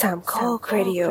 สามข้อครดิโอ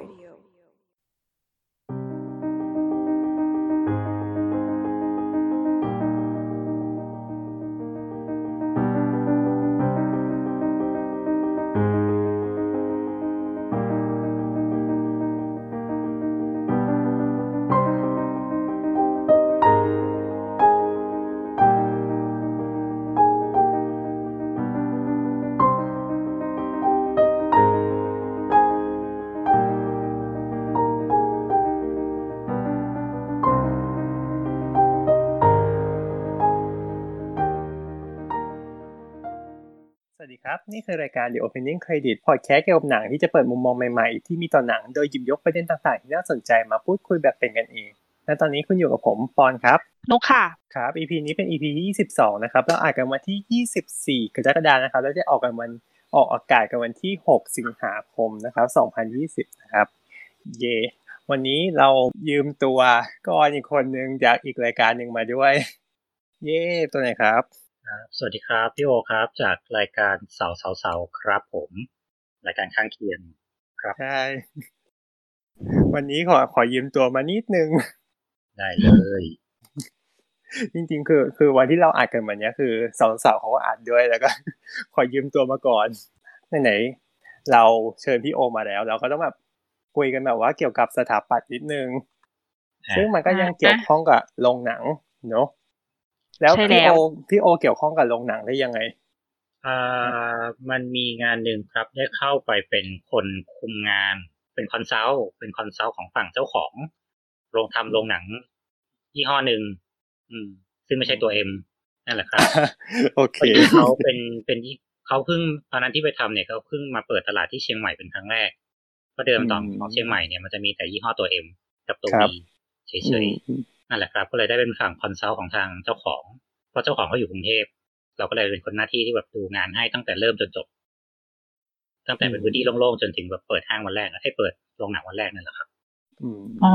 สวัสดีครับนี่คือรายการ The Opening Credit Podcast เกี่ยวกับหนังที่จะเปิดมุมมองใหม่ๆที่มีต่อหนังโดยหยิบยกประเด็นต่างๆที่น่าสนใจมาพูดคุยแบบเป็นกันเองและตอนนี้คุณอยู่กับผมปอนครับนกค่ะครับ EP นี้เป็น EP ที่22นะครับเราอัดกันวันที่24กรกฎาคมนะครับแล้วจะออกอากาศกันวันที่6สิงหาคมนะครับ2020นะครับเย่วันนี้เรายืมตัวก่อนอีกคนนึงจากอีกรายการนึงมาด้วยเย่ตัวไหนครับสวัสดีครับพี่โอครับจากรายการเสาครับผมรายการข้างเคียงครับใช่วันนี้ขอยืมตัวมานิดนึงได้เลยจริงๆคือวันที่เราอัดกันวันนี้คือสาวๆเขาก็อัดด้วยแล้วก็ขอยืมตัวมาก่อนไหนๆเราเชิญพี่โอมาแล้วเราก็ต้องแบบคุยกันแบบว่าเกี่ยวกับสถาปัตย์นิดนึงซึ่งมันก็ยังเกี่ยวข้องกับโรงหนังเนาะแล้วพี่โอเกี่ยวข้องกับโรงหนังได้ยังไงมันมีงานหนึ่งครับได้เข้าไปเป็นคนคุมงานเป็นคอนซัลท์ของฝั่งเจ้าของโรงทำโรงหนังยี่ห้อหนึ่งซึ่งไม่ใช่ตัว M นั่นแหละครับโอเคเขาเป็นเขาเพิ่งตอนนั้นที่ไปทำเนี่ยเขาเพิ่งมาเปิดตลาดที่เชียงใหม่เป็นครั้งแรกเพราะเดิมตอนของเชียงใหม่เนี่ยมันจะมีแต่ยี่ห้อตัว M กับตัว V เฉยๆนั่นแหละครับก็เลยได้เป็นฝั่งคอนซัลท์ของทางเจ้าของเพราะเจ้าของเขาอยู่กรุงเทพเราก็เลยเป็นคนหน้าที่ที่แบบดูงานให้ตั้งแต่เริ่มจนจบตั้งแต่เป็นพื้นที่โล่งๆจนถึงแบบเปิดห้างวันแรกให้เปิดโรงหนังวันแรกนั่นแหละครับอ๋อ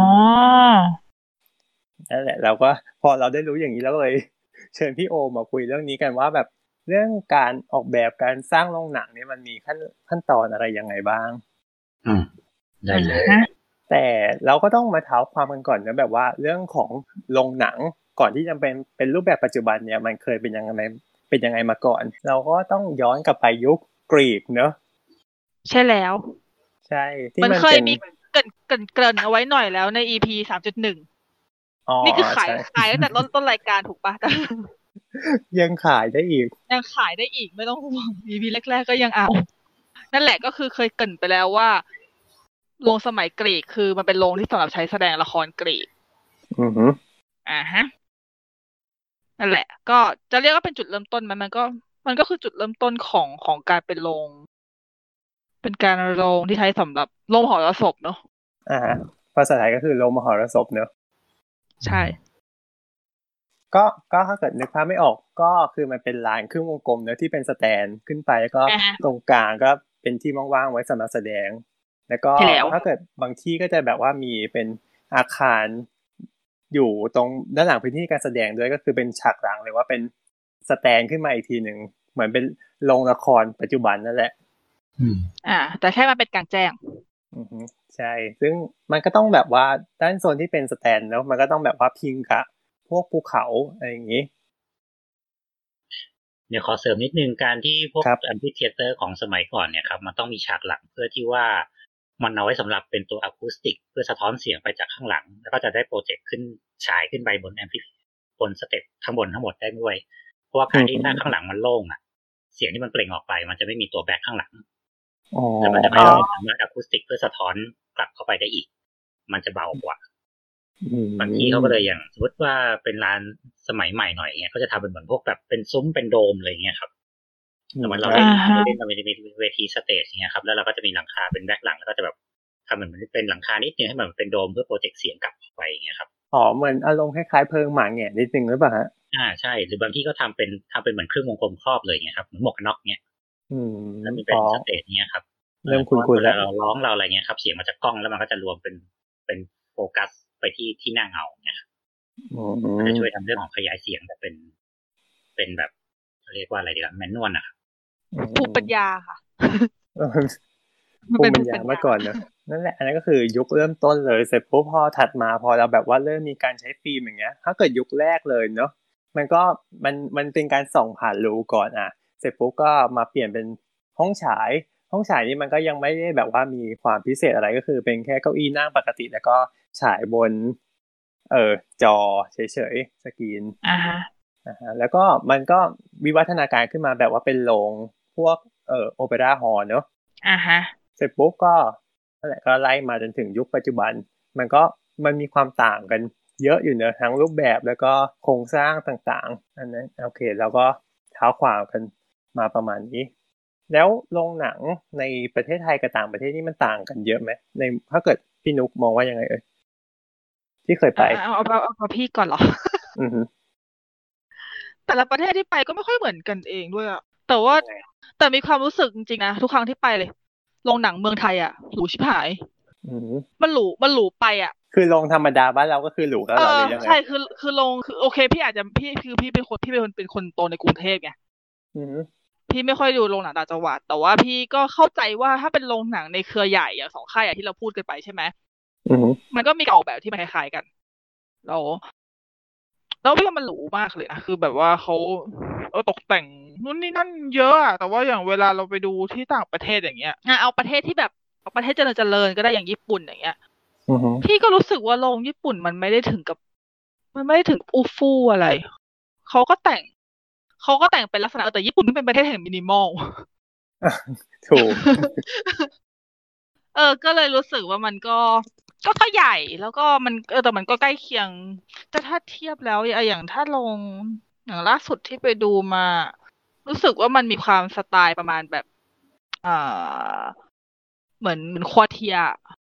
นั่นแหละเราก็พอเราได้รู้อย่างนี้แล้วเลยเชิญพี่โอมาคุยเรื่องนี้กันว่าแบบเรื่องการออกแบบการสร้างโรงหนังเนี่ยมันมีขั้นตอนอะไรยังไงบ้างได้เลยแต่เราก็ต้องมาเท้าความกันก่อนนะแบบว่าเรื่องของโรงหนังก่อนที่จะเป็นรูปแบบปัจจุบันเนี่ยมันเคยเป็นยังไงมาก่อนเราก็ต้องย้อนกลับไปยุคกรีกเนอะใช่แล้วใช่ที่มันเคยมีเกริ่นเอาไว้หน่อยแล้วใน EP 3.1 นี่คือขายตั้งแต่ต้นรายการถูกปะยังขายได้อีกไม่ต้องห่วง EP แรกๆก็ยังเอานั่นแหละก็คือเคยเกริ่นไปแล้วว่าโรงสมัยกรีกคือมันเป็นโรงที่สำหรับใช้แสดงละครกรีกฮะนั่นแหละก็จะเรียกว่าเป็นจุดเริ่มต้นมันก็คือจุดเริ่มต้นของการเป็นโรงเป็นการโรงที่ใช้สำหรับโรงมหรสพเนอะภาษาไทยก็คือโรงมหรสพเนอะใช่ก็ถ้าเกิดนึกภาพไม่ออกก็คือมันเป็นลานครึ่งวงกลมเนอะที่เป็นสแตนขึ้นไปแล้วก็ตรงกลางก็เป็นที่ว่างๆไว้สำหรับแสดงแล้วก็ถ้าเกิดบางที่ก็จะแบบว่ามีเป็นอาคารอยู่ตรงด้านหลังพื้นที่การแสดงด้วยก็คือเป็นฉากหลังเลยว่าเป็นสแตนขึ้นมาอีกทีหนึ่งเหมือนเป็นโรงละครปัจจุบันนั่นแหละแต่แค่มันเป็นกลางแจ้งใช่ซึ่งมันก็ต้องแบบว่าด้านโซนที่เป็นสแตนเนาะมันก็ต้องแบบว่าพิงกับพวกภูเขาอะไรอย่างนี้เดี๋ยวขอเสริมนิดนึงการที่พวกแอมฟิเธียเตอร์ของสมัยก่อนเนี่ยครับมันต้องมีฉากหลังเพื่อที่ว่ามันเอาไว้สำหรับเป็นตัวอะคูสติกเพื่อสะท้อนเสียงไปจากข้างหลังแล้วก็จะได้โปรเจกต์ขึ้นฉายขึ้นไปบนแอมฟิบนสเต็ปข้างบนทั้งหมดได้ด้วยเพราะว่าการที่ถ้าข้างหลังมันโล่งอ่ะเสียงที่มันเปล่งออกไปมันจะไม่มีตัวแบ็คข้างหลังแล้วมันจะไม่สามารถอะคูสติกเพื่อสะท้อนกลับเข้าไปได้อีกมันจะเบากว่าบางทีเขาก็เลยอย่างสมมติว่าเป็นร้านสมัยใหม่หน่อยเงี้ยเขาจะทำเป็นเหมือนพวกแบบเป็นซุ้มเป็นโดมอะไรเงี้ยครับแต่ว่าเราเล่นเรามีเวทีสเตจเงี้ยครับแล้วเราก็จะมีหลังคาเป็นแบ็คหลังแล้วก็จะแบบทำเหมือนเป็นหลังคานิดนึงให้มันเป็นโดมเพื่อโปรเจกต์เสียงกลับไปอย่างเงี้ยครับเหมือนอารมณ์คล้ายๆเพิงหมาแง่นิดนึงหรือเปล่าฮะใช่หรือบางที่ก็ทำเป็นเหมือนเครื่องวงกลมครอบเลยเงี้ยครับเหมือนหมวกกันน็อกเงี้ยแล้วมีเป็นสเตจเงี้ยครับเริ่มคุ้นๆแล้วเราร้องเราอะไรเงี้ยครับเสียงมาจากกล้องแล้วมันก็จะรวมเป็นโฟกัสไปที่หน้าเงาเนี่ยครับมันจะช่วยทำเรื่องของขยายเสียงแบบเป็นแบบเรียกว่าอะไรดีล่ะแมนนวลนะครับภูมิปัญญาค่ะภูมิปัญญาเมื่อก่อนนะนั่นแหละอันนั้นก็คือยุคเริ่มต้นเลยเสร็จปุ๊บพอถัดมาพอเราแบบว่าเริ่มมีการใช้ฟิล์มอย่างเงี้ยถ้าเกิดยุคแรกเลยเนาะมันเป็นการส่องผ่านรูก่อนเสร็จปุ๊บก็มาเปลี่ยนเป็นห้องฉายนี่มันก็ยังไม่ได้แบบว่ามีความพิเศษอะไรก็คือเป็นแค่เก้าอี้นั่งปกติแล้วก็ฉายบนจอเฉยๆสกรีนแล้วก็มันก็วิวัฒนาการขึ้นมาแบบว่าเป็นโรงพวกโอเปร่าฮอลล์เนาะเสร็จปุ๊บก็นั่นแหละก็ไล่มาจนถึงยุคปัจจุบันมันมีความต่างกันเยอะอยู่เนอะทั้งรูปแบบแล้วก็โครงสร้างต่างๆอันนั้นโอเคแล้วก็เท้าความกันมาประมาณนี้แล้วโรงหนังในประเทศไทยกับต่างประเทศนี่มันต่างกันเยอะไหมในถ้าเกิดพี่นุกมองว่ายังไงที่เคยไปเอาพี่ก่อนเหรอแต่ละประเทศที่ไปก็ไม่ค่อยเหมือนกันเองด้วยอะแต่มีความรู้สึกจริงๆนะทุกครั้งที่ไปเลยโรงหนังเมืองไทยอะหรูชิบหายมันหรูไปอะคือโรงธรรมดาบ้านเราก็คือหรูแล้วหรือยังไงใช่คือโรงคือโอเคพี่อาจจะพี่เป็นคนโตในกรุงเทพไงพี่ไม่ค่อยดูโรงหนังต่างจังหวัดแต่ว่าพี่ก็เข้าใจว่าถ้าเป็นโรงหนังในเครือใหญ่อย่าง2ค่ายที่เราพูดกันไปใช่ไหมมันก็มีออกแบบที่มันคล้ายๆกันแล้วพี่ว่ามันหรูมากเลยนะคือแบบว่าเขาตกแต่งนู่นนี่นั่นเยอะอะแต่ว่าอย่างเวลาเราไปดูที่ต่างประเทศอย่างเงี้ยเอาประเทศที่แบบประเทศเจริญก็ได้อย่างญี่ปุ่นอย่างเงี้ยพี่ก็รู้สึกว่าโรงญี่ปุ่นมันไม่ได้ถึงอู้ฟู่อะไรเขาก็แต่งเป็นลักษณะแต่ญี่ปุ่นมันเป็นประเทศแห่งมินิมอลถูกก็เลยรู้สึกว่ามันก็ใหญ่แล้วก็มันแต่มันก็ใกล้เคียงแต่ถ้าเทียบแล้วอย่างถ้าลงอย่างล่าสุดที่ไปดูมารู้สึกว่ามันมีความสไตล์ประมาณแบบเหมือนควอเทีย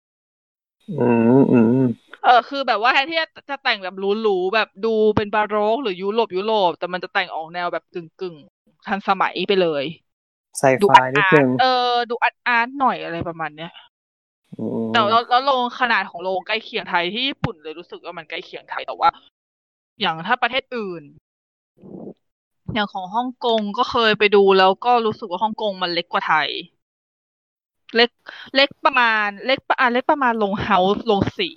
คือแบบว่าแทนที่จะแต่งแบบหรูๆแบบดูเป็นบาโรกหรือยุโรปแต่มันจะแต่งออกแนวแบบกึ่งทันสมัยไปเลยไซไฟนิดนึงดูอาร์ตหน่อยอะไรประมาณเนี้ยแต่แล้วโรงขนาดของโรงใกล้เคียงไทยที่ญี่ปุ่นเลยรู้สึกว่ามันใกล้เคียงไทยแต่ว่าอย่างถ้าประเทศอื่นอย่างของฮ่องกงก็เคยไปดูแล้วก็รู้สึกว่าฮ่องกงมันเล็กกว่าไทยเล็กประมาณโรงเฮาส์โรง4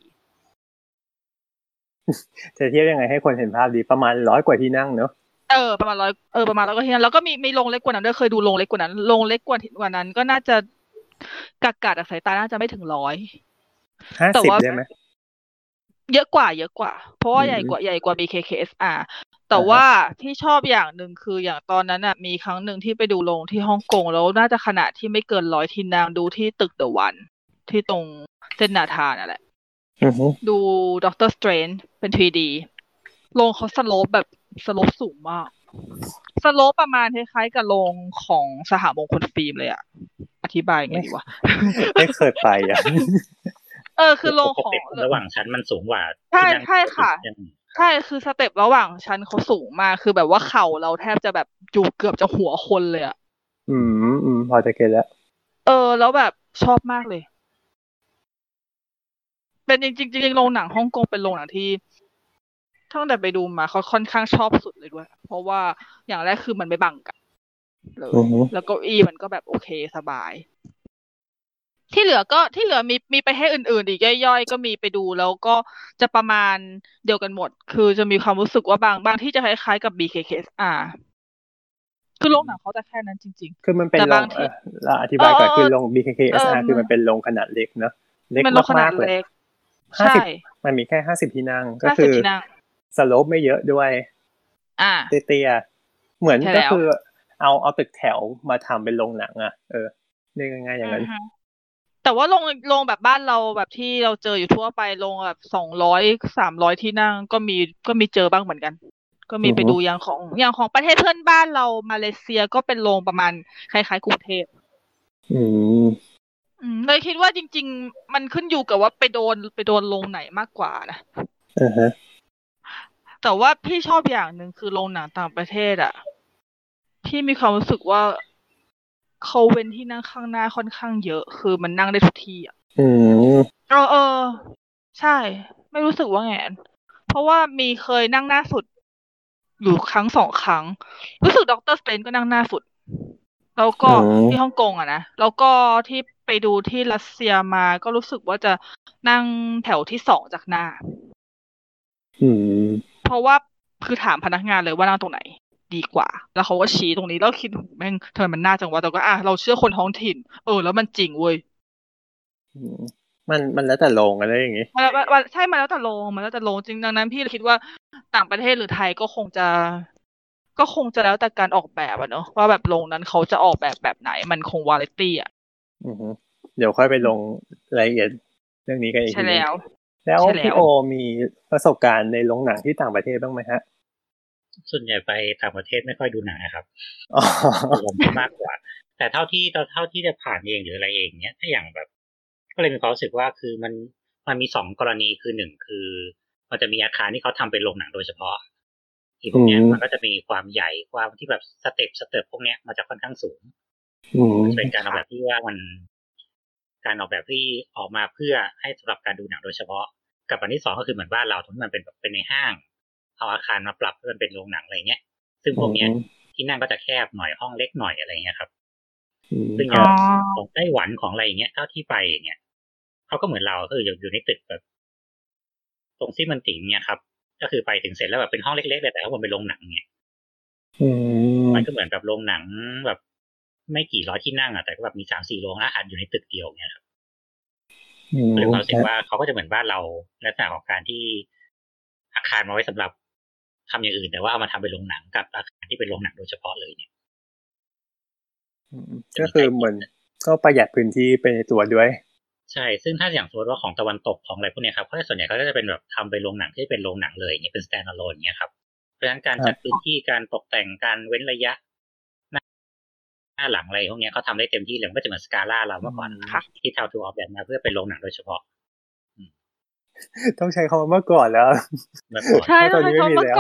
จะเทียบยังไงให้คนเห็นภาพดีประมาณ100 กว่าที่นั่งเนอะประมาณ100ประมาณ100 กว่าที่นั่งแล้วก็มีโรงเล็กกว่านั้นด้วยเคยดูโรงเล็กกว่านั้นโรงเล็กกว่านั้นก็น่าจะกักสายตาน่าจะไม่ถึง100 แต่ว่าได้ไหมเยอะกว่าเพราะว่าใหญ่กว่า BKKSR แต่ว่าที่ชอบอย่างหนึ่งคืออย่างตอนนั้นน่ะมีครั้งหนึ่งที่ไปดูโรงที่ฮ่องกงแล้วน่าจะขนาดที่ไม่เกิน100ที่นั่งดูที่ตึกเดอะวันที่ตรงเส้นนาธานั่นแหละดูด็อกเตอร์สเตรนจ์เป็น 3D โรงเขาสโลปแบบสโลปสูงมากสโลปประมาณคล้ายๆกับโรงของสหมงคลฟิล์มเลยอ่ะอธิบายไงดีวะไม่เคยไปอ่ะคือโรงของระหว่างชั้นมันสูงกว่าใช่ค่ะใช่คือสเต็ประหว่างชั้นเขาสูงมากคือแบบว่าเข่าเราแทบจะแบบอยู่เกือบจะหัวคนเลยอ่ะพอจะเก็ทแล้วแล้วแบบชอบมากเลยเป็นจริงโรงหนังฮ่องกงเป็นโรงหนังที่ตั้งแต่ไปดูมาเขาค่อนข้างชอบสุดเลยด้วยเพราะว่าอย่างแรกคือมันไม่บังกันเลยแล้วเก้าอี้มันก็แบบโอเคสบายที่เหลือมีประเทศอื่นๆอีกย่อยๆก็มีไปดูแล้วก็จะประมาณเดียวกันหมดคือจะมีความรู้สึกว่าบางที่จะคล้ายๆกับ BKKSR คือโรงหนังเขาจะแค่นั้นจริงๆคือมันเป็นโรงเราอธิบายก่อนคือโรง BKKSR คือมันเป็นโรงขนาดเล็กเนาะเล็กมากๆเลย50มันมีแค่50ที่นั่งก็คือสโลปไม่เยอะด้วยเตี้ยๆเหมือนก็คือเอาตึกแถวมาทำเป็นโรงหนังเรียกง่ายๆอย่างนั้นแต่ว่าโรงแบบบ้านเราแบบที่เราเจออยู่ทั่วไปโรงแบบ200-300ที่นั่งก็มีเจอบ้างเหมือนกันก็มีไปดูอย่างของประเทศเพื่อนบ้านเรามาเลเซียก็เป็นโรงประมาณคล้ายๆกรุงเทพเลยคิดว่าจริงๆมันขึ้นอยู่กับว่าไปโดนโรงไหนมากกว่านะแต่ว่าพี่ชอบอย่างหนึ่งคือโรงหนังต่างประเทศอ่ะพี่มีความรู้สึกว่าเขาเว้นที่นั่งข้างหน้าค่อนข้างเยอะคือมันนั่งได้ทุกที่อ่ะใช่ไม่รู้สึกว่าไงเพราะว่ามีเคยนั่งหน้าสุดอยู่2 ครั้งรู้สึกด็อกเตอร์สเตรนจ์ก็นั่งหน้าสุดแล้วก็ที่ฮ่องกงอ่ะนะแล้วก็ที่ไปดูที่รัสเซียมาก็รู้สึกว่าจะนั่งแถวที่2จากหน้าเพราะว่าคือถามพนักงานเลยว่านั่งตรงไหนดีกว่าแล้วเขาก็ชี้ตรงนี้แล้วคิดแม่งทำไมมันน่าจังวะแต่ก็เราเชื่อคนท้องถิ่นแล้วมันจริงเว้ยมันแล้วแต่โรงอะไรอย่างงี้ใช่มันแล้วแต่โรงจริงดังนั้นพี่คิดว่าต่างประเทศหรือไทยก็คงจะแล้วแต่การออกแบบเนอะว่าแบบโรงนั้นเขาจะออกแบบไหนมันคงวาไรตี้เดี๋ยวค่อยไปลงรายละเอียดเรื่องนี้กันอีกทีนึงแล้วพี่โอมีประสบการณ์ในโรงหนังที่ต่างประเทศบ้างไหมฮะส่วนใหญ่ไปต่างประเทศไม่ค่อยดูหนังครับมากกว่าแต่เท่าที่จะผ่านเองหรืออะไรเองเนี้ยถ้าอย่างแบบก็เลยมีความรู้สึกว่าคือมันมี2กรณีคือ1คือมันจะมีอาคารที่เขาทำเป็นโรงหนังโดยเฉพาะที่พวกนี้มันก็จะมีความใหญ่ความที่แบบสเต็ปพวกนี้มันจะค่อนข้างสูงเป็นการออกแบบที่ว่ามันการออกแบบที่ออกมาเพื่อให้สำหรับการดูหนังโดยเฉพาะกับอันที่2ก็คือเหมือนบ้านเราที่มันเป็นในห้างเอาอาคารมาปรับให้มันเป็นโรงหนังอะไรเงี้ยซึ่งพวกเนี้ยที่นั่งก็จะแคบหน่อยห้องเล็กหน่อยอะไรเงี้ยครับซึ่งอย่างของไต้หวันของอะไรเงี้ยเท่าที่ไปเงี้ยเขาก็เหมือนเราคืออยู่ในตึกแบบตรงซี่มันติ่งเนี่ยครับก็คือไปถึงเสร็จแล้วแบบเป็นห้องเล็กๆเลยแต่ข้างบนเป็นโรงหนังเนี่ยมันก็เหมือนกับโรงหนังแบบไม่กี่ร้อยที่นั่งแต่ก็แบบมี3-4 โรงอาหารอยู่ในตึกเดียวเนี่ยครับหรือความรู้สึกว่าเขาก็จะเหมือนบ้านเราลักษณะของการที่อาคารมาไว้สำหรับทำอย่างอื่นแต่ว่าเอามาทำเป็นโรงหนังกับอาคารที่เป็นโรงหนังโดยเฉพาะเลยเนี่ยก็คือเหมือนก็ประหยัดพื้นที่ไปในตัวด้วยใช่ซึ่งถ้าอย่างสมมติว่าของตะวันตกของอะไรพวกนี้ครับเขาส่วนใหญ่เขาก็จะเป็นแบบทำเป็นโรงหนังที่เป็นโรงหนังเลยเนี่ยเป็น stand alone เนี่ยครับเพราะฉะนั้นการจัดพื้นที่การตกแต่งการเว้นระยะหน้าหลังอะไรพวกนี้เขาทำได้เต็มที่เลยก็จะเหมือนสกาล่าเราเมื่อก่อนที่ทำถูกออกแบบมาเพื่อเป็นโรงหนังโดยเฉพาะต้องใช้คำว่าเมื่อก่อนแล้วใช่ตอนนี้ไม่มีแล้ว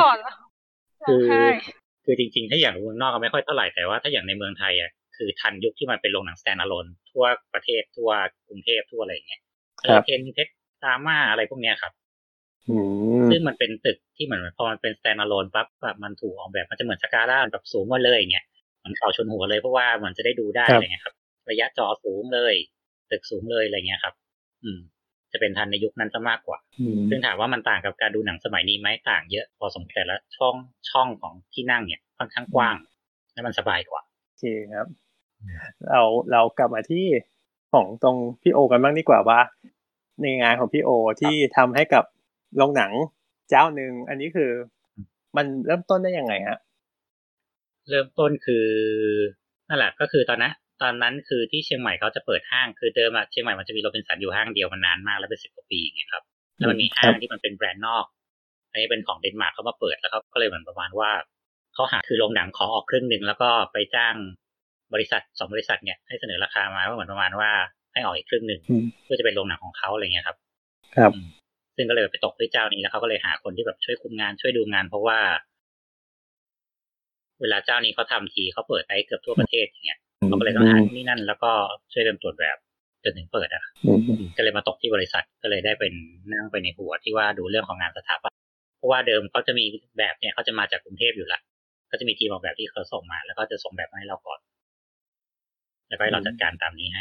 คือจริงๆถ้าอย่างเมืองนอกก็ไม่ค่อยเท่าไหร่แต่ว่าถ้าอย่างในเมืองไทยคือทันยุคที่มันเป็นโรงหนัง stand alone ทั่วประเทศทั่วกรุงเทพทั่วอะไรอย่างเงี้ยเพนเพชรดราม่าอะไรพวกเนี้ยครับซึ่งมันเป็นตึกที่เหมือนพอมันเป็น stand alone ปั๊บแบบมันถูกออกแบบมันจะเหมือนสกาล่าแบบสูงมาเลยอย่างเงี้ยมันเข่าชนหัวเลยเพราะว่ามันจะได้ดูได้อะไรเงี้ยครับระยะจอสูงเลยตึกสูงเลยอะไรเงี้ยครับจะเป็นทันในยุคนั้นซะมากกว่าซึ่งถามว่ามันต่างกับการดูหนังสมัยนี้ไหมต่างเยอะพอสมควรแต่ละช่องของที่นั่งเนี่ยค่อนข้างกว้างและมันสบายกว่าโอเคครับเรากลับมาที่ของตรงพี่โอกันบ้างดีกว่าว่าในงานของพี่โอที่ทำให้กับโรงหนังเจ้าหนึ่งอันนี้คือมันเริ่มต้นได้ยังไงฮะเริ่มต้นคือนั่นแหละก็คือตอนนั้นคือที่เชียงใหม่เขาจะเปิดห้างคือเดิมเชียงใหม่มันจะมีโรบินสันอยู่ห้างเดียวมานานมากแล้วเป็น10 กว่าปีไงครับแล้วมันมีห้างที่มันเป็นแบรนด์นอกอันนี้เป็นของเดนมาร์กเขามาเปิดแล้วเขาก็เลยเหมือนประมาณว่าเขาหาคือโรงหนังขอออกครึ่งนึงแล้วก็ไปจ้างบริษัท2 บริษัทเนี่ยให้เสนอราคามาเหมือนประมาณว่าให้ออกอีกครึ่งนึงเพื่อจะเป็นโรงหนังของเขาอะไรเงี้ยครับครับซึ่งก็เลยไปตกที่เจ้านี้แล้วเขาก็เลยหาคนที่แบบช่วยคุมงานช่วยดูงานเพราะว่าเวลาเจ้านี้เขาทำทีเขาเปิดไปเกือบทั่วประเทศอย่างเงี้ยเขาก็เลยต้องหาที่นี่นั่นแล้วก็ช่วยเริ่มตรวจแบบจนถึงเปิดก็เลยมาตกที่บริษัทก็เลยได้เป็นนั่งไปในหัวที่ว่าดูเรื่องของงานสถาปัตย์เพราะว่าเดิมเขาจะมีแบบเนี่ยเขาจะมาจากกรุงเทพอยู่ละก็จะมีทีมออกแบบที่เขาส่งมาแล้วก็จะส่งแบบมาให้เราก่อนแล้วก็ให้เราจัดการตามนี้ให้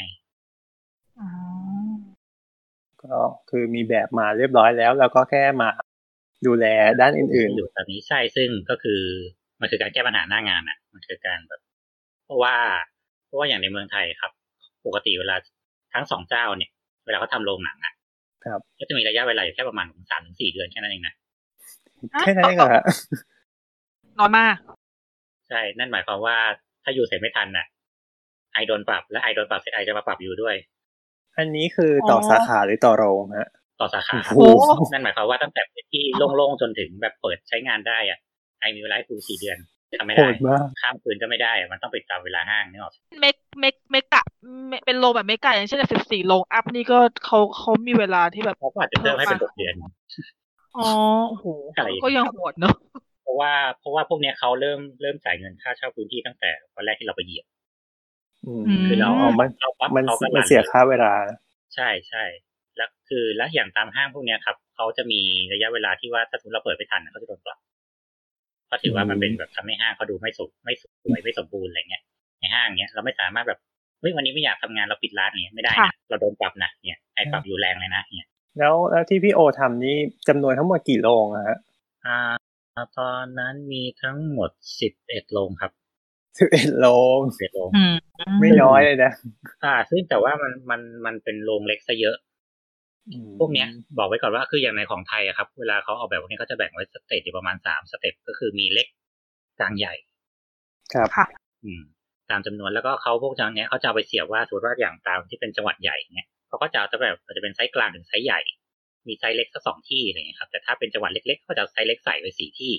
ก็คือมีแบบมาเรียบร้อยแล้วแล้วก็แค่มาดูแลด้านอื่นๆอยู่ตอนนี้ใช่ซึ่งก็คือมันคือการแก้ปัญหาหน้างานมันคือการแบบเพราะว่าอย่างในเมืองไทยครับปกติเวลาทั้ง2 เจ้าเนี่ยเวลาเขาทำโรงหนังครับก็จะมีระยะเวลาอยู่แค่ประมาณ 3-4 เดือนแค่นั้นเองนะแค่นั้นเองเหรอน้อยมากใช่นั่นหมายความว่าถ้าอยู่เสร็จไม่ทันไอโดนปรับและไอโดนปรับเสร็จไอจะมาปรับอยู่ด้วยอันนี้คือต่อสาขาหรือต่อโรงฮะต่อสาขานั่นหมายความว่าตั้งแต่ที่โล่งๆจนถึงแบบเปิดใช้งานได้ไอมีเวลาให้คุณ4 เดือนทำไม่ได้ข้ามคืนก็ไม่ได้มันต้องไปตามเวลาห้างนี่หรอเมกะเป็นโรงแบบเมกะอย่างเช่น14 โรงอัพนี่ก็เขามีเวลาที่แบบเขาอาจจะเพิ่มให้เป็น6 เดือนโอ้โหก็ยังโหดเนอะเพราะว่าพวกนี้เขาเริ่มจ่ายเงินค่าเช่าพื้นที่ตั้งแต่วันแรกที่เราไปเหยียบคือเราเอามันเสียค่าเวลาใช่แล้วคือแล้วอย่างตามห้างพวกนี้ครับเขาจะมีระยะเวลาที่ว่าถ้าสมมติเราเปิดไม่ทันเขาจะโดนปรับเพราะถือว่ามันเป็นแบบทำให้ห้างเขาดูไม่สวยไม่สมบูรณ์อะไรเงี้ยในห้างเนี้ยเราไม่สามารถแบบวันนี้ไม่อยากทำงานเราปิดร้านเนี่ยไม่ได้นะเราโดนปรับนะเนี่ยไอ้ปรับอยู่แรงเลยนะเนี่ยแล้วที่พี่โอทำนี่จำนวนทั้งหมดกี่โรงอะฮะตอนนั้นมีทั้งหมด11 โรงครับ 11 โรง 11 โรงไม่น้อยเลยนะซึ่งแต่ว่ามันเป็นโรงเล็กซะเยอะพวกเนี้ยบอกไว้ก่อนว่าคืออย่างในของไทยอะครับเวลาเขาออกแบบพวกนี้เขาจะแบ่งไว้สเตจอยู่ประมาณ3 สเต็ปก็คือมีเล็กกลางใหญ่ครับค่ะตามจำนวนแล้วก็เขาพวกจังเนี้ยเขาจะเอาไปเสียบว่าสมมติว่าอย่างตามที่เป็นจังหวัดใหญ่เนี้ยเขาก็จะเอาแบบอาจจะเป็นไซส์กลางถึงไซส์ใหญ่มีไซส์เล็กสัก2 ที่อะไรเงี้ยครับแต่ถ้าเป็นจังหวัดเล็กๆเขาจะเอาไซส์เล็กใส่ไว้4 ที่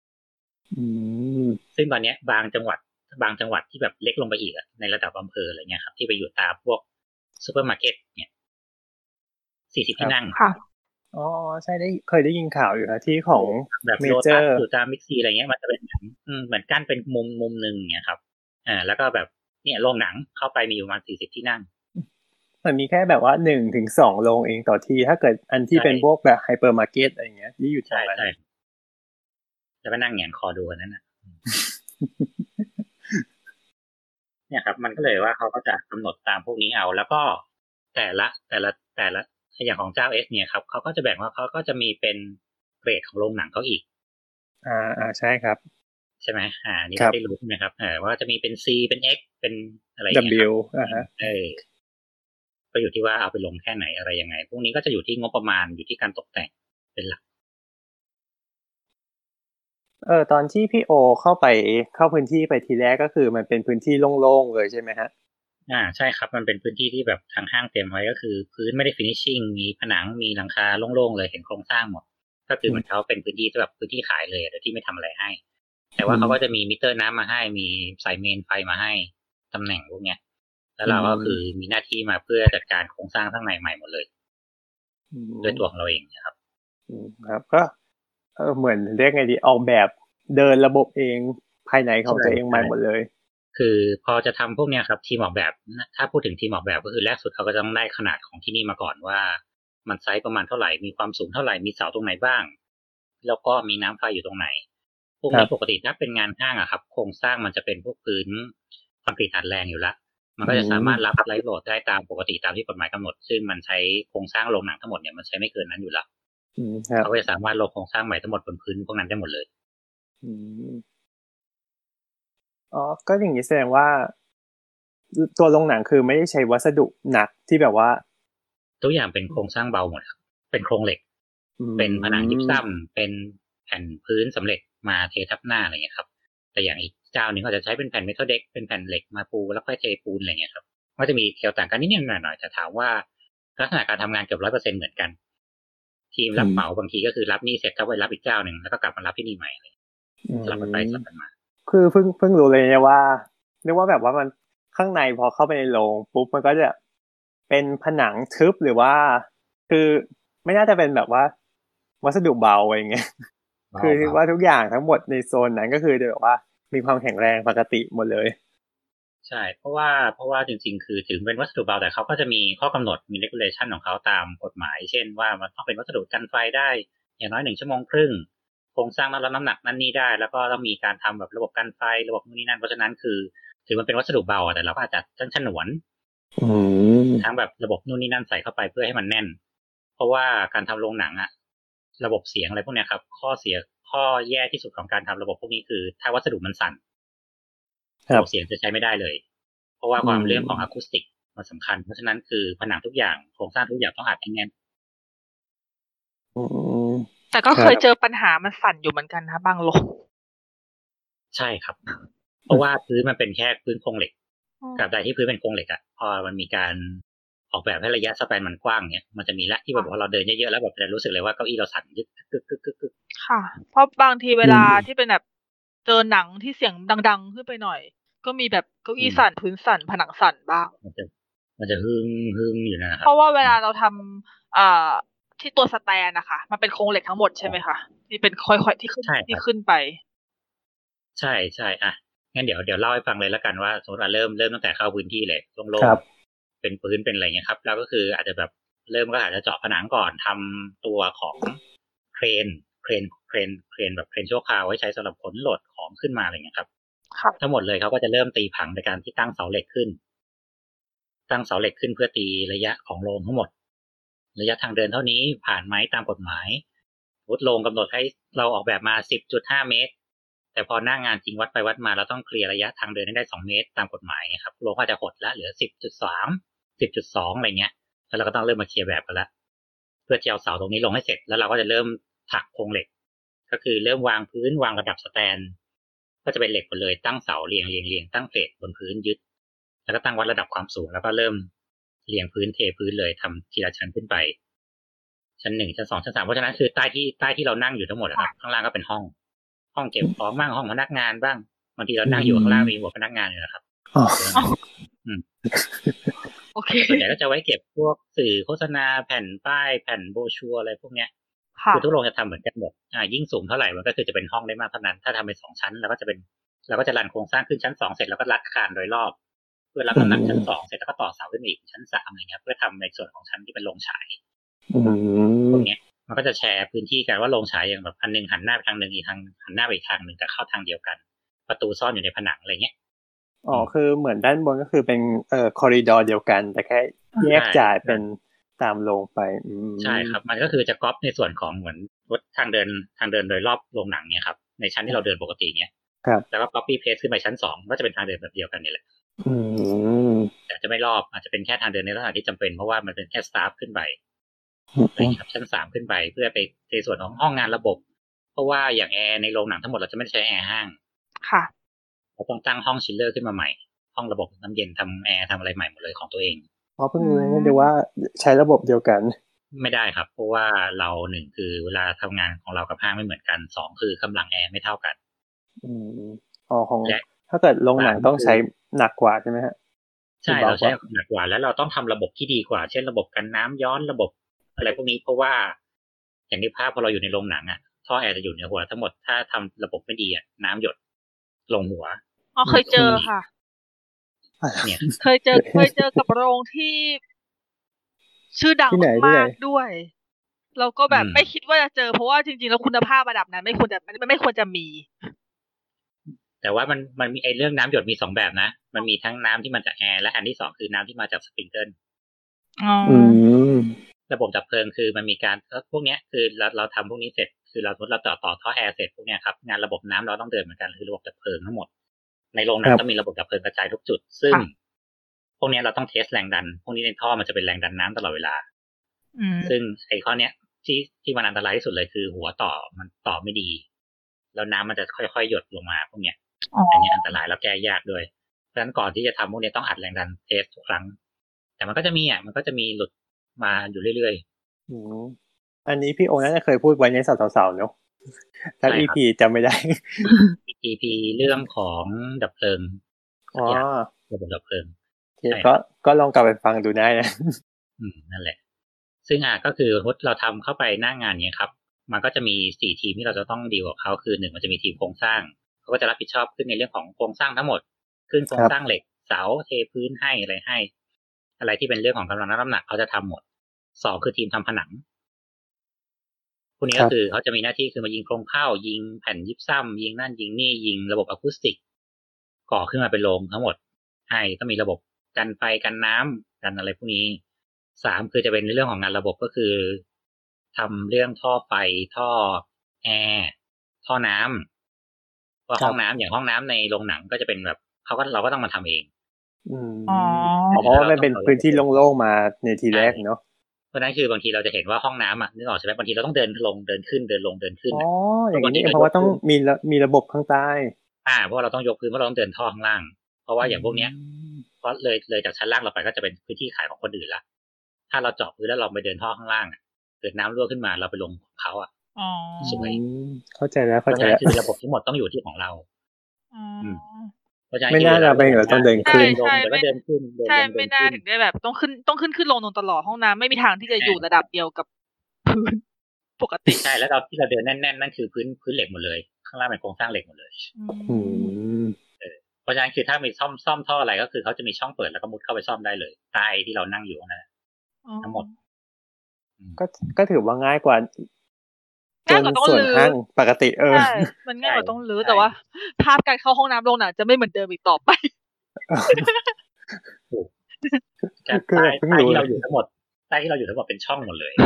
ซึ่งตอนนี้บางจังหวัดที่แบบเล็กลงไปอีกในระดับอำเภออะไรเงี้ยครับที่ไปอยู่ตามพวกซูเปอร์มาร์เก็ตเนี่ย40 ที่นั่งค่ะอ๋อใช่เคยได้ยินข่าวอยู่นะที่ของแบบโลตัสอยู่ตามบิ๊กซีอะไรเงี้ยมันจะเป็นเหมือนกั้นเป็นมุมนึงเนี่ยครับแล้วก็แบบเนี่ยโรงหนังเข้าไปมีประมาณ40 ที่นั่งมันมีแค่แบบว่า1 ถึง 2 โรงเองต่อที่ถ้าเกิดอันที่เป็นพวกแบบไฮเปอร์มาร์เก็ตอะไรเงี้ยที่อยู่ตรงนั้นแล้วก็นั่งแหงนคอดูนั้นนะเนี่ยครับมันก็เลยว่าเขาก็จะกำหนดตามพวกนี้เอาแล้วก็แต่ละอย่างของเจ้า S เนี่ยครับเขาก็จะแบ่งว่าเขาก็จะมีเป็นเกรดของโรงหนังเขาอีกใช่ครับใช่ไหมนี่ก็ได้รู้ใช่ไหมครับว่าจะมีเป็น C เป็น X เป็นอะไร W ก็อยู่ที่ว่าเอาไปลงแค่ไหนอะไรยังไงพวกนี้ก็จะอยู่ที่งบประมาณอยู่ที่การตกแต่งเป็นหลักตอนที่พี่โอเข้าพื้นที่ไปทีแรกก็คือมันเป็นพื้นที่โล่งๆเลยใช่ไหมฮะใช่ครับมันเป็นพื้นที่ที่แบบทางห้างเตรียมไว้ก็คือพื้นไม่ได้ฟินิชชิ่งมีผนังมีหลังคาโล่งๆเลยเห็นโครงสร้างหมดก็คือเหมือนเขาเป็นพื้นที่แบบพื้นที่ขายเลยโดยที่ไม่ทำอะไรให้แต่ว่าเขาก็จะมีมิเตอร์น้ำมาให้มีสายเมนไฟมาให้ตำแหน่งพวกเนี้ยแล้วเราก็คือมีหน้าที่มาเพื่อจัดการโครงสร้างข้างในใหม่หมดเลยด้วยตัวของเราเองนะครับครับก็เหมือนเรียกไงดีออกแบบเดินระบบเองภายในของตัวเองใหม่หมดเลยคือพอจะทำพวกเนี้ยครับทีมออกแบบถ้าพูดถึงทีมออกแบบก็คือแรกสุดเขาก็ต้องได้ขนาดของที่นี่มาก่อนว่ามันไซส์ประมาณเท่าไหร่มีความสูงเท่าไหร่มีเสาตรงไหนบ้างแล้วก็มีน้ำไฟอยู่ตรงไหนพวกนี้ปกติถ้าเป็นงานห้างอะครับโครงสร้างมันจะเป็นพวกพื้นคอนกรีตอัดแรงอยู่แล้วมันก็จะสามารถรับไลฟ์โหลดได้ตามปกติตามที่กฎหมายกำหนดซึ่งมันใช้โครงสร้างโรงหนังทั้งหมดเนี่ยมันใช้ไม่เกินนั้นอยู่แล้วเขาจะสามารถลงโครงสร้างใหม่ทั้งหมดบนพื้นพวกนั้นได้หมดเลยก็อย่างนี้แสดงว่าตัวโรงหนังคือไม่ได้ใช้วัสดุหนักที่แบบว่าทุกอย่างเป็นโครงสร้างเบาหมดครับเป็นโครงเหล็กเป็นผนังยิปซัมเป็นแผ่นพื้นสำเร็จมาเททับหน้าอะไรเงี้ยครับแต่อย่างอีกเจ้านึงก็จะใช้เป็นแผ่นเมทัลเด็กเป็นแผ่นเหล็กมาปูแล้วค่อยเทปูนอะไรเงี้ยครับก็จะมีเกี่ยวต่างกันนิดหน่อยแต่ถามว่าลักษณะการทำงานเกือบ 100% เหมือนกันทีมรับเหมาบางทีก็คือรับนี่เสร็จก็ไปรับอีกเจ้าหนึ่งแล้วก็กลับมารับที่นี่ใหม่เลยสลับกันไปสลับกันมาคือเพิ่งรู้เลยเนี่ยว่านึกว่าแบบว่ามันข้างในพอเข้าไปในโรงปุ๊บมันก็จะเป็นผนังทึบหรือว่าคือไม่น่าจะเป็นแบบว่าวัสดุเบาอะไรเงี้ยคือว่าทุกอย่างทั้งหมดในโซนนั้นก็คือจะแบบว่ามีความแข็งแรงปกติหมดเลยใช่เพราะว่าจริงๆคือถึงเป็นวัสดุเบาแต่เขาก็จะมีข้อกำหนดมี regulation ของเขาตามกฎหมายเช่นว่ามันต้องเป็นวัสดุกันไฟได้อย่างน้อย1 ชั่วโมงครึ่งโครงสร้างรับน้ำหนักนั่นนี่ได้แล้วก็ต้องมีการทำแบบระบบกันไฟระบบนู่นนี่นั่นเพราะฉะนั้นคือถึงมันเป็นวัสดุเบาแต่เราก็อาจจะต้องฉนวนทั้งแบบระบบนู่นนี่นั่นใส่เข้าไปเพื่อให้มันแน่นเพราะว่าการทำโรงหนังอะระบบเสียงอะไรพวกนี้ครับข้อแย่ที่สุดของการทำระบบพวกนี้คือถ้าวัสดุมันสั่นระบบเสียงจะใช้ไม่ได้เลยเพราะว่าความเรื่องของอะคูสติกมันสำคัญเพราะฉะนั้นคือผนังทุกอย่างโครงสร้างทุกอย่างต้องอัดให้แน่นแต่ก็เคยเจอปัญหามันสั่นอยู่เหมือนกันนะบางโรงใช่ครับเพราะว่าพื้นมันเป็นแค่พื้นโครงเหล็กกับใดที่พื้นเป็นโครงเหล็กอะพอมันมีการออกแบบให้ระยะสแปนมันกว้างเนี่ยมันจะมีละที่แบบว่าเราเดินเยอะๆแล้วแบบจะรู้สึกเลยว่าเก้าอี้เราสั่นยึกกึกค่ะเพราะบางทีเวลาที่เป็นแบบเจอหนังที่เสียงดังๆขึ้นไปหน่อยก็มีแบบเก้าอี้สั่นพื้นสั่นผนังสั่นบ้างมันจะฮึ่งอยู่นะครับเพราะว่าเวลาเราทำที่ตัวสแตนนะคะมันเป็นโครงเหล็กทั้งหมดใช่ไหมคะที่เป็นค่อยๆที่ขึ้นไปใช่อ่ะงั้นเดี๋ยวเล่าให้ฟังเลยแล้วกันว่าสมมติว่าเริ่มตั้งแต่เข้าพื้นที่เลยโล่งๆเป็นพื้นเป็นอะไรเงี้ยครับแล้วก็คืออาจจะแบบเริ่มก็อาจจะเจาะผนังก่อนทำตัวของเครนแบบเครนชั่วคราวไว้ใช้สำหรับขนโหลดของขึ้นมาอะไรเงี้ยครับทั้งหมดเลยเขาก็จะเริ่มตีผังในการที่ตั้งเสาเหล็กขึ้นตั้งเสาเหล็กขึ้นเพื่อตีระยะของโรงทั้งหมดระยะทางเดินเท่านี้ผ่านไหมตามกฎหมายวุฒิโรงกำหนดให้เราออกแบบมา 10.5 เมตรแต่พอหน้างานจริงวัดไปวัดมาเราต้องเคลียร์ระยะทางเดินให้ได้2เมตรตามกฎหมายครับโรงก็จะหดละเหลือ 10.3 10.2 อะไรเงี้ยแล้วเราก็ต้องเริ่มมาเคลียร์แบบกันละเพื่อจะเอาเสาตรงนี้ลงให้เสร็จแล้วเราก็จะเริ่มถักโครงเหล็กก็คือเริ่มวางพื้นวางระดับสแตนก็จะเป็นเหล็กหมดเลยตั้งเสาเรียงตั้งเพลทบนพื้นยึดแล้วก็ตั้งวัดระดับความสูงแล้วก็เริ่มเรียงพื้นเทพื้นเลยทำทีละชั้นขึ้นไปชั้น1ชั้น2ชั้น3เพราะฉะนั้นคือใต้ที่เรานั่งอยู่ทั้งหมดครับข้างล่างก็เป็นห้องเก็บของบ้างห้องพนักงานบ้างบางทีเรานั่งอยู่ข้างล่างมีหัวพนักงานอยู่นะครับโอเคส่วนใหญ่ก็จะไว้เก็บพวกสื่อโฆษณาแผ่นป้ายแผ่นโบรชัวร์อะไรพวกเนี้ยคือทุกโรงจะทำเหมือนกันหมดยิ่งสูงเท่าไหร่มันก็คือจะเป็นห้องได้มากเท่านั้นถ้าทำเป็น2ชั้นเราก็จะรันโครงสร้างขึ้นชั้น2เสร็จแล้วก็รัดคานโดยรอบเพื่อรับน้ำหนักชั้น2เสร็จแล้วก็ต่อเสาขึ้นอีกชั้น3อะไรเงี้ยเพื่อทำในส่วนของชั้นที่เป็นโรงฉายพวกเนี้ยมันก็จะแชร์พื้นที่กันว่าโรงฉายอย่างแบบอันนึงหันหน้าไปทางนึงอีกทางหันหน้าไปอีกทางนึงแต่เข้าทางเดียวกันประตูซ่อนอยู่ในผนังอะไรเงี้ยคือเหมือนด้านบนก็คือเป็นคอริดอร์เดียวกันแต่แค่แยกจ่ายเป็นตามโรงไปใช่ครับมันก็คือจะก๊อปในส่วนของเหมือนทางเดินโดยรอบโรงหนังเนี่ยครับในชั้นที่เราเดินปกติเนี้ยแล้วก็ copy paste ขึ้นไปชั้น2ก็จะเป็นทางเดินแบบเดียวกันนี่แหละแต่จะไม่รอบอาจจะเป็นแค่ทางเดินในลักษณะที่จำเป็นเพราะว่ามันเป็นแค่สตาฟขึ้นไปครับชั้น3ขึ้นไปเพื่อไปในส่วนของห้องงานระบบเพราะว่าอย่างแอร์ในโรงหนังทั้งหมดเราจะไม่ใช้แอร์ห้างค่ะเราต้องตั้งห้องชิลเลอร์ขึ้นมาใหม่ห้องระบบน้ำเย็นทำแอร์ทำอะไรใหม่หมดเลยของตัวเองเพิ่งรู้นะเดี๋ยวว่าใช้ระบบเดียวกันไม่ได้ครับเพราะว่าเรา1คือเวลาทำงานของเรากับห้างไม่เหมือนกัน2คือกำลังแอร์ไม่เท่ากันของถ้าเกิดโรงหนังต้องใช้หนักกว่าใช่ไหมฮะใช่เราใช้หนักกว่าแล้วเราต้องทำระบบที่ดีกว่าเช่นระบบกันน้ำย้อนระบบอะไรพวกนี้เพราะว่าอย่างที่ภาพพอเราอยู่ในโรงหนังท่อแอร์จะอยู่ในหัวทั้งหมดถ้าทำระบบไม่ดีน้ำหยดลงหัวเคยเจอค่ะเนี่ยเคยเจอกับโรงที่ชื่อดังมากด้วยเราก็แบบไม่คิดว่าจะเจอเพราะว่าจริงๆแล้วคุณภาพระดับนั้นไม่ควรจะมีแต่ว่ามันมีไอ้เรื่องน้ำหยดมี2แบบนะมันมีทั้งน้ำที่มาจากแอร์และอันที่2คือน้ำที่มาจากสปริงเกิลระบบดับเพลิงคือมันมีการพวกนี้คือเราทำพวกนี้เสร็จคือเราต่อท่อแอร์เสร็จพวกนี้ครับงานระบบน้ำเราต้องเดินเหมือนกันคือระบบดับเพลิงทั้งหมดในโรงหนังต้องมีระบบดับเพลิงกระจายทุกจุดซึ่งพวกนี้เราต้องเทสแรงดันพวกนี้ในท่อมันจะเป็นแรงดันน้ำตลอดเวลาซึ่งไอ้ข้อเนี้ยที่มันอันตรายที่สุดเลยคือหัวต่อมันต่อไม่ดีแล้วน้ำมันจะค่อยๆหยดลงมาพวกเนี้ยอันนี้อันตรายแล้วแก้ยากด้วยเพราะฉะนั้นก่อนที่จะทำพวกนี้ต้องอัดแรงดันเทสทุกครั้งแต่มันก็จะมีหลุดมาอยู่เรื่อยๆอันนี้พี่โอน่าจะเคยพูดไว้ในสาวๆเนาะแล้ว EP จำไม่ได้ EP เรื่องของดับเพลิงระบบดับเพลิงก็ลองกลับไปฟังดูได้นะนั่นแหละซึ่งก็คือเราทำเข้าไปหน้างานเนี้ยครับมันก็จะมี4ทีมที่เราจะต้องดีลกับเขาคือ1มันจะมีทีมโครงสร้างเขาก็จะรับผิดชอบขึ้นในเรื่องของโครงสร้างทั้งหมดขึ้นโครงสร้างเหล็กเสาเทพื้นให้อะไรที่เป็นเรื่องของกำลังน้ำหนักเขาจะทำหมด2คือทีมทำผนังพวกนี้ก็คือเขาจะมีหน้าที่คือมายิงโครงเข้ายิงแผ่นยิบซ้ำยิงนั่นยิงนี่ยิงระบบอะคูสติกก่อขึ้นมาเป็นโรงทั้งหมดให้ต้องมีระบบกันไฟกันน้ำกันอะไรพวกนี้3คือจะเป็นเรื่องของงานระบบก็คือทำเรื่องท่อไฟท่อแอร์ท่อน้ำเพราะห้องน้ำอย่างห้องน้ำในโรงหนังก็จะเป็นแบบเราก็ต้องมาทำเองเพราะว่ามันเป็นพื้นที่โล่งๆมาในทีแรกเนาะเพราะนั้นคือบางทีเราจะเห็นว่าห้องน้ำนึกออกใช่ไหมบางทีเราต้องเดินลงเดินขึ้นเดินลงเดินขึ้นอย่างนี้เพราะว่าต้องมีระบบข้างใต้เพราะเราต้องยกพื้นเพราะเราต้องเดินท่อข้างล่างเพราะว่าอย่างพวกเนี้ยเพราะเลยจากชั้นล่างเราไปก็จะเป็นพื้นที่ขายของคนอื่นละถ้าเราเจาะพื้นแล้วเราไปเดินท่อข้างล่างเกิดน้ำรั่วขึ้นมาเราไปลงของเขาสวยเข้าใจแล้วคือระบบทั้งหมดต้องอยู่ที่ของเราไม่น่าจะเป็นต้องเดินขึ้นแต่ก็เดินขึ้นใช่ไม่น่าถึงได้แบบต้องขึ้นลงตลอดห้องน้ำไม่มีทางที่จะอยู่ระดับเดียวกับพื้นปกติใช่แล้วที่เราเดินแน่นๆนั่นคือพื้นเหล็กหมดเลยข้างล่างเป็นโครงสร้างเหล็กหมดเลยเพราะฉะนั้นคือถ้ามีซ่อมท่ออะไรก็คือเขาจะมีช่องเปิดแล้วก็มุดเข้าไปซ่อมได้เลยใต้ที่เรานั่งอยู่นั่นทั้งหมดก็ถือว่าง่ายกว่าจนส่วนห้างปกติใช่มันง่ายกว่าต้องรื้อแต่ว่าภาพการเข้าห้องน้ำโรงหนังจะไม่เหมือนเดิมอีกต่อไปใต้ที่เราอยู่ทั้งหมดเป็นช่องหมดเลย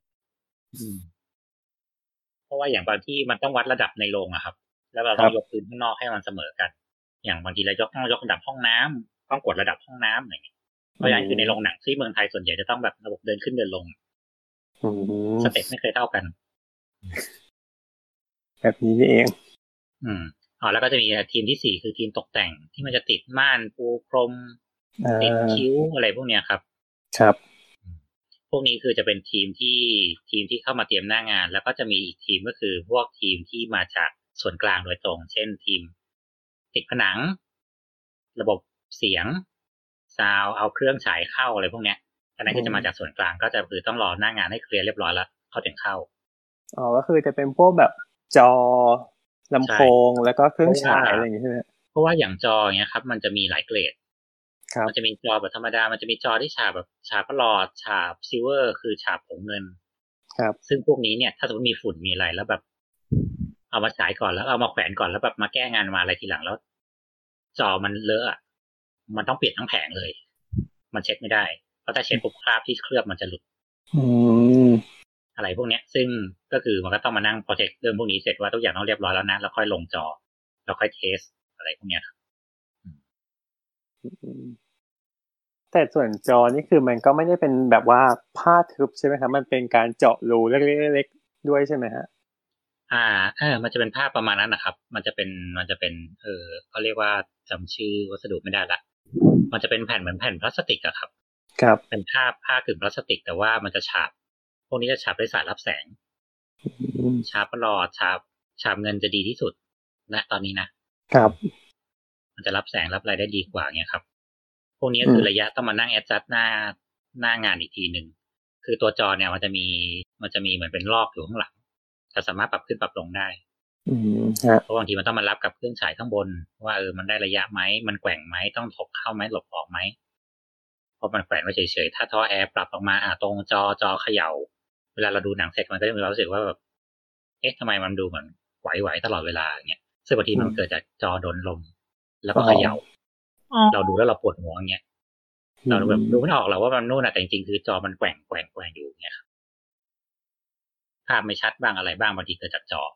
เพราะว่าอย่างบางที่มันต้องวัดระดับในโรงอะครับแล้วเราต้องยกพื้นข้างนอกให้มันเสมอกันอย่างบางทีเราต้องยกระดับห้องน้ำต้องกดระดับห้องน้ำอะไรอย่างเงี้ยเพราะฉะนั้นคือในโรงหนังที่เมืองไทยส่วนใหญ่จะต้องแบบระบบเดินขึ้นเดินลงสเต็ปไม่เคยเท่ากันแบบนี้นี่เองแล้วก็จะมีทีมที่4คือทีมตกแต่งที่มันจะติดม่านปูพรมติดคิ้วอะไรพวกเนี้ยครับครับพวกนี้คือจะเป็นทีมที่เข้ามาเตรียมหน้างานแล้วก็จะมีอีกทีมก็คือพวกทีมที่มาจากส่วนกลางโดยตรงเช่นทีมติดผนังระบบเสียงซาวด์เอาเครื่องฉายเข้าอะไรพวกเนี้ยอันนั้นก็จะมาจากส่วนกลางก็จะคือต้องรอหน้างานให้เคลียร์เรียบร้อยแล้วเขาถึงเข้าก็คือจะเป็นพวกแบบจอลำโพงแล้วก็เครื่องฉายอะไรอย่างเงี้ยใช่ไหมเพราะว่าอย่างจอเงี้ยครับมันจะมีหลายเกรดมันจะมีจอแบบธรรมดามันจะมีจอที่ฉาบแบบฉาบประหลอดฉาบซิลเวอร์คือฉาบผงเงินครับซึ่งพวกนี้เนี่ยถ้าสมมติมีฝุ่นมีอะไรแล้วแบบเอามาฉายก่อนแล้วเอามาแขวนก่อนแล้วแบบมาแก้งานมาอะไรทีหลังแล้วจอมันเลอะมันต้องเปลี่ยนทั้งแผงเลยมันเช็ดไม่ได้เพราะถ้าเช็ดปุ๊บคราบที่เคลือบมันจะหลุดอะไรพวกนี้ซึ่งก็คือมันก็ต้องมานั่งโปรเจกต์เรื่องพวกนี้เสร็จว่าทุกอย่างต้องเรียบร้อยแล้วนะแล้วค่อยลงจอแล้วค่อยเทสอะไรพวกนี้ครับแต่ส่วนจอนี่คือมันก็ไม่ได้เป็นแบบว่าผ้าทึบใช่ไหมครับมันเป็นการเจาะรูเล็กๆด้วยใช่ไหมฮะมันจะเป็นภาพประมาณนั้นนะครับมันจะเป็นเขาเรียกว่าจำชื่อวัสดุไม่ได้ละมันจะเป็นแผ่นเหมือนแผ่นพลาสติกอะครับครับเป็นผ้ากึ่งพลาสติกแต่ว่ามันจะฉาบพวกนี้จะฉาบด้วยสารรับแสงฉาบประหลอดฉาบเงินจะดีที่สุดนะตอนนี้นะครับมันจะรับแสงรับอะไรได้ดีกว่าเงี้ยครับพวกนี้คือระยะต้องมานั่งแอดจัดหน้างานอีกทีนึงคือตัวจอเนี่ยมันจะมีเหมือนเป็นลอกอยู่ข้างหลังจะสามารถปรับขึ้นปรับลงได้เพราะบางทีมันต้องมารับกับเครื่องฉายข้างบนว่ามันได้ระยะไหมมันแกว่งไหมต้องถกเข้าไหมหลบออกไหมเพราะมันแขวนไว้เฉยๆถ้าท่อแอร์ปรับออกมาตรงจอเขย่าเวลาเราดูหนังเสร็จมันก็จะมีรู้สึกว่าแบบทำไมมันดูเหมือนไหวตลอดเวลาอย่างเงี้ยซึ่งบางทีมันเกิดจากจอโดนลมแล้วก็เขย่าเราดูแล้วเราปวดหัวอย่างเงี้ยเราแบบดูไม่ออกหรอกว่ามันนู่นแต่จริงๆคือจอมันแกว่งอยู่เงี้ยครับภาพไม่ชัดบ้างอะไรบ้างบางทีเกิดจากจอ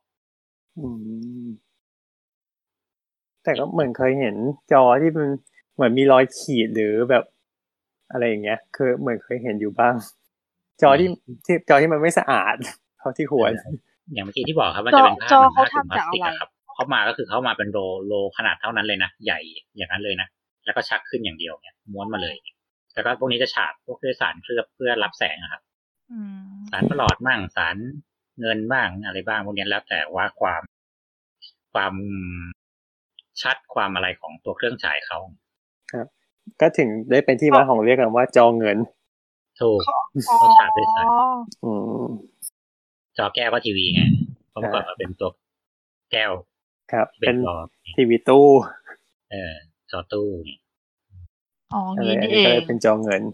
แต่ก็เหมือนเคยเห็นจอที่มันเหมือนมีรอยขีดหรือแบบอะไรอย่างเงี้ยคือเหมือนเคยเห็นอยู่บ้างจอที่มันไม่สะอาดเท่าที่ควรอย่างเมื่อกี้ที่บอกครับมันจะเป็นจอเขาทำจากอะไรครับเขามาก็คือเขามาเป็นโลขนาดเท่านั้นเลยนะใหญ่อย่างนั้นเลยนะแล้วก็ชักขึ้นอย่างเดียวเนี่ยม้วนมาเลยแล้วก็พวกนี้จะฉาบพวกด้วยสารเคลือบเพื่อรับแสงครับสารประหลอดบ้างสารเงินบ้างอะไรบ้างพวกนี้แล้วแต่ว่าความชัดความอะไรของตัวเครื่องฉายเขาครับก็ถึงได้เป็นที่มาของเรียกกันว่าจอเงินถูกเขาฉาบด้วยสารจอแก้วก็ทีวีไงเพราะเมื่อก่อนมันเป็นตัวแก้วครับเป็นทีวีตู้จอตู้งี้นี่เองเป็นจอเงิน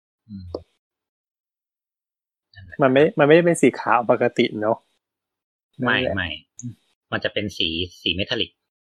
มันไม่ได้เป็นสีขาวปกติเนาะไม่มันจะเป็นสีเมทัลลิก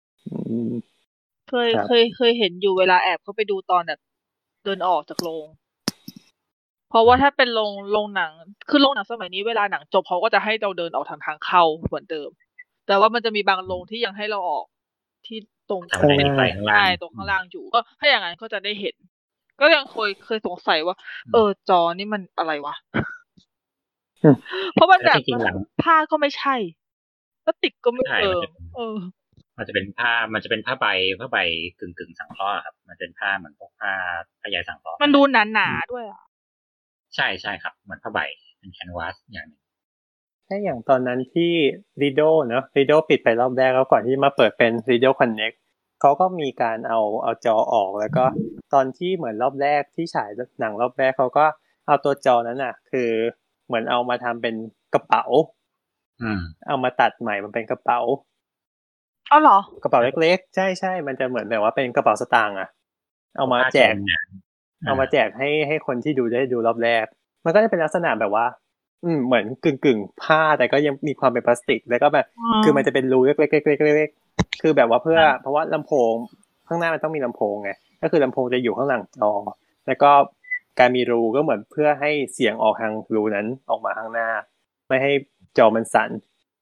เคยเห็นอยู่เวลาแอบเข้าไปดูตอนแบบเดินออกจากโรงเพราะว่าถ้าเป็นโรงหนังคือโรงหนังสมัยนี้เวลาหนังจบเขาก็จะให้เราเดินออกทางเข้าเหมือนเดิมแต่ว่ามันจะมีบางโรงที่ยังให้เราออกที่ตรงข้างล่างตรงข้างล่างอยู่ก็ถ้าอย่างนั้นก็จะได้เห็นก็ยังเคยสงสัยว่าจอนี่มันอะไรวะเพราะมันแบบผ้าก็ไม่ใช่พลาสติกก็ไม่มันจะเป็นผ้าใบกึ่งสังเคราะห์ครับมันเป็นผ้าเหมือนพวกผ้าใยสังเคราะห์มันดูหนาๆด้วยใช่ครับเหมือนผ้าใบเป็นแคนวาสอย่างนึงถ้าอย่างตอนนั้นที่ Rido เนอะ Rido ปิดไปรอบแรกแล้วก่อนที่มาเปิดเป็น Rido Connect เขาก็มีการเอาจอออกแล้วก็ตอนที่เหมือนรอบแรกที่ฉายหนังรอบแรกเขาก็เอาตัวจอนั้นน่ะคือเหมือนเอามาทำเป็นกระเป๋าเอามาตัดใหม่มันเป็นกระเป๋าเหรอกระเป๋าเล็กๆใช่มันจะเหมือนแบบว่าเป็นกระเป๋าสตางค์อ่ะเอามาแจกให้คนที่ได้ดูรอบแรกมันก็จะเป็นลักษณะแบบว่าเหมือนกึ่งผ้าแต่ก็ยังมีความเป็นพลาสติกแล้วก็แบบคือมันจะเป็นรูเล็กๆๆคือแบบว่าเพราะว่าลำโพงข้างหน้ามันต้องมีลำโพงไงก็คือลำโพงจะอยู่ข้างหลังจอแล้วก็การมีรูก็เหมือนเพื่อให้เสียงออกทางรูนั้นออกมาข้างหน้าไม่ให้จอมันสั่น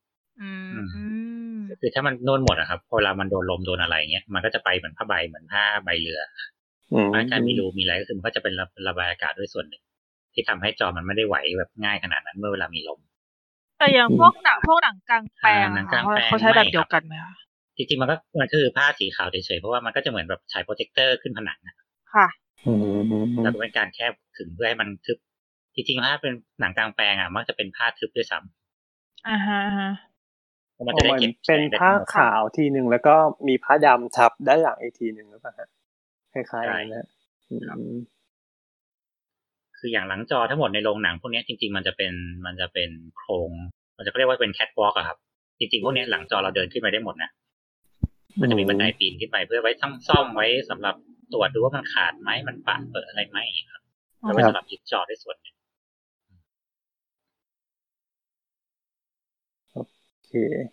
คือถ้ามันโน่นหมดอะครับพอเวลามันโดนลมโดนอะไรเงี้ยมันก็จะไปเหมือนผ้าใบเหมือนผ้าใบเรือการมีรูมีอะไรก็คือมันก็จะเป็นระบายอากาศด้วยส่วนหนึ่งที่ทำให้จอมันไม่ได้ไหวแบบง่ายขนาดนั้นเมื่อเวลามีลมแต่อย่างพวกหนังกลางแปลงเขาใช้แบบเดียวกันไหมคะจริงๆมันคือผ้าสีขาวเฉยๆเพราะว่ามันก็จะเหมือนแบบฉายโปรเจคเตอร์ขึ้นผนังนะค่ะแล้วก็เป็นการแคบขึงเพื่อให้มันทึบจริงๆถ้าเป็นหนังกลางแปลงมักจะเป็นผ้าทึบด้วยซ้ำฮะมันจะได้เก็บเป็นผ้าขาวทีนึงแล้วก็มีผ้าดำทับด้านหลังอีกทีนึงหรือเปล่าฮะคล้ายๆอย่างนั้นคืออย่างหลังจอทั้งหมดในโรงหนังพวกนี้จริงๆมันจะเป็นโครงมันจะเรียกว่าเป็นแคทวอล์กอะครับจริงๆพวกนี้หลังจอเราเดินขึ้นไปได้หมดนะมันจะมีบันไดปีนขึ้นไปเพื่อไว้ซ่อมไว้สำหรับตรวจดูว่ามันขาดไหมมันปะเปิดอะไรไหมครับแล้วไว้สำหรับยึดจอได้ส่วนหนึ่งโอเค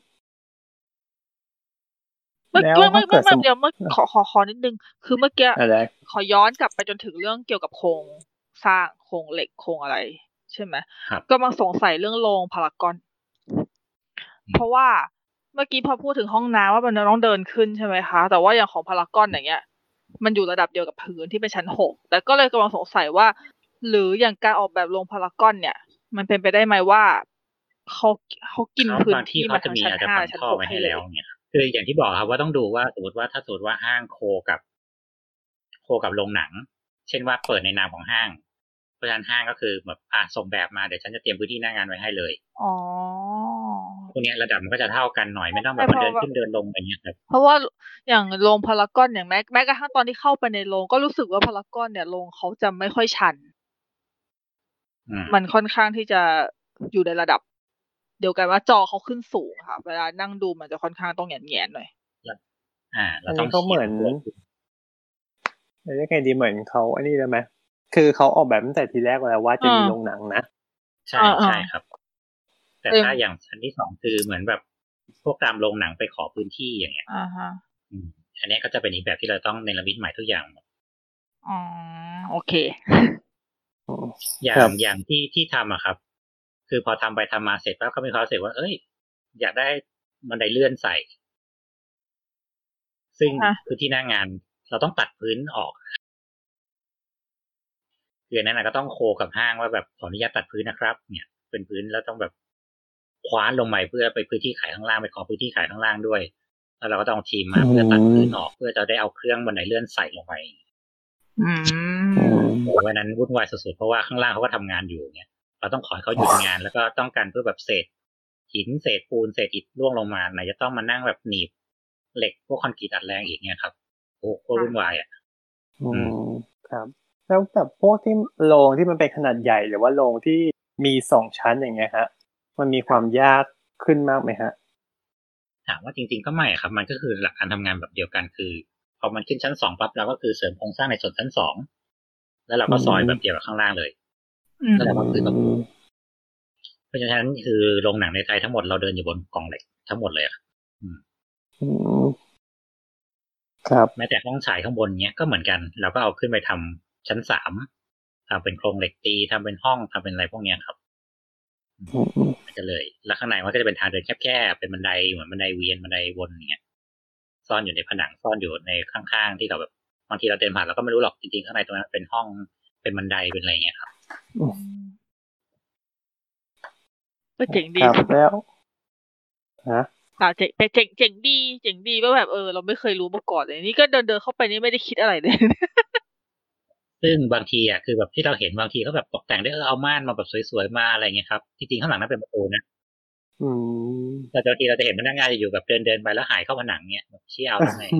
แล้วเดี๋ยวขอนิดนึงคือเมื่อกี้ขอย้อนกลับไปจนถึงเรื่องเกี่ยวกับโครงสร้างโครงเหล็กโครงอะไรใช่ไหมก็มาสงสัยเรื่องโรงพารากอนเพราะว่าเมื่อกี้พอพูดถึงห้องน้ำว่ามันต้องเดินขึ้นใช่ไหมคะแต่ว่าอย่างของพารากอนอย่างเงี้ยมันอยู่ระดับเดียวกับพื้นที่เป็นชั้น6แต่ก็เลยกำลังสงสัยว่าหรืออย่างการออกแบบโรงพารากอนเนี่ยมันเป็นไปได้ไหมว่าเขากินพื้นที่มาทั้งชั้น5ชั้น6ให้แล้วเนี่ยคืออย่างที่บอกครับว่าต้องดูว่าสมมติว่าห้างโคกับโรงหนังเช่นว่าเปิดในนามของห้างเพราะฉะนั้นห้างก็คือแบบส่งแบบมาเดี๋ยวฉันจะเตรียมพื้นที่หน้างานไว้ให้เลยพวกนี้ระดับมันก็จะเท่ากันหน่อยไม่ต้องแบบเดินขึ้นเดินลงอย่างเงี้ยครับเพราะว่าอย่างโรงพารากอนอย่างแม้กระทั่งตอนที่เข้าไปในโรงก็รู้สึกว่าพารากอนเนี่ยโรงเขาจะไม่ค่อยชันมันค่อนข้างที่จะอยู่ในระดับเดียวกันว่าจอเขาขึ้นสูงค่ะเวลานั่งดูมันจะค่อนข้างต้องแงนๆหน่อยแล้วต้องเขาเหมือนเรียกไงดีเหมือนเขาอันนี้ได้ไหมคือเขาออกแบบตั้งแต่ทีแรกแล้วว่าจะมีโรงหนังนะใช่ครับแต่ถ้าอย่างชั้นที่2คือเหมือนแบบพวกตามโรงหนังไปขอพื้นที่อย่างเงี้ยอันนี้ก็จะเป็นอีกแบบที่เราต้องเนรมิตใหม่ทุกอย่างโอเคอย่างที่ทำอะครับคือพอทำไปทำมาเสร็จแล้วก็มีความรู้สึกว่าอยากได้บันไดเลื่อนใส่ซึ่งคือที่หน้างานเราต้องตัดพื้นออกคือนั้นก็ต้องโคกับห้างว่าแบบขออนุญาตตัดพื้นนะครับเนี่ยเป็นพื้นแล้วต้องแบบคว้านลงใหม่เพื่อไปพื้นที่ขายข้างล่างไปขอพื้นที่ขายข้างล่างด้วยแล้วเราก็ต้องทีมมาเพื่อตัดพื้นออกเพื่อจะได้เอาเครื่องบันไดเลื่อนใส่ลงไปวันนั้นวุ่นวายสุดๆเพราะว่าข้างล่างเขาก็ทำงานอยู่เนี่ยเราต้องขอให้เขาหยุดงานแล้วก็ต้องการเพื่อแบบเศษหินเศษปูนเศษอิฐร่วงลงมาไหนจะต้องมานั่งแบบหนีบเหล็กพวกคอนกรีตอัดแรงอีกเนี่ยครับโอ้โหวุ่นวายครับแล้วแบบพวกที่โรงที่มันเป็นขนาดใหญ่หรือว่าโรงที่มี2ชั้นอย่างเงี้ยฮะมันมีความยากขึ้นมากไหมฮะถามว่าจริงๆก็ไม่ครับมันก็คือหลักการทำงานแบบเดียวกันคือพอมันขึ้นชั้น2ปั๊บเราก็คือเสริมโครงสร้างในส่วนชั้น2แล้วเราก็ซอยแบบเดียวกับข้างล่างเลยแล้วเราก็คือแบบเพราะฉะนั้นคือโรงหนังในไทยทั้งหมดเราเดินอยู่บนกล่องเหล็กทั้งหมดเลยครับแม้แต่ห้องฉายข้างบนเนี้ยก็เหมือนกันเราก็เอาขึ้นไปทำชั้น3ทำเป็นโครงเหล็กตีทำเป็นห้องทำเป็นอะไรพวกเนี้ยครับจะเลยแล้วข้างในมันก็จะเป็นทางเดินแคบๆเป็นบันไดเหมือนบันไดเวียนบันไดวนเงี้ยซ่อนอยู่ในผนังซ่อนอยู่ในข้างๆที่เราแบบบางทีเราเดินผ่านเราก็ไม่รู้หรอกจริงๆข้างในตรงนั้นเป็นห้องเป็นบันไดเป็นอะไรเงี้ยครับก็เจ๋งดีแล้วฮะเจ๋งดีว่าแบบเราไม่เคยรู้มาก่อนเลยนี่ก็เดินเข้าไปนี่ไม่ได้คิดอะไรเลยซึ่งบางทีคือแบบที่เราเห็นบางทีเขาแบบตกแต่งได้เอาม่านมาแบบสวยๆมาอะไรเงี้ยครับจริงๆข้างหลังนั้นเป็นประตูนะแต่บางทีเราจะเห็นพนักงานอยู่แบบเดินไปแล้วหายเข้าผนังเนี้ยเชี่ยวทำไม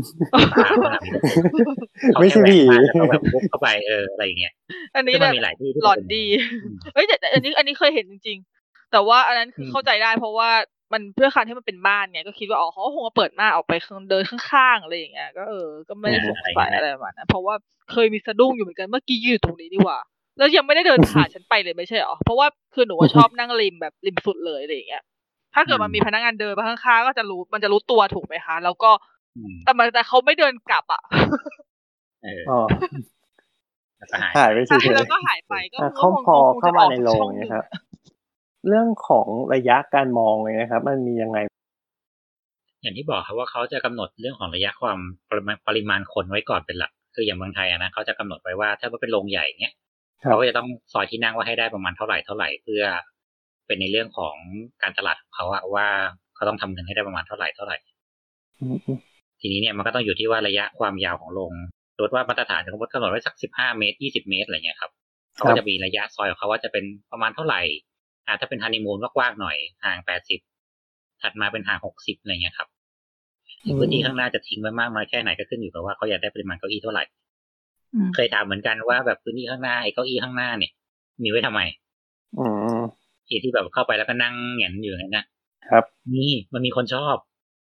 ไม่ใช่ผีเขาแบบบุกเข้าไปอะไรอย่างเงี้ยอันนี้แบบหลอนดีแต่อันนี้เคยเห็นจริงๆแต่ว่าอันนั้นคือเข้าใจได้เพราะว่ามันเพื่อการที่มันเป็นบ้านไงก็คิดว่าเขาคงมาเปิดหน้าออกไปเดินข้างๆอะไรอย่างเงี้ยก็ก็ไม่ได้สงสัยอะไรประมาณนั้นเพราะว่าเคยมีสะดุ้งอยู่เหมือนกันเมื่อกี้ยืนตรงนี้นี่หว่าแล้วยังไม่ได้เดินผ่านฉันไปเลยไม่ใช่หรอเพราะว่าคือหนูชอบนั่งริมแบบริมสุดเลยอะไรอย่างเงี้ยถ้าเกิดมันมีพนักงานเดินมาข้างๆก็จะรู้มันจะรู้ตัวถูกไหมคะแล้วก็แต่เขาไม่เดินกลับหายไปเฉยๆแล้วก็หายไปก็เข้ามาในโรงนะครับเรื่องของระยะการมองเลยนะครับมันมียังไงอย่างที่บอกครับว่าเขาจะกำหนดเรื่องของระยะความปริมาณคนไว้ก่อนเป็นหลักคืออย่างเมืองไทยนะเขาจะกำหนดไว้ว่าถ้าเป็นโรงใหญ่เนี้ยเขาก็จะต้องซอยที่นั่งว่าให้ได้ประมาณเท่าไหร่เพื่อเป็นในเรื่องของการตลาดของเขาว่าเขาต้องทำเงินให้ได้ประมาณเท่าไหร่ทีนี้เนี่ยมันก็ต้องอยู่ที่ว่าระยะความยาวของโรงสมมติว่ามาตรฐานสมมติกำหนดไว้สัก15 เมตร20 เมตรอะไรเงี้ยครับเขาก็จะมีระยะซอยของเขาว่าจะเป็นประมาณเท่าไหร่ถ้าเป็นฮันนีมูนกว้างหน่อยห่าง80ถัดมาเป็นห่าง60อะไรเงี้ยครับพื้นที่ข้างหน้าจะทิ้งไว้มากน้อยแค่ไหนก็ขึ้นอยู่กับว่าเขาอยากได้ปริมาณเก้าอี้เท่าไหร่เคยถามเหมือนกันว่าแบบพื้นที่ข้างหน้าไอ้เก้าอี้ข้างหน้าเนี่ยมีไว้ทำไมที่แบบเข้าไปแล้วก็นั่งแหงนอยู่อย่างนั้นนะครับนี่มันมีคนชอบ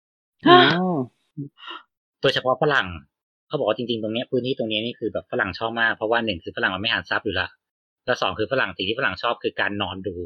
โดยเฉพาะฝรั่งเขาบอกว่าจริงๆตรงนี้พื้นที่ตรงนี้นี่คือแบบฝรั่งชอบมากเพราะว่า1คือฝรั่งมันไม่หาทรัพย์อยู่แล้วแล้ว2คือฝรั่งสิ่งที่ฝรั่งชอบคือการนอนดู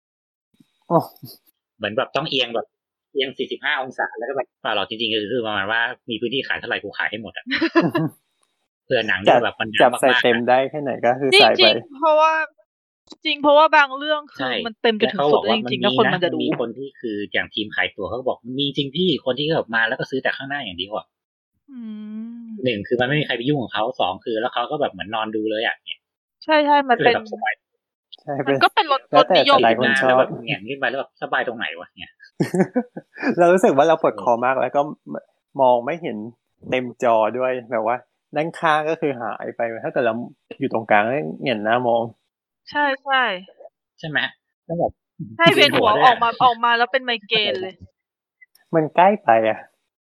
เหมือนแบบต้องเอียงแบบเอียง45 องศาแล้วก็แบบเราจริงๆคือประมาณว่ามีพื้นที่ขายเท่าไหร่กูขายให้หมดอ่ะเพื่อหนังที่แบบมันจับใส่เต็มได้แค่ไหนก็คือใส่ไปเพราะว่าบางเรื่องคือมันเต็มจนถึงสุดจริงๆแล้วคนมันจะดูมีคนที่คืออย่างทีมขายตั๋วเขาบอกมีจริงพี่คนที่แบบมาแล้วก็ซื้อแต่ข้างหน้าอย่างเดียวอ่ะ1คือมันไม่มีใครไปยุ่งของเขา2คือแล้วเขาก็แบบเหมือนนอนดูเลยอ่ะเนี่ยใช่มันเป็นมันก็เป็นรถนิยมคนชอบแบบเงี้ยขึ้นไปแล้วแบบสบายตรงไหนวะเนี่ยเรารู้สึกว่าเราปวดคอมากแล้วก็มองไม่เห็นเต็มจอด้วยแบบว่าด้านข้างก็คือหายไปถ้าเกิดเราอยู่ตรงกลางเห็นหน้ามองใช่ใช่ไหมต้องแบบใช่เวียนหัวออกมาแล้วเป็นไมเกรนเลยมันใกล้ไปอ่ะ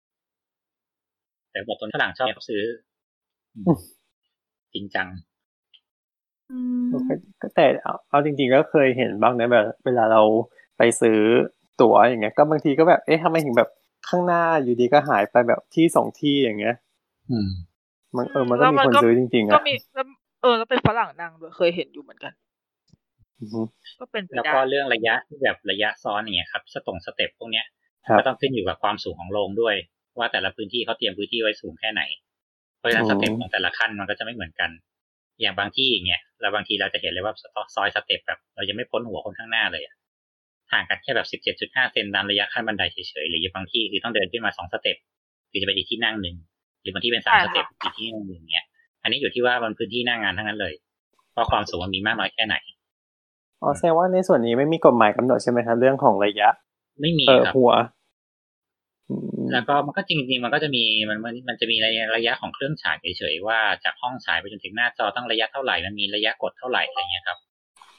แต่บอกตนฝรั่งชอบซื้อจริงจังแต่เอาจริงๆก็เคยเห็นบ้างนะแบบเวลาเราไปซื้อตั๋วอย่างเงี้ยก็บางทีก็แบบทำไมถึงแบบข้างหน้าอยู่ดีก็หายไปแบบที่2ที่อย่างเงี้ยมันก็มีคนซื้อจริงๆอ่ะก็มีแล้วเป็นฝรั่งนั่งด้วยเคยเห็นอยู่เหมือนกันก็เป็นไปได้แล้วก็เรื่องระยะแบบระยะซ้อนอย่างเงี้ยครับสเต็ปพวกเนี้ยก็ต้องขึ้นอยู่กับความสูงของโรงด้วยว่าแต่ละพื้นที่เขาเตรียมพื้นที่ไว้สูงแค่ไหนเพราะฉะนั้นสเต็ปของแต่ละขั้นมันก็จะไม่เหมือนกันอย่างบางที่อย่างเงี้ยแล้วบางทีเราจะเห็นเลยว่าซอยสเต็ปแบบเรายังไม่พ้นหัวคนข้างหน้าเลยห่างกันแค่แบบ 17.5 เซนตามระยะขั้นบันไดเฉยๆหรือบางที่คือต้องเดินขึ้นมา2สเต็ปคือจะไปอีกที่นั่งนึงหรือบางที่เป็น3สเต็ปอีกที่นั่งนึงเงี้ยอันนี้อยู่ที่ว่ามันพื้นที่หน้างานทั้งนั้นเลยว่าความสูงมันมีมากน้อยแค่ไหนแสดงว่าในส่วนนี้ไม่มีกฎหมายกำหนดใช่ไหมครับเรื่องของระยะไม่มีครับหัวแล้วก็มันก็จริงๆมันก็จะมีมันจะมีระยะของเครื่องฉายเฉยๆว่าจากห้องฉายไปจนถึงหน้าจอต้องระยะเท่าไหร่มันมีระยะกดเท่าไหร่อะไรเงี้ยครับ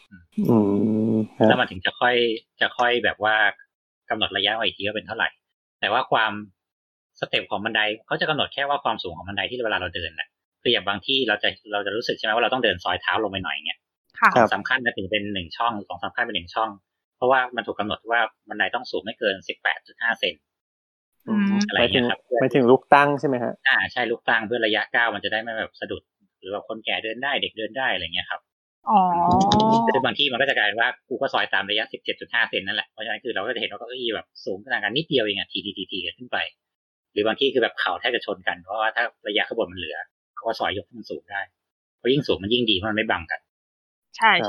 แล้วมันถึงจะค่อยแบบว่ากำหนดระยะไว้อีกทีว่าเป็นเท่าไหร่แต่ว่าความสเต็ปของบันไดเขาจะกำหนดแค่ว่าความสูงของบันไดที่เวลาเราเดินน่ะคืออย่างบางที่เราจะรู้สึกใช่ไหมว่าเราต้องเดินซอยเท้าลงไปหน่อยเงี้ยสำคัญนะถึงเป็น1ช่อง2 ขั้นเป็น1ช่องเพราะว่ามันถูกกำหนดว่าบันไดต้องสูงไม่เกิน 18.5 เซนอะไรอย่างเงี้ยครับไม่ถึงลูกตั้งใช่ไหมฮะใช่ลูกตั้งเพื่อระยะก้าวมันจะได้ไม่แบบสะดุดหรือว่าคนแก่เดินได้เด็กเดินได้อะไรเงี้ยครับแต่บางที่มันก็จะกลายว่ากูก็ซอยตามระยะ 17.5 เซนนั่นแหละเพราะฉะนั้นคือเราก็จะเห็นว่าเก้าอี้แบบสูงขนาดกันนิดเดียวเองทีขึ้นไปหรือบางที่คือแบบเข่าแทบจะชนกันเพราะว่าถ้าระยะข้างบนมันเหลือเขาก็ซอยยกขึ้นสูงได้เพราะยิ่งสูงมันยิ่งดีเพราะมันไม่บังกันใช่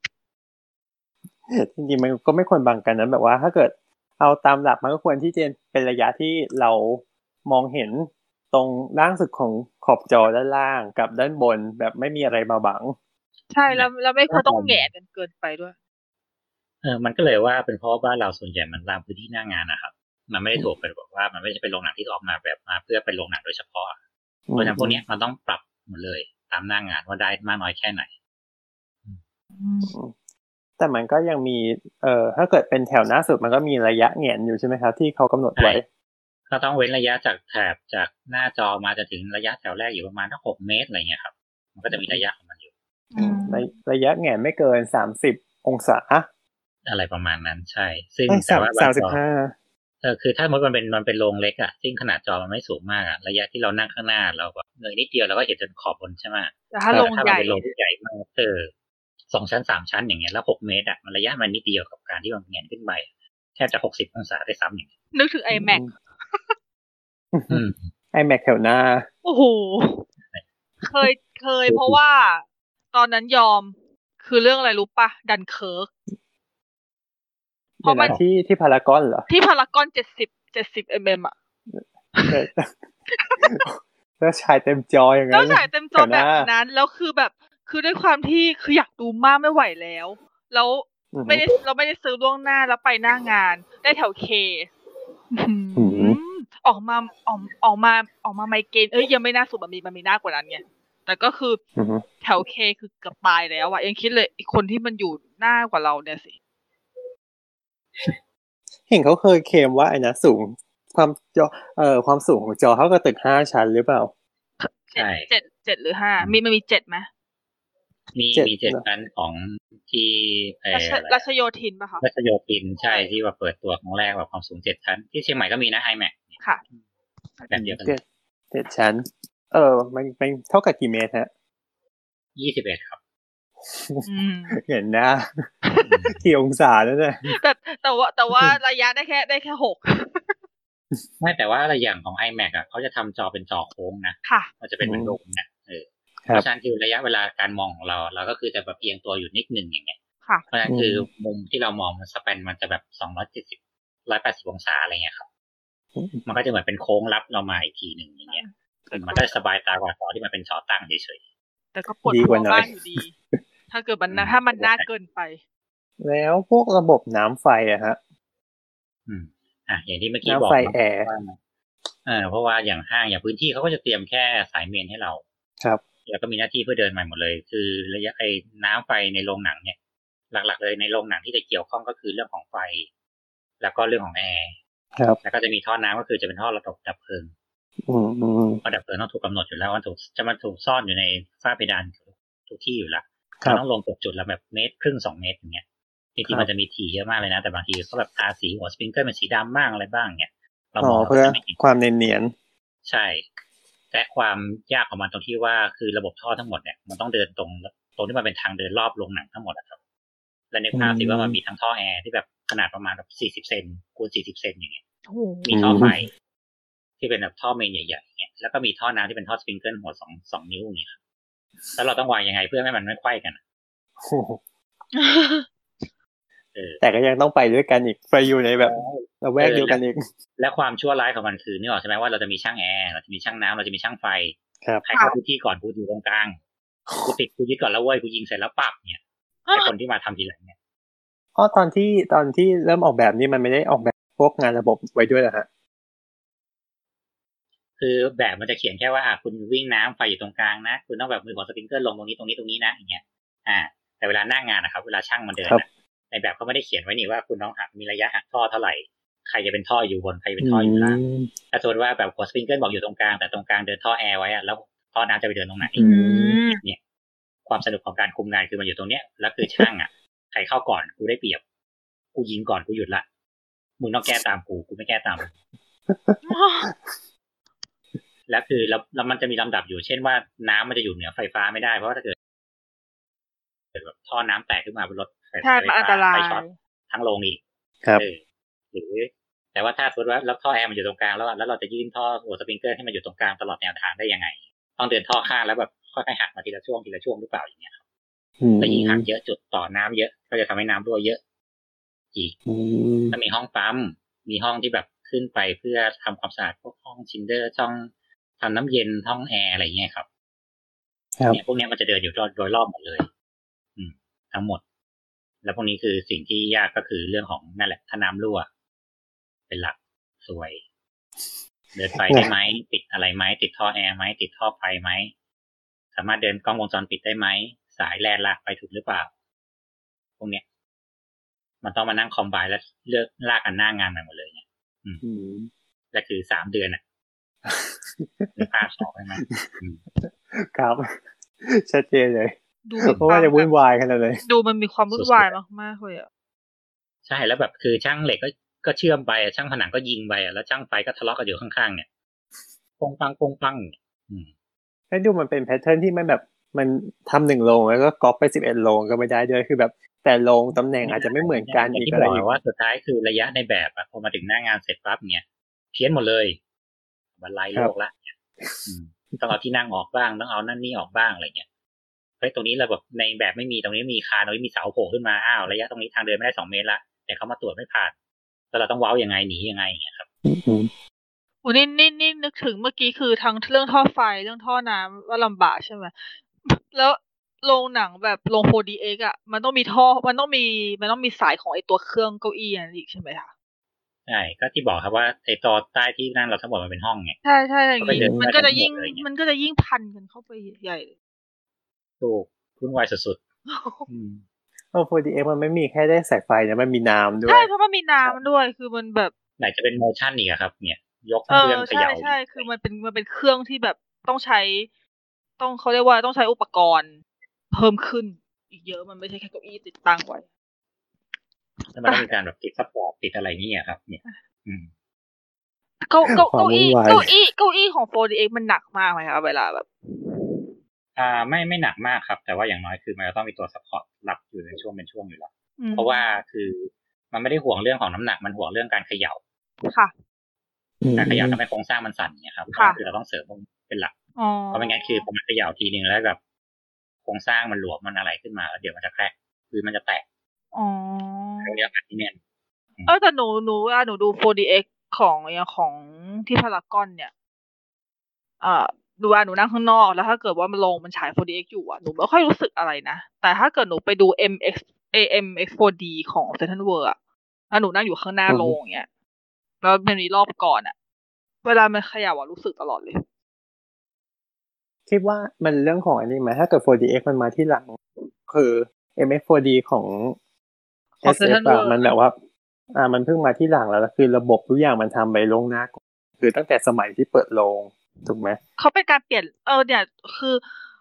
จริงๆมันก็ไม่ควรบังกันนะแบบว่าถ้าเกิดเอาตามหลักมันก็ควรที่จะเป็นระยะที่เรามองเห็นตรงล่างสุดของขอบจอด้านล่างกับด้านบนแบบไม่มีอะไรมาบังใช่แล้วไม่ควรต้องแหงนเกินไปด้วยมันก็เลยว่าเป็นเพราะว่าเราส่วนใหญ่มันตามพื้นที่หน้างานนะครับมันไม่ได้ถูกเป็นบอกว่ามันไม่ใช่เป็นโรงหนังที่ออกมาแบบมาเพื่อเป็นโรงหนังโดยเฉพาะเพราะฉะนั้นพวกนี้มันต้องปรับหมดเลยตามหน้างานว่าได้มากน้อยแค่ไหนแต่มันก็ยังมีถ้าเกิดเป็นแถวหน้าสุดมันก็มีระยะแหงนอยู่ใช่ไหมครับที่เขากำหนดไว้ก็ต้องเว้นระยะจากแถบจากหน้าจอมาจะถึงระยะแถวแรกอยู่ประมาณ6 เมตรอะไรเงี้ยครับมันก็จะมีระยะของมันอยู่ระยะแหงนไม่เกิน30 องศาอะไรประมาณนั้นใช่ซึ่งแต่ว่า35 คือถ้ามันเป็นโรงเล็กอ่ะซึ่งขนาดจอมันไม่สูงมากอ่ะระยะที่เรานั่งข้างหน้าเราแบบเงยนิดเดียวเราก็เห็นจนขอบบนใช่ไหมแต่ถ้าโรงใหญ่เป็นโรงที่ใหญ่มาก2 ชั้น3 ชั้นอย่างเงี้ยแล้ว6 เมตรอ่ะมันระยะมันนิดเดียวกับการที่มันแหงนขึ้นไปแทบจะ60 องศาได้ซ้ำอย่างเงี้ยนึกถึง iMac iMac แถวหน้าโอ้โหเคยเพราะว่าตอนนั้นยอมคือเรื่องอะไรรู้ป่ะดันเคิร์กเพราะมันที่พารากอนเหรอที่พารากอน70 mm อ่ะแล้วฉายเต็มจออย่างนั้นแล้วฉายเต็มจอแบบนั้นแล้วคือแบบคือด้วยความที่คืออยากดูมากไม่ไหวแล้วไม่ได้ซื้อล่วงหน้าแล้วไปหน้างานได้แถวเคออกมาไมเกรนยังไม่น่าสูบมันมีหน้ากว่านั้นไงแต่ก็คือแถวเคคือเกือบตายแล้วอ่ะยังคิดเลยอีกคนที่มันอยู่หน้ากว่าเราเนี่ยสิเห็นเขาเคยเคลมว่าไอ้นะสูงความจอความสูงของจอเท่ากับตึก5 ชั้นหรือเปล่าใช่7หรือ5มันมี7มั้ยมี7ชั้นของที่รัชโยธินป่ะคะรัชโยธินใช่ที่ว่าเปิดตัวครั้งแรกแบบความสูง7ชั้นที่เชียงใหม่ก็มีนะ iMac ค่ะแบบเดียวกัน 7ชั้นมันเท่ากับกี่เมตรฮะ 21ครับเห็นนะกี่องศาแล้วเนี่ยแต่ว่าระยะได้แค่6 ไม่แต่ว่าอะไรอย่างของ iMac อ่ะเขาจะทำจอเป็นจอโค้งนะมันจะเป็นเหมือนโดมนะเพราะฉะนั้นคือระยะเวลาการมองของเราก็คือจะแบบเอียงตัวอยู่นิดนึงอย่างเงี้ยเพราะฉะนั้นคือมุมที่เรามองมันสเปนมันจะแบบ180องศาอะไรเงี้ยครับมันก็จะเหมือนเป็นโค้งรับเรามาอีกทีนึงอย่างเงี้ยมันก็สบายตากว่าจอที่มันเป็นจอตั้งเฉยๆแต่ก็ปวดหัวบ้างอยู่ดีถ้าเกิดมันถ้ามันน่าเกินไปแล้วพวกระบบน้ำไฟอะฮะอย่างที่เมื่อกี้บอกเพราะว่าอย่างห้างอย่างพื้นที่เขาก็จะเตรียมแค่สายเมนให้เราครับแล้วก็มีหน้าที่เพื่อเดินใหม่หมดเลยคือระยะน้ำไฟในโรงหนังเนี่ยหลักๆเลยในโรงหนังที่จะเกี่ยวข้องก็คือเรื่องของไฟแล้วก็เรื่องของแอร์แล้วก็จะมีท่อน้ำก็คือจะเป็นท่อระบบดับเพลิงเพราะดับเพลิงต้องถูกกำหนดอยู่แล้วว่ามันถูกซ่อนอยู่ในฝ้าเพดานทุกที่อยู่แล้วมันต้องลงตกจุดละแบบ1.5 เมตร2 เมตรอย่างเงี้ยจริงๆมันจะมีถี่เยอะมากเลยนะแต่บางทีเขาแบบทาสีหัวสปริงเกิลเป็นสีดำบ้างอะไรบ้างเนี่ยเรามองเพื่อความเนียนๆใช่แต่ความยากของมันตรงที่ว่าคือระบบท่อทั้งหมดเนี่ยมันต้องเดินตรงที่มันเป็นทางเดินรอบโรงหนังทั้งหมดครับและในภาพสิว่ามันมีทั้งท่อแอร์ที่แบบขนาดประมาณแบบ40 เซนคูณ40 เซนอย่างเงี้ยมีท่อไฟที่เป็นแบบท่อเมนใหญ่ๆอย่างเงี้ยแล้วก็มีท่อน้ำที่เป็นท่อสปริงเกิลหัว2 นิ้วอย่างเงี้ยแล้วเราต้องวางยังไงเพื่อให้มันไม่ไขว้กันแต่ก็ยังต้องไปด้วยกันอีกไปอยู่ในแบบระแวกเดียวกันอีกและความชั่วร้ายของมันคือนี่ออกใช่ไหมว่าเราจะมีช่างแอร์เราจะมีช่างน้ำเราจะมีช่างไฟใครเข้าพื้นที่ก่อนกูอยู่ตรงกลางกูยึดก่อนแล้วเว้ยกูยิงเสร็จแล้วปับเนี่ยไอ้คนที่มาทำทีหลังเนี่ยตอนที่เริ่มออกแบบนี้มันไม่ได้ออกแบบพวกงานระบบไว้ด้วยเหรอฮะคือแบบมันจะเขียนแค่ว่าคุณวิ่งน้ำไฟอยู่ตรงกลางนะคุณต้องแบบมือหัวสปริงเกิลลงตรงนี้นะอย่างเงี้ยแต่เวลาหน้างานนะครับเวลาช่างมันเดินในแบบเขาไม่ได้เขียนไว้นี่ว่าคุณต้องหักมีระยะหักท่อเท่าไหร่ใครจะเป็นท่ออยู่บนใครเป็นท่ออยู่ล่างแต่สมมติว่าแบบหัวสปริงเกิลบอกอยู่ตรงกลางแต่ตรงกลางเดินท่อแอร์ไว้แล้วท่อน้ำจะไปเดินตรงไหนเนี่ยความสนุกของการคุมงานคือมันอยู่ตรงเนี้ยแล้วคือช่างใครเข้าก่อนกูได้เปรียบกูยิงก่อนกูหยุดละมึงต้องแก้ตามกูไม่แก้ตามแล้วคือแล้วมันจะมีลำดับอยู่เช่นว่าน้ำมันจะอยู่เหนือไฟฟ้าไม่ได้เพราะว่าถ้าเกิดแบบท่อน้ำแตกขึ้นมาบนรถไฟฟ้าไฟช็อตทั้งโรงอีกหรือแต่ว่าถ้าสมมติว่าแล้วท่อแอร์มันอยู่ตรงกลางแล้วเราจะยื่นท่อหัวสปริงเกอร์ให้มันอยู่ตรงกลางตลอดแนวทางได้ยังไงต้องเดินท่อข้างแล้วแบบค่อยๆหักมาทีละช่วงหรือเปล่าอย่างเงี้ยครับแล้วยิ่งหักเยอะจุดต่อน้ำเยอะก็จะทำให้น้ำรั่วเยอะอีกถ้ามีห้องปั๊มมีห้องที่แบบขึ้นไปเพื่อทำความสะอาดพวกห้องชินเดอร์ช่องทำน้ำเย็นห้องแอร์อะไรเงี้ยครับเนี่ยพวกนี้มันจะเดินอยู่โดยรอบหมดเลยทั้งหมดแล้วพวกนี้คือสิ่งที่ยากก็คือเรื่องของนั่นแหละถ้าน้ำรั่วเป็นหลักสวยเดินไฟได้ไหมติดอะไรไหมติดท่อแอร์ไหมติดท่อไฟไหมสามารถเดินกล้องวงจรปิดได้ไหมสายแลนลากไปถูกหรือเปล่าพวกเนี้ยมันต้องมานั่งคอมไบน์แล้วเลือกลากกันหน้างานมาหมดเลยเนี่ยและคือ3 เดือนนึกภาพสอบใช่ไหมครับชัดเจนเลยเพราะว่าจะวุ่นวายขนาดเลยดูมันมีความวุ่นวายมากๆเลยใช่แล้วแบบคือช่างเหล็กก็เชื่อมไปช่างผนังก็ยิงไปแล้วช่างไฟก็ทะเลาะกันอยู่ข้างๆเนี่ยปงปังแล้วดูมันเป็นแพทเทิร์นที่มันแบบมันทำ1 โรงแล้วก็ก๊อปไป11 โรงก็ไม่ได้ด้วยคือแบบแต่โรงตำแหน่งอาจจะไม่เหมือนกันอีกอะไรว่าสุดท้ายคือระยะในแบบพอมาถึงหน้างานเสร็จปั๊บเนี่ยเพี้ยนหมดเลยบรรลัยโลกละต้องเอาที่นั่งออกบ้างต้องเอานั่นนี่ออกบ้างอะไรเงี้ยตรงนี้ระบบในแบบไม่มีตรงนี้มีคานตรงนี้มีเสาโผล่ขึ้นมาอ้าวระยะตรงนี้ทางเดินไม่ได้2 เมตรละแต่เขามาตรวจไม่ผ่านแล้วเราต้องเว้ายังไงหนียังไงอย่างเงี้ยครับโอ้นี่นึกถึงเมื่อกี้คือทั้งเรื่องท่อไฟเรื่องท่อน้ำว่าลำบากใช่ไหมแล้วโรงหนังแบบโรง 4DX อ่ะมันต้องมีท่อมันต้องมีสายของไอตัวเครื่องเก้าอี้นั่นอีกใช่ไหมคะใช่ก็ที่บอกครับว่าไอ้ตัวใต้ที่นั่งเราทั้งหมดมันเป็นห้องไงใช่อย่างนี้มันก็จะยิ่งพันกันเข้าไปใหญ่ถูกวุ่นวายสุดๆ4DX มันไม่มีแค่ได้แสงไฟเนี่ยมันมีน้ำด้วยใช่เพราะมันมีน้ำด้วยคือมันแบบไหนจะเป็นโมชั่นอีกครับเนี่ยยกเครื่องเขย่าใช่คือมันเป็นเครื่องที่แบบต้องใช้เขาเรียกว่าต้องใช้อุปกรณ์เพิ่มขึ้นอีกเยอะมันไม่ใช่แค่เก้าอี้ติดตั้งไว้แล้วมันต้องมีการแบบติดซัพพอร์ตติดอะไรนี่ครับเนี่ยเก้าอี้ของ 4DX มันหนักมากไหมคะเวลาแบบไม่หนักมากครับแต่ว่าอย่างน้อยคือมันจะต้องมีตัวซัพพอร์ตรับอยู่ในช่วงเป็นช่วงอยู่แล้วเพราะว่าคือมันไม่ได้ห่วงเรื่องของน้ำหนักมันห่วงเรื่องการเขย่าค่ะการเขย่าทำให้โครงสร้างมันสั่นเนี่ยครับคือเราต้องเสริมเป็นหลักเพราะไม่งั้นคือพอมันเขย่าทีนึงแล้วแบบโครงสร้างมันหลวมมันอะไรขึ้นมาแล้วเดี๋ยวมันจะแครกคือมันจะแตกเรียกแบบนี้เนี่ยแต่หนูว่าหนูดู 4DX ของที่พารากอนเนี่ยดูหนูนั่งข้างนอกแล้วถ้าเกิดว่ามันฉาย 4DX อยู่หนูไม่ค่อยรู้สึกอะไรนะแต่ถ้าเกิดหนูไปดู AMX 4D ของ Central World แล้วหนูนั่งอยู่ข้างหน้าโรงอย่างเงี้ยแล้วมันมีรอบก่อนเวลามันขยับรู้สึกตลอดเลยคิดว่ามันเรื่องของอันนี้ไหมถ้าเกิด 4DX มันมาที่หลังคือ MX4D ของ SF มันแบบว่ามันเพิ่งมาที่หลังแล้วคือระบบทุกอย่างมันทำไปลงหน้าคือตั้งแต่สมัยที่เปิดโรงถูกไหมเขาเป็นการเปลี่ยนเนี่ยคือ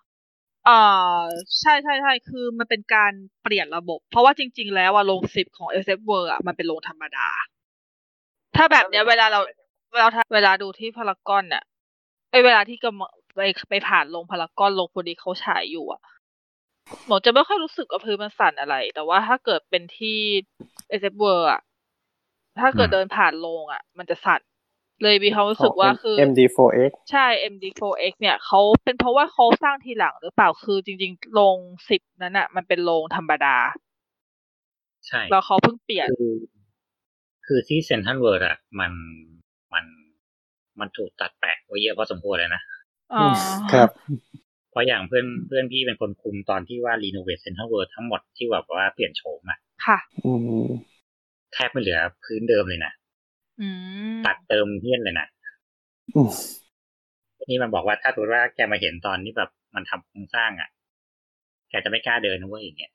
ใช่คือมันเป็นการเปลี่ยนระบบเพราะว่าจริงๆแล้วโรง10ของ SF World มันเป็นโรงธรรมดาถ้าแบบเนี้ยเวลาดูที่พารากอนเวลาที่ไปผ่านโรงพารากอนโรงพอดีเขาฉายอยู่หนูจะไม่ค่อยรู้สึกว่าพื้นมันสั่นอะไรแต่ว่าถ้าเกิดเป็นที่ SF World ถ้าเกิดเดินผ่านโรงมันจะสั่นเลยมีความรู้สึกว่าคือ MD4X ใช่ MD4X เนี่ยเขาเป็นเพราะว่าเขาสร้างทีหลังหรือเปล่าคือจริงๆโรง10นั้นมันเป็นโรงธรรมดาใช่แล้วเขาเพิ่งเปลี่ยนคือที่เซ็นทรัลเวิลด์มันถูกตัดแปะไว้เยอะพอสมควรเลยนะครับเพราะอย่างเพื่อนพี่เป็นคนคุมตอนที่ว่ารีโนเวทเซ็นทรัลเวิลด์ทั้งหมดที่แบบว่าเปลี่ยนโฉมค่ะแทบไม่เหลือพื้นเดิมเลยนะตัดเติมเพี้ยนเลยนะนี่มันบอกว่าถ้าสมมติว่าแกมาเห็นตอนที่แบบมันทำโครงสร้างแกจะไม่กล้าเดินนะเว้ยอย่างเงี้ย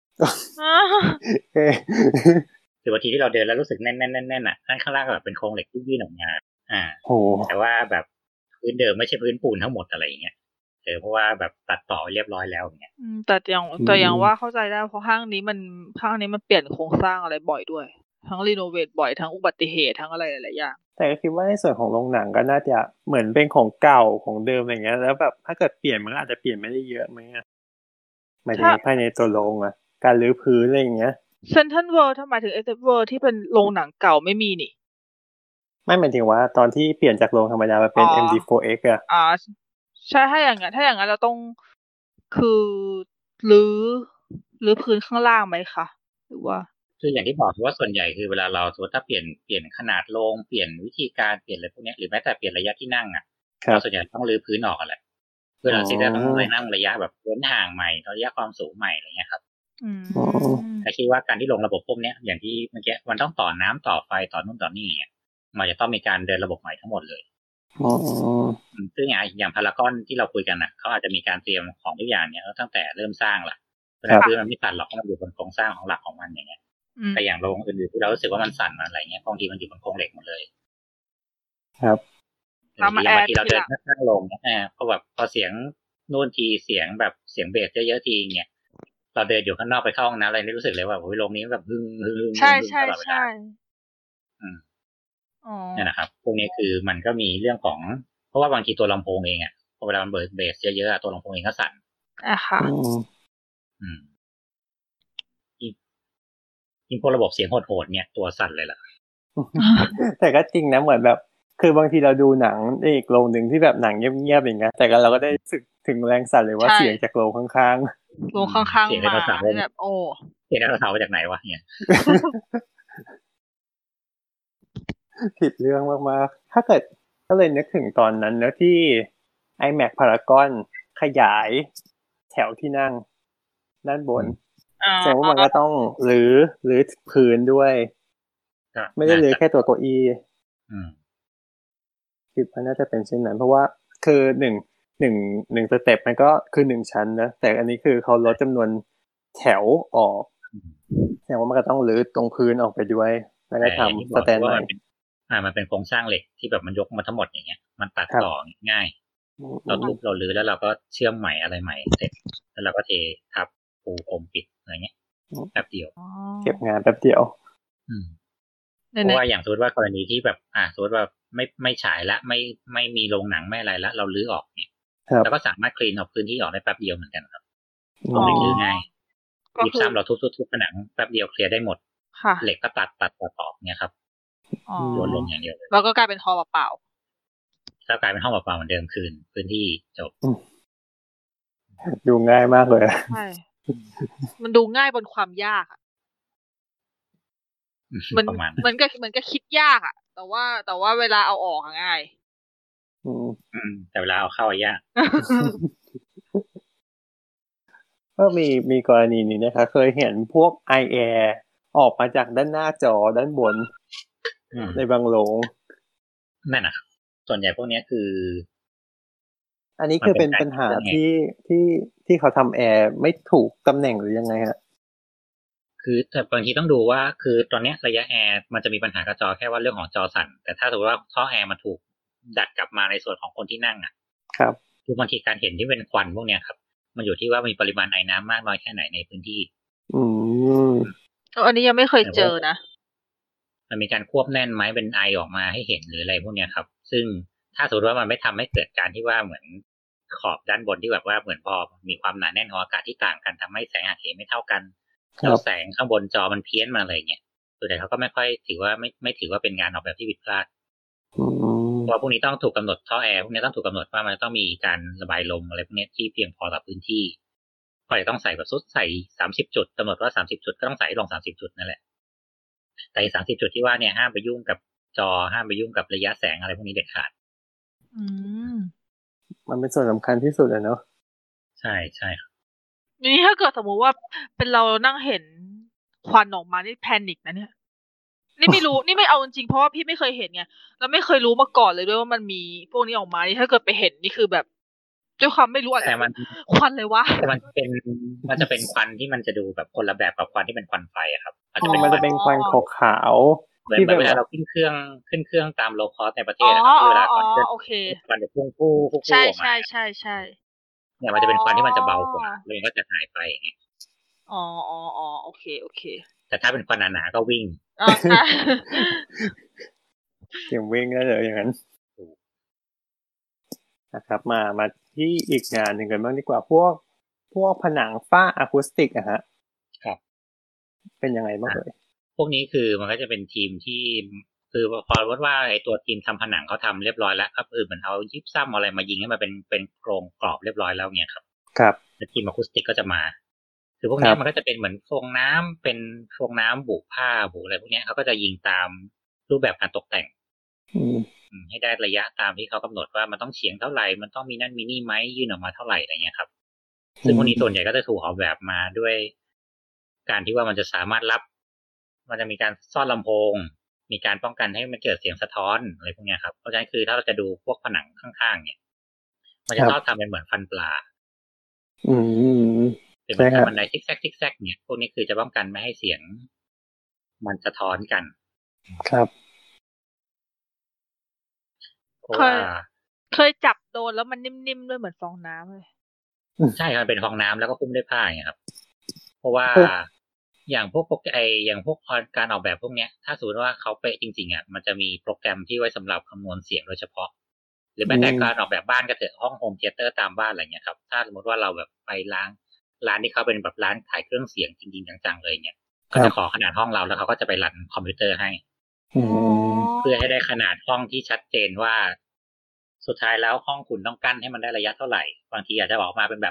คือบางทีที่เราเดินแล้วรู้สึกแน่นด้านข้างล่างแบบเป็นโครงเหล็กที่ยื่นออกมาแต่ว่าแบบพื้นเดิมไม่ใช่พื้นปูนทั้งหมดอะไรอย่างเงี้ยเพราะว่าแบบตัดต่อเรียบร้อยแล้วอย่างเงี้ยแต่อย่างว่าเข้าใจได้เพราะห้างนี้มันเปลี่ยนโครงสร้างอะไรบ่อยด้วยทั้งรีโนเวทบ่อยทั้งอุบัติเหตุทั้งอะไรหลายอย่างแต่ก็คิดว่าในส่วนของโรงหนังก็น่าจะเหมือนเป็นของเก่าของเดิมอย่างเงี้ยแล้วแบบถ้าเกิดเปลี่ยนมันก็อาจจะเปลี่ยนไม่ได้เยอะไหมหมายถึงภายในตัวโรงการรื้อพื้นอะไรอย่างเงี้ยเซ็นทรัลเวิลด์ทำไมถึงSF Worldที่เป็นโรงหนังเก่าไม่มีนี่ไม่หมายถึงว่าตอนที่เปลี่ยนจากโรงธรรมดามาเป็น MD4X ใช่ถ้าอย่างนั้นเราต้องคือรื้อพื้นข้างล่างไหมคะหรือว่าคืออย่างที่บอกว่าส่วนใหญ่คือเวลาเราสมมติถ้าเปลี่ยนขนาดโรงเปลี่ยนวิธีการเปลี่ยนอะไรพวกนี้หรือแม้แต่เปลี่ยนระยะที่นั่งเราส่วนใหญ่ต้องรื้อพื้นออกกันแหละเพื่อเราจะต้องเลยนั่งระยะแบบเว้นห่างใหม่ระยะความสูงใหม่อะไรเงี้ยครับแต่คิดว่าการที่ลงระบบพวกนี้อย่างที่เมื่อกี้มันต้องต่อน้ำต่อไฟต่อนู่นต่อนี่มันจะต้องมีการเดินระบบใหม่ทั้งหมดเลยซึ่งอย่างพารากอนที่เราคุยกันเขาอาจจะมีการเตรียมของทุกอย่างเนี่ยตั้งแต่เริ่มสร้างละเพราะฉะนั้นพื้นมันไม่สั่นหรอกเพราะมันอยู่บนโครงสร้างของหลักของมันอย่างเงี้ยแต่อย่างโรงอื่นๆที่เรารู้สึกว่ามันสั่นอะไรเงี้ยบางทีมันอยู่บนโครงเหล็กหมดเลยครับบางทีเราเดินข้างลงพอแบบพอเสียงนู่นทีเสียงแบบเสียงเบสเยอะๆทีเงี้ยเราเดินอยู่ข้างนอกไปเข้าห้องน้ำอะไรนี่รู้สึกเลยว่าโอ้ยโรงนี้แบบฮึ่งใช่นี่นะครับพวกนี้คือมันก็มีเรื่องของเพราะว่าบางทีตัวลำโพงเองพอเวลามันเบสเยอะๆตัวลำโพงเองก็สั่นค่ะยิ่งพวกระบบเสียงโหดๆเนี่ยตัวสั่นเลยล่ะแต่ก็จริงนะเหมือนแบบคือบางทีเราดูหนังอีกโรงนึงที่แบบหนังเงียบๆอย่างเงี้ยแต่ก็เราก็ได้รู้สึกถึงแรงสั่นเลยว่าเสียงจากโรงข้างๆโรงข้างๆมาแบบโอ้เสียงไดโนเสาร์มาจากไหนวะเนี่ยผิดเรื่องมากๆถ้าเกิดก็เลยนึกถึงตอนนั้นเนอะที่ iMac Paragon ขยายแถวที่นั่งด้านบนแสดงว่ามันก็ต้องรื้อพื้นด้วยไม่ได้รื้อแค่ตัวเก้าอี้คิดว่าน่าจะเป็นเช่นนั้นเพราะว่าคือหนึ่งสเต็ปมันก็คือ1ชั้นนะแต่อันนี้คือเขาลดจำนวนแถวออกแสดงว่ามันก็ต้องรื้อตรงพื้นออกไปด้วยแล้วก็ทำสแตนใหม่มันเป็นโครงสร้างเหล็กที่แบบมันยกมาทั้งหมดอย่างเงี้ยมันตัดต่อง่ายเราทุบเรารื้อแล้วเราก็เชื่อมใหม่อะไรใหม่เสร็จแล้วเราก็เททับปูพรมปิดอะไรเงี้ยแป๊บเดียวเก็บงานแป๊บเดียวเพราะว่าอย่างสมมติว่ากรณีที่แบบสมมติว่าไม่ฉายละไม่มีโรงหนังไม่อะไรละเรารื้อออกเนี่ยแล้วก็สามารถคลีนออกพื้นที่ออกได้แป๊บเดียวเหมือนกันครับไม่รื้อง่ายยิบซ้ำเราทุบผนังแป๊บเดียวเคลียร์ได้หมดเหล็กก็ตัดต่อเนี่ยครับโยนลงอย่างเดียวเลยแล้วก็กลายเป็นฮอลล์เปล่าถ้ากลายเป็นห้องเปล่าเหมือนเดิมคืนพื้นที่จบดูง่ายมากเลยใช่มันดูง่ายบนความยากมันก็คิดยากแต่ว่าเวลาเอาออกง่ายแต่เวลาเอาเข้ายากก็มีกรณีนี้นะคะเคยเห็นพวก iAir ออกมาจากด้านหน้าจอด้านบนในบางโรงนั่นนะส่วนใหญ่พวกนี้คืออันนี้คือเป็นปัญหาที่เขาทำแอร์ไม่ถูกตำแหน่งหรือยังไงฮะคือแต่บางทีต้องดูว่าคือตอนนี้ระยะแอร์มันจะมีปัญหากับจอแค่ว่าเรื่องของจอสั่นแต่ถ้าสมมติว่าท่อแอร์มันถูกดัดกลับมาในส่วนของคนที่นั่งครับคือบางทีการเห็นที่เป็นควันพวกเนี้ยครับมันอยู่ที่ว่ามีปริมาณไอน้ำมากน้อยแค่ไหนในพื้นที่อันนี้ยังไม่เคยเจอนะมันมีการควบแน่นไหมเป็นไอออกมาให้เห็นหรืออะไรพวกเนี้ยครับซึ่งถ้าสมมติว่ามันไม่ทำให้เกิดการที่ว่าเหมือนขอบด้านบนที่แบบว่าเหมือนพอมีความหนาแน่นของอากาศที่ต่างกันทำให้แสงหักเหไม่เท่ากันแล้วแสงข้างบนจอมันเพี้ยนมาอะไรเงี้ยส่วนใหญ่เขาก็ไม่ค่อยถือว่าไม่ถือว่าเป็นงานออกแบบที่ผิดพลาดเพราะพวกนี้ต้องถูกกำหนดท่อแอร์พวกนี้ต้องถูกกำหนดว่ามันต้องมีการระบายลมอะไรพวกนี้ที่เพียงพอต่อพื้นที่ก็เลยต้องใส่แบบสุดใส่30จุดกำหนดว่า30จุดก็ต้องใส่ลง30จุดนั่นแหละแต่30จุดที่ว่าเนี่ยห้ามไปยุ่งกับจอห้ามไปยุ่งกับระยะแสงอะไรพวกนี้เด็ดขาดมันเป็นส่วนสำคัญที่สุดเลยเนาะใช่ใช่ครับนี่ถ้าเกิดสมมติว่าเป็นเรานั่งเห็นควันออกมานี่แพนิคนะเนี่ยนี่ไม่รู้นี่ไม่เอาจริงเพราะว่าพี่ไม่เคยเห็นไงแล้วไม่เคยรู้มาก่อนเลยด้วยว่ามันมีพวกนี้ออกมานี่ถ้าเกิดไปเห็นนี่คือแบบด้วยความไม่รู้อะไรแต่มันควันเลยวะแต่มันจะเป็นควันที่มันจะดูแบบคนละแบบกับควันที่เป็นควันไฟครับมันจะเป็นควันขาวที่เวลาเราขึ้นเครื่องตามโลคอสในประเทศนะครับเวลาควันจะควันจะพุ่งออกมาใช่เนี่ยมันจะเป็นควันที่มันจะเบากว่าแล้วมันก็จะหายไปอย่างเงี้ยอ๋อโอเคแต่ถ้าเป็นควันหนาๆก็วิ่งใช่เสียงวิ่งได้เลยอย่างนั้นนะครับมาที่อีกงานหนึ่งกันบ้างดีกว่าพวกผนังฝ้าอะคูสติกฮะครับเป็นยังไงบ้างเลยพวกนี้คือมันก็จะเป็นทีมที่คือพอว่าไอ้ตัวทีมทำผนังเขาทำเรียบร้อยแล้วครับเหมือนเอายิปซัมอะไรมายิงให้มันเป็นโครงกรอบเรียบร้อยแล้วเนี่ยครับแล้วทีมอะคูสติกก็จะมาคือพวกนี้มันก็จะเป็นเหมือนโครงน้ำเป็นโครงน้ำบุผ้าบุอะไรพวกนี้เขาก็จะยิงตามรูปแบบการตกแต่งให้ได้ระยะตามที่เขากำหนดว่ามันต้องเฉียงเท่าไหร่มันต้องมีนั่นมีนี่ไหมยื่นออกมาเท่าไหร่อะไรเงี้ยครับซึ่งพวกนี้ส่วนใหญ่ก็จะถูกออกแบบมาด้วยการที่ว่ามันจะสามารถรับมันจะมีการซ่อนลำโพงมีการป้องกันให้มันเกิดเสียงสะท้อนอะไรพวกนี้ครับเพราะฉะนั้นคือถ้าเราจะดูพวกผนังข้างๆเนี่ยมันจะต้องทำเป็นเหมือนฟันปลาเป็นเหมือนบันไดซิกแซกเนี่ยพวกนี้คือจะป้องกันไม่ให้เสียงมันสะท้อนกันครับเคยจับโดนแล้วมันนิ่มๆด้วยเหมือนฟองน้ำเลยใช่มันเป็นฟองน้ำแล้วก็คุ้มด้วยผ้าไงครับเพราะว่าอย่างพวกการออกแบบพวกเนี้ยถ้าสมมติว่าเขาเป๊ะจริงๆมันจะมีโปรแกรมที่ไว้สำหรับคำนวณเสียงโดยเฉพาะหรือแม้แต่การออกแบบบ้านก็เถอะห้องโฮมเธียเตอร์ตามบ้านอะไรเงี้ยครับถ้าสมมติว่าเราแบบไปร้านที่เขาเป็นแบบร้านขายเครื่องเสียงจริงๆจังๆเลยเนี่ยก็จะขอขนาดห้องเราแล้วเขาก็จะไปรันคอมพิวเตอร์ให้เพื่อให้ได้ขนาดห้องที่ชัดเจนว่าสุดท้ายแล้วห้องคุณต้องกั้นให้มันได้ระยะเท่าไหร่บางทีอาจจะออกมาเป็นแบบ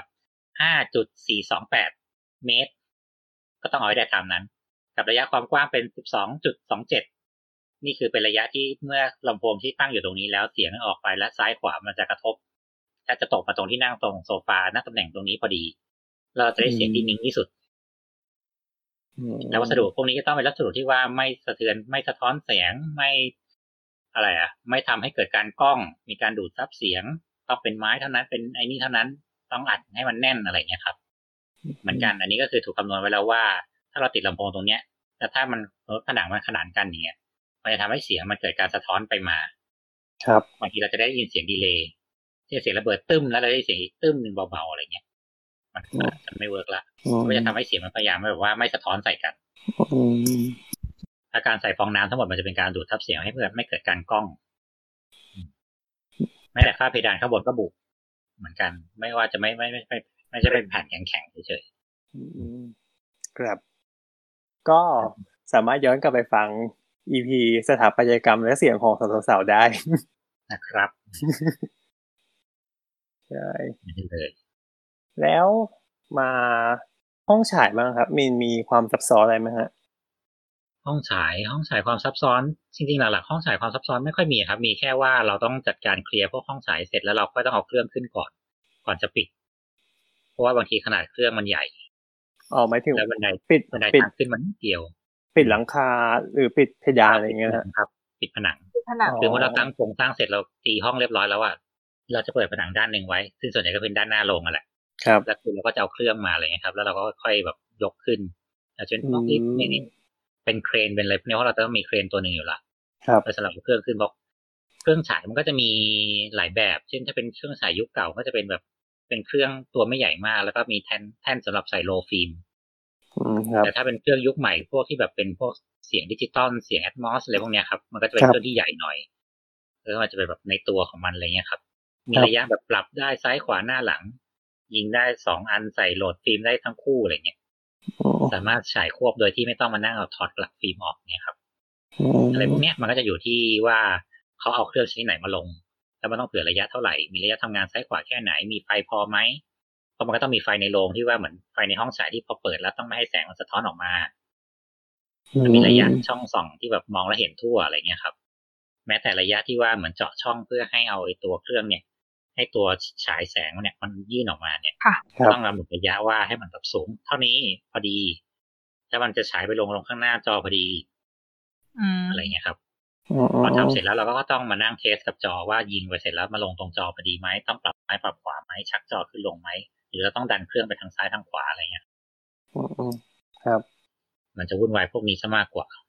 5.428 เมตรก็ต้องเอาให้ได้ตามนั้นกับระยะความกว้างเป็น 12.27 นี่คือเป็นระยะที่เมื่อลำโพงที่ตั้งอยู่ตรงนี้แล้วเสียงออกไปและซ้ายขวามันจะกระทบถ้าจะตกมาตรงที่นั่งตรงโซฟาณตำแหน่งตรงนี้พอดีเราจะได้เสียงที่นิ่งที่สุดแล้ววัสดุพวกนี้ก็ต้องเป็นวัสดุที่ว่าไม่สะเทือนไม่สะท้อนเสียงไม่ไม่ทำให้เกิดการก้องมีการดูดซับเสียงต้องเป็นไม้เท่านั้นเป็นไอ้นี่เท่านั้นต้องอัดให้มันแน่นอะไรเงี้ยครับเหมือนกันอันนี้ก็คือถูกคำนวณไว้แล้วว่าถ้าเราติดลำโพงตรงเนี้ยแต่ถ้ามันผนังมันขนานกันอย่างเงี้ยมันจะทำให้เสียงมันเกิดการสะท้อนไปมาครับบางทีเราจะได้ยินเสียงดีเลย์เสียงระเบิดตึ้มแล้วเราได้เสียงอีกตึ้มนึงเบาๆอะไรเงี้ยมันจะไม่เวิร์กละก็จะทำให้เสียงมันพยายามแบบว่าไม่สะท้อนใส่กันอาการใส่ฟองน้ำทั้งหมดมันจะเป็นการดูดทับเสียงให้เพื่อไม่เกิดการก้องแม้แต่ค่าเพดานข้างบนก็บุกเหมือนกันไม่ว่าจะไม่ใช่เป็นแผ่นแข็งๆเฉยๆครับก็สามารถย้อนกลับไปฟัง EP สถาปัตยกรรมและเสียงของสาวๆได้นะครับใช่เลยแล้วมาห้องฉายบ้างครับมีความซับซ้อนอะไรไหมฮะห้องฉายความซับซ้อนจริงๆหลักๆห้องฉายความซับซ้อนไม่ค่อยมีครับมีแค่ว่าเราต้องจัดการเคลียร์พวกห้องฉายเสร็จแล้วเราก็ต้องเอาเครื่องขึ้นก่อนจะปิดเพราะว่าบางทีขนาดเครื่องมันใหญ่หมายถึงแล้วบันไดทางขึ้นมันเดียวปิดหลังคาหรือปิดเพดานอะไรอย่างเงี้ยครับปิดผนังคือเมื่อเราตั้งโครงสร้างเสร็จเราตีห้องเรียบร้อยแล้วอ่ะเราจะเปิดผนังด้านนึงไว้ซึ่งส่วนใหญ่ก็เป็นด้านหน้าโรงนั่นแหละครับแล้วคือเราก็จะเอาเครื่องมาอะไรเงี้ยครับแล้วเราก็ค่อยแบบยกขึ้นจนต้องนี่เป็นเครนเป็นอะไรพวกนี้เพราะเราต้องมีเครนตัวนึงอยู่ละครับสำหรับเครื่องขึ้นบล็อกเครื่องฉายมันก็จะมีหลายแบบเช่นถ้าเป็นเครื่องฉายยุคเก่าก็จะเป็นแบบเป็นเครื่องตัวไม่ใหญ่มากแล้วก็มีแท่นสำหรับใส่โลฟิล์มแต่ถ้าเป็นเครื่องยุคใหม่พวกที่แบบเป็นพวกเสียงดิจิตอลเสียงแอตมอสอะไรพวกนี้ครับมันก็จะเป็นเครื่องที่ใหญ่หน่อยแล้วมันจะเป็นแบบในตัวของมันอะไรเงี้ยครับมีระยะแบบปรับได้ซ้ายขวาหน้าหลังยิงได้2 อันใส่โหลดฟิล์มได้ทั้งคู่อะไรเงี้ยสามารถฉายควบโดยที่ไม่ต้องมานั่งเอาถอดกลับฟิล์มออกเนี่ยครับอะไรพวกนี้มันก็จะอยู่ที่ว่าเขาเอาเครื่องชนิดไหนมาลงแล้วมันต้องเผื่อระยะเท่าไหร่มีระยะทำงานซ้ายขวาแค่ไหนมีไฟพอไหมเพราะมันก็ต้องมีไฟในโรงที่ว่าเหมือนไฟในห้องฉายที่พอเปิดแล้วต้องไม่ให้แสงมันสะท้อนออกมามันมีระยะช่องส่องที่แบบมองแล้วเห็นทั่วอะไรเงี้ยครับแม้แต่ระยะที่ว่าเหมือนเจาะช่องเพื่อให้เอาไอ้ตัวเครื่องเนี่ยให้ตัวฉายแสงเนี่ยมันยื่นออกมาเนี่ยต้องกำหนดระยะว่าให้มันแบบสูงเท่านี้พอดีถ้ามันจะฉายไปลงข้างหน้าจอพอดีอะไรเงี้ยครับพอทำเสร็จแล้วเราก็ต้องมานั่งเทสกับจอว่ายิงไปเสร็จแล้วมาลงตรงจอพอดีไหมต้องปรับซ้ายปรับขวาไหมชักจอขึ้นลงไหมหรือเราต้องดันเครื่องไปทางซ้ายทางขวาอะไรเงี้ยครับมันจะวุ่นวายพวกนี้ซะมากกว่า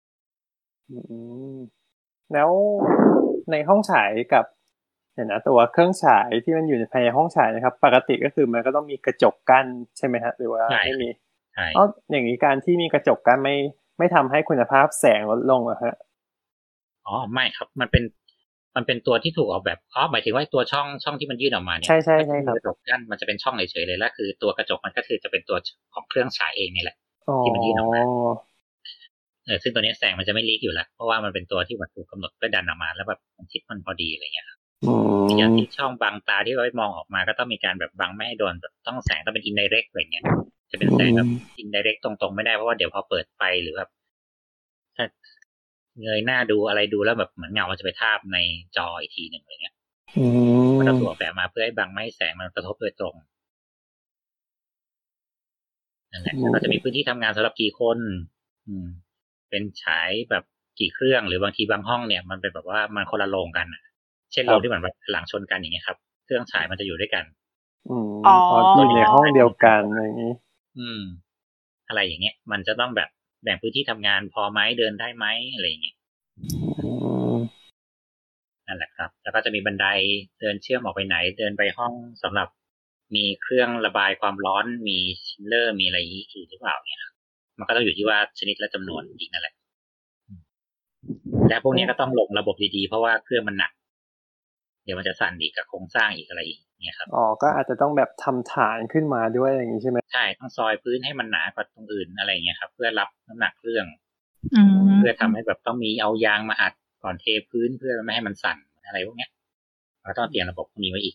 แล้วในห้องฉายกับตัวเครื่องฉายที่มันอยู่ในภายในห้องฉายนะครับปกติก็คือมันก็ต้องมีกระจกกั้นใช่ไหมฮะหรือว่าไม่มีอย่างนี้การที่มีกระจกกั้นไม่ทำให้คุณภาพแสงลดลงเหรอฮะไม่ครับมันเป็นตัวที่ถูกออกแบบหมายถึงว่าตัวช่องที่มันยื่นออกมาเนี่ยใช่ครับกระจกกั้นมันจะเป็นช่องเฉยๆเลยแล้วคือตัวกระจกมันก็คือจะเป็นตัวของเครื่องฉายเองนี่แหละที่มันยื่นออกมาซึ่งตัวนี้แสงมันจะไม่ลีกอยู่แล้วเพราะว่ามันเป็นตัวที่วัตถุกำหนดเพื่อดันออกมาแล้วแบบทิศมันพอดีอะไรเงี้ยครับอย่างที่ช่องบังตาที่ไว้มองออกมาก็ต้องมีการแบบบังไม่ให้โดนแบบต้องแสงต้องเป็นอินไดเรกต์อะไรเงี้ยจะเป็นแสงแบบอินไดเรกต์ตรงๆไม่ได้เพราะว่าเดี๋ยวพอเปิดไฟหรือแบบถ้าเงยหน้าดูอะไรดูแล้วแบบเหมือนเงามันจะไปทาบในจออีกทีหนึ่งอะไรเงี้ยมันต้องถูกแบบมาเพื่อให้บังไม่ให้แสงมันกระทบโดยตรงนั่นแหละแล้วก็จะมีพื้นที่ทำงานสำหรับกี่คนเป็นฉายแบบกี่เครื่องหรือบางทีบางห้องเนี่ยมันเป็นแบบว่ามันคนละโรงกันเช่นโรงที่เหมือนแบบหลังชนกันอย่างเงี้ยครับเครื่องฉายมันจะอยู่ด้วยกันอยู่ในห้องเดียวกันอะไรอย่างนี้อะไรอย่างเงี้ยมันจะต้องแบบแบ่งพื้นที่ทำงานพอไหมเดินได้ไหมอะไรอย่างเงี้ยนั่นแหละครับแล้วก็จะมีบันไดเดินเชื่อมออกไปไหนเดินไปห้องสำหรับมีเครื่องระบายความร้อนมีชิลเลอร์มีอะไรอีกหรือเปล่าเนี่ยมันก็ต้องอยู่ที่ว่าชนิดและจำนวนอีกนั่นแหละและพวกนี้ก็ต้องลงระบบดีๆเพราะว่าเครื่องมันหนักเดี๋ยวมันจะสั่นอีกกับโครงสร้างอีกอะไรอีกเนี่ยครับก็อาจจะต้องแบบทำฐานขึ้นมาด้วยอย่างนี้ใช่ไหมใช่ต้องซอยพื้นให้มันหนากว่าตรงอื่นอะไรเงี้ยครับเพื่อรับน้ำหนักเครื่องเพื่อทำให้แบบต้องมีเอายางมาอัดก่อนเทพื้นเพื่อไม่ให้มันสั่นอะไรพวกเนี้ยเราต้องเตรียมระบบพวกนี้ไว้อีก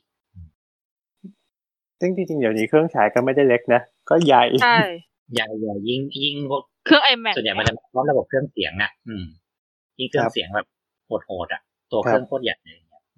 ซึ่งจริงๆเดี๋ยวนี้เครื่องฉายก็ไม่ได้เล็กนะก็ใหญ่ใช่ใหญ่ยิ่งพวกเครื่อง iMac ส่วนใหญ่มันจะพร้อมระบบเครื่องเสียงอ่ะยิ่งเครื่องเสียงแบบโหดอ่ะตัวเครื่องโคตรใหญ่เลย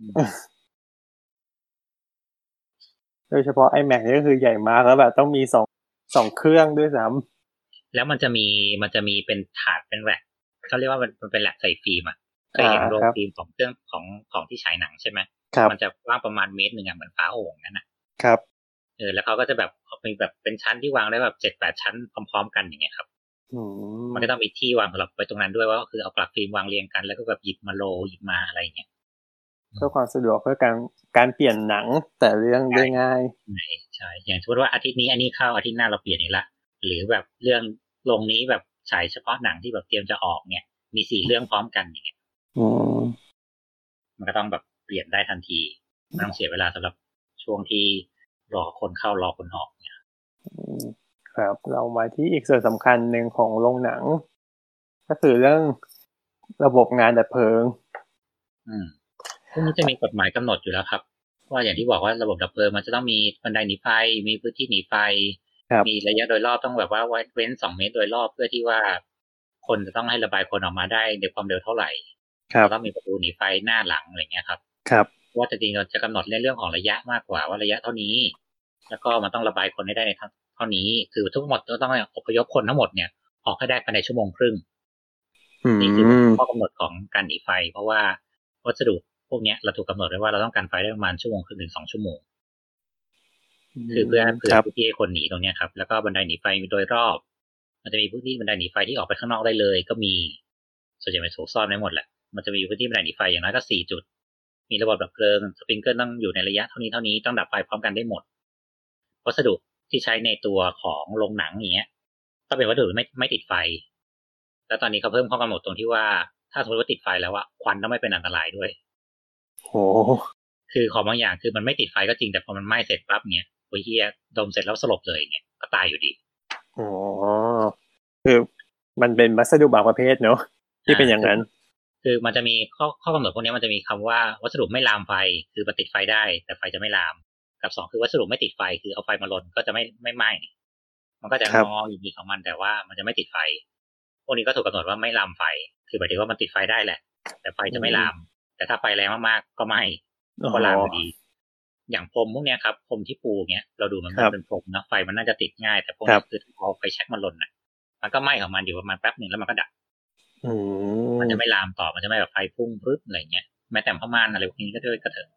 โดยเฉพาะ iMac นี่ก็คือใหญ่มากแล้วแบบต้องมีสองเครื่องด้วยซ้ำแล้วมันจะมีเป็นถาดเป็นแร็คเขาเรียกว่ามันเป็นแร็คใส่ฟิล์มอ่ะเคยเห็นโรงฟิล์มของเครื่องของที่ฉายหนังใช่ไหมมันจะกว้างประมาณ1 เมตรอ่ะเหมือนฝาโอ่งนั่นนะครับแล้วเขาก็จะแบบมีแบบเป็นชั้นที่วางได้แบบ7-8 ชั้นพร้อมๆกันอย่างเงี้ยครับมันก็ต้องมีที่วางสำหรับไว้ตรงนั้นด้วยว่าคือเอากลับฟิล์มวางเรียงกันแล้วก็แบบหยิบมาหยิบมาอะไรอย่างเงี้ยเพื่อความสะดวกเพื่อการเปลี่ยนหนังแต่เรื่องได้ง่ายใช่อย่างสมมติว่าอาทิตย์นี้อันนี้เข้าอาทิตย์หน้าเราเปลี่ยนอีกละหรือแบบเรื่องลงนี้แบบฉายเฉพาะหนังที่แบบเตรียมจะออกเนี่ยมี4 เรื่องพร้อมกันอย่างเงี้ยมันก็ต้องแบบเปลี่ยนได้ทันทีไม่ต้องเสียเวลาสำหรับช่วงที่รอคนเข้ารอคนออกเนี่ยครับเรามาที่อีกส่วนสำคัญหนึ่งของโรงหนังก็คือเรื่องระบบงานดับเพลิงพวกนี้จะมีกฎหมายกำหนดอยู่แล้วครับว่าอย่างที่บอกว่าระบบดับเพลิงมันจะต้องมีบันไดหนีไฟมีพื้นที่หนีไฟมีระยะโดยรอบต้องแบบว่าเว้น2 เมตรโดยรอบเพื่อที่ว่าคนจะต้องให้ระบายคนออกมาได้ในความเร็วเท่าไหร่แล้วก็มีประตูหนีไฟหน้าหลังอะไรเงี้ยครับว่าจริงๆเราจะกำหนดเรื่องของระยะมากกว่าว่าระยะเท่านี้แล้วก็มันต้องระบายคนได้ในเท่านี้คือทั้งหมดต้องอพยพคนทั้งหมดเนี่ยออกให้ได้ภายในชั่วโมงครึ่งนี่คือข้อกำหนดของการหนีไฟเพราะว่าวัสดุพวกนี้เราถูกกำหนดไว้ว่าเราต้องการไฟได้ประมาณ1 ชั่วโมงครึ่งถึง2 ชั่วโมงคือเพื่อพื้นที่ให้คนหนีตรงนี้ครับแล้วก็บันไดหนีไฟโดยรอบมันจะมีพื้นที่บันไดหนีไฟที่ออกไปข้างนอกได้เลยก็มีส่วนใหญ่เป็นถูกซ่อนไว้หมดแหละมันจะมีพื้นที่บันไดหนีไฟอย่างน้อยก็4 จุดมีระบบดับเพลิงสปริงเกิลต้องอยู่ในระยะเท่านี้ต้องดับไฟพร้อมกันได้หมดวัสดุที่ใช้ในตัวของโรงหนังอย่างเงี้ยต้องเป็นวัสดุไม่ติดไฟแล้วตอนนี้เขาเพิ่มข้อกำหนดตรงที่ว่าถ้าสมมติว่าติดไฟแล้วอะควันต้องไม่เป็นอันตรายด้วยโอ้คือของบางอย่างคือมันไม่ติดไฟก็จริงแต่พอมันไหม้เสร็จปั๊บเนี้ยโอ้ยเฮียดมเสร็จแล้วสลบเลยเงี้ยก็ตายอยู่ดีอ๋อคือมันเป็นวัสดุบางประเภทเนอะที่เป็นอย่างนั้นคือมันจะมีข้อกำหนดพวกนี้มันจะมีคำว่าวัสดุไม่ลามไฟคือมันติดไฟได้แต่ไฟจะไม่ลามกับ2คือวัสดุไม่ติดไฟคือเอาไฟมาลนก็จะไม่ไหม้มันก็จะงออยู่ดีของมันแต่ว่ามันจะไม่ติดไฟพวกนี้ก็ถูกกำหนดว่าไม่ลามไฟคือหมายถึงว่ามันติดไฟได้แหละแต่ไฟจะไม่ลามแต่ถ้าไฟแรงมากๆก็ไหม้ก็ลามอยู่ดีอย่างพรมพวกนี้ครับพรมที่ปูเงี้ยเราดูมันเป็นพรมนะไฟมันน่าจะติดง่ายแต่พวกนี้คือเอาไฟแช็กมาลนน่ะมันก็ไหม้ของมันอยู่ประมาณแป๊บนึงแล้วมันก็ดับมันจะไม่ลามต่อมันจะไม่แบบไฟพุ่งปึ๊บอะไรเงี้ยแม้แต่ผ้าม่านอะไรพวกนี้ก็ด้วยก็เถอะ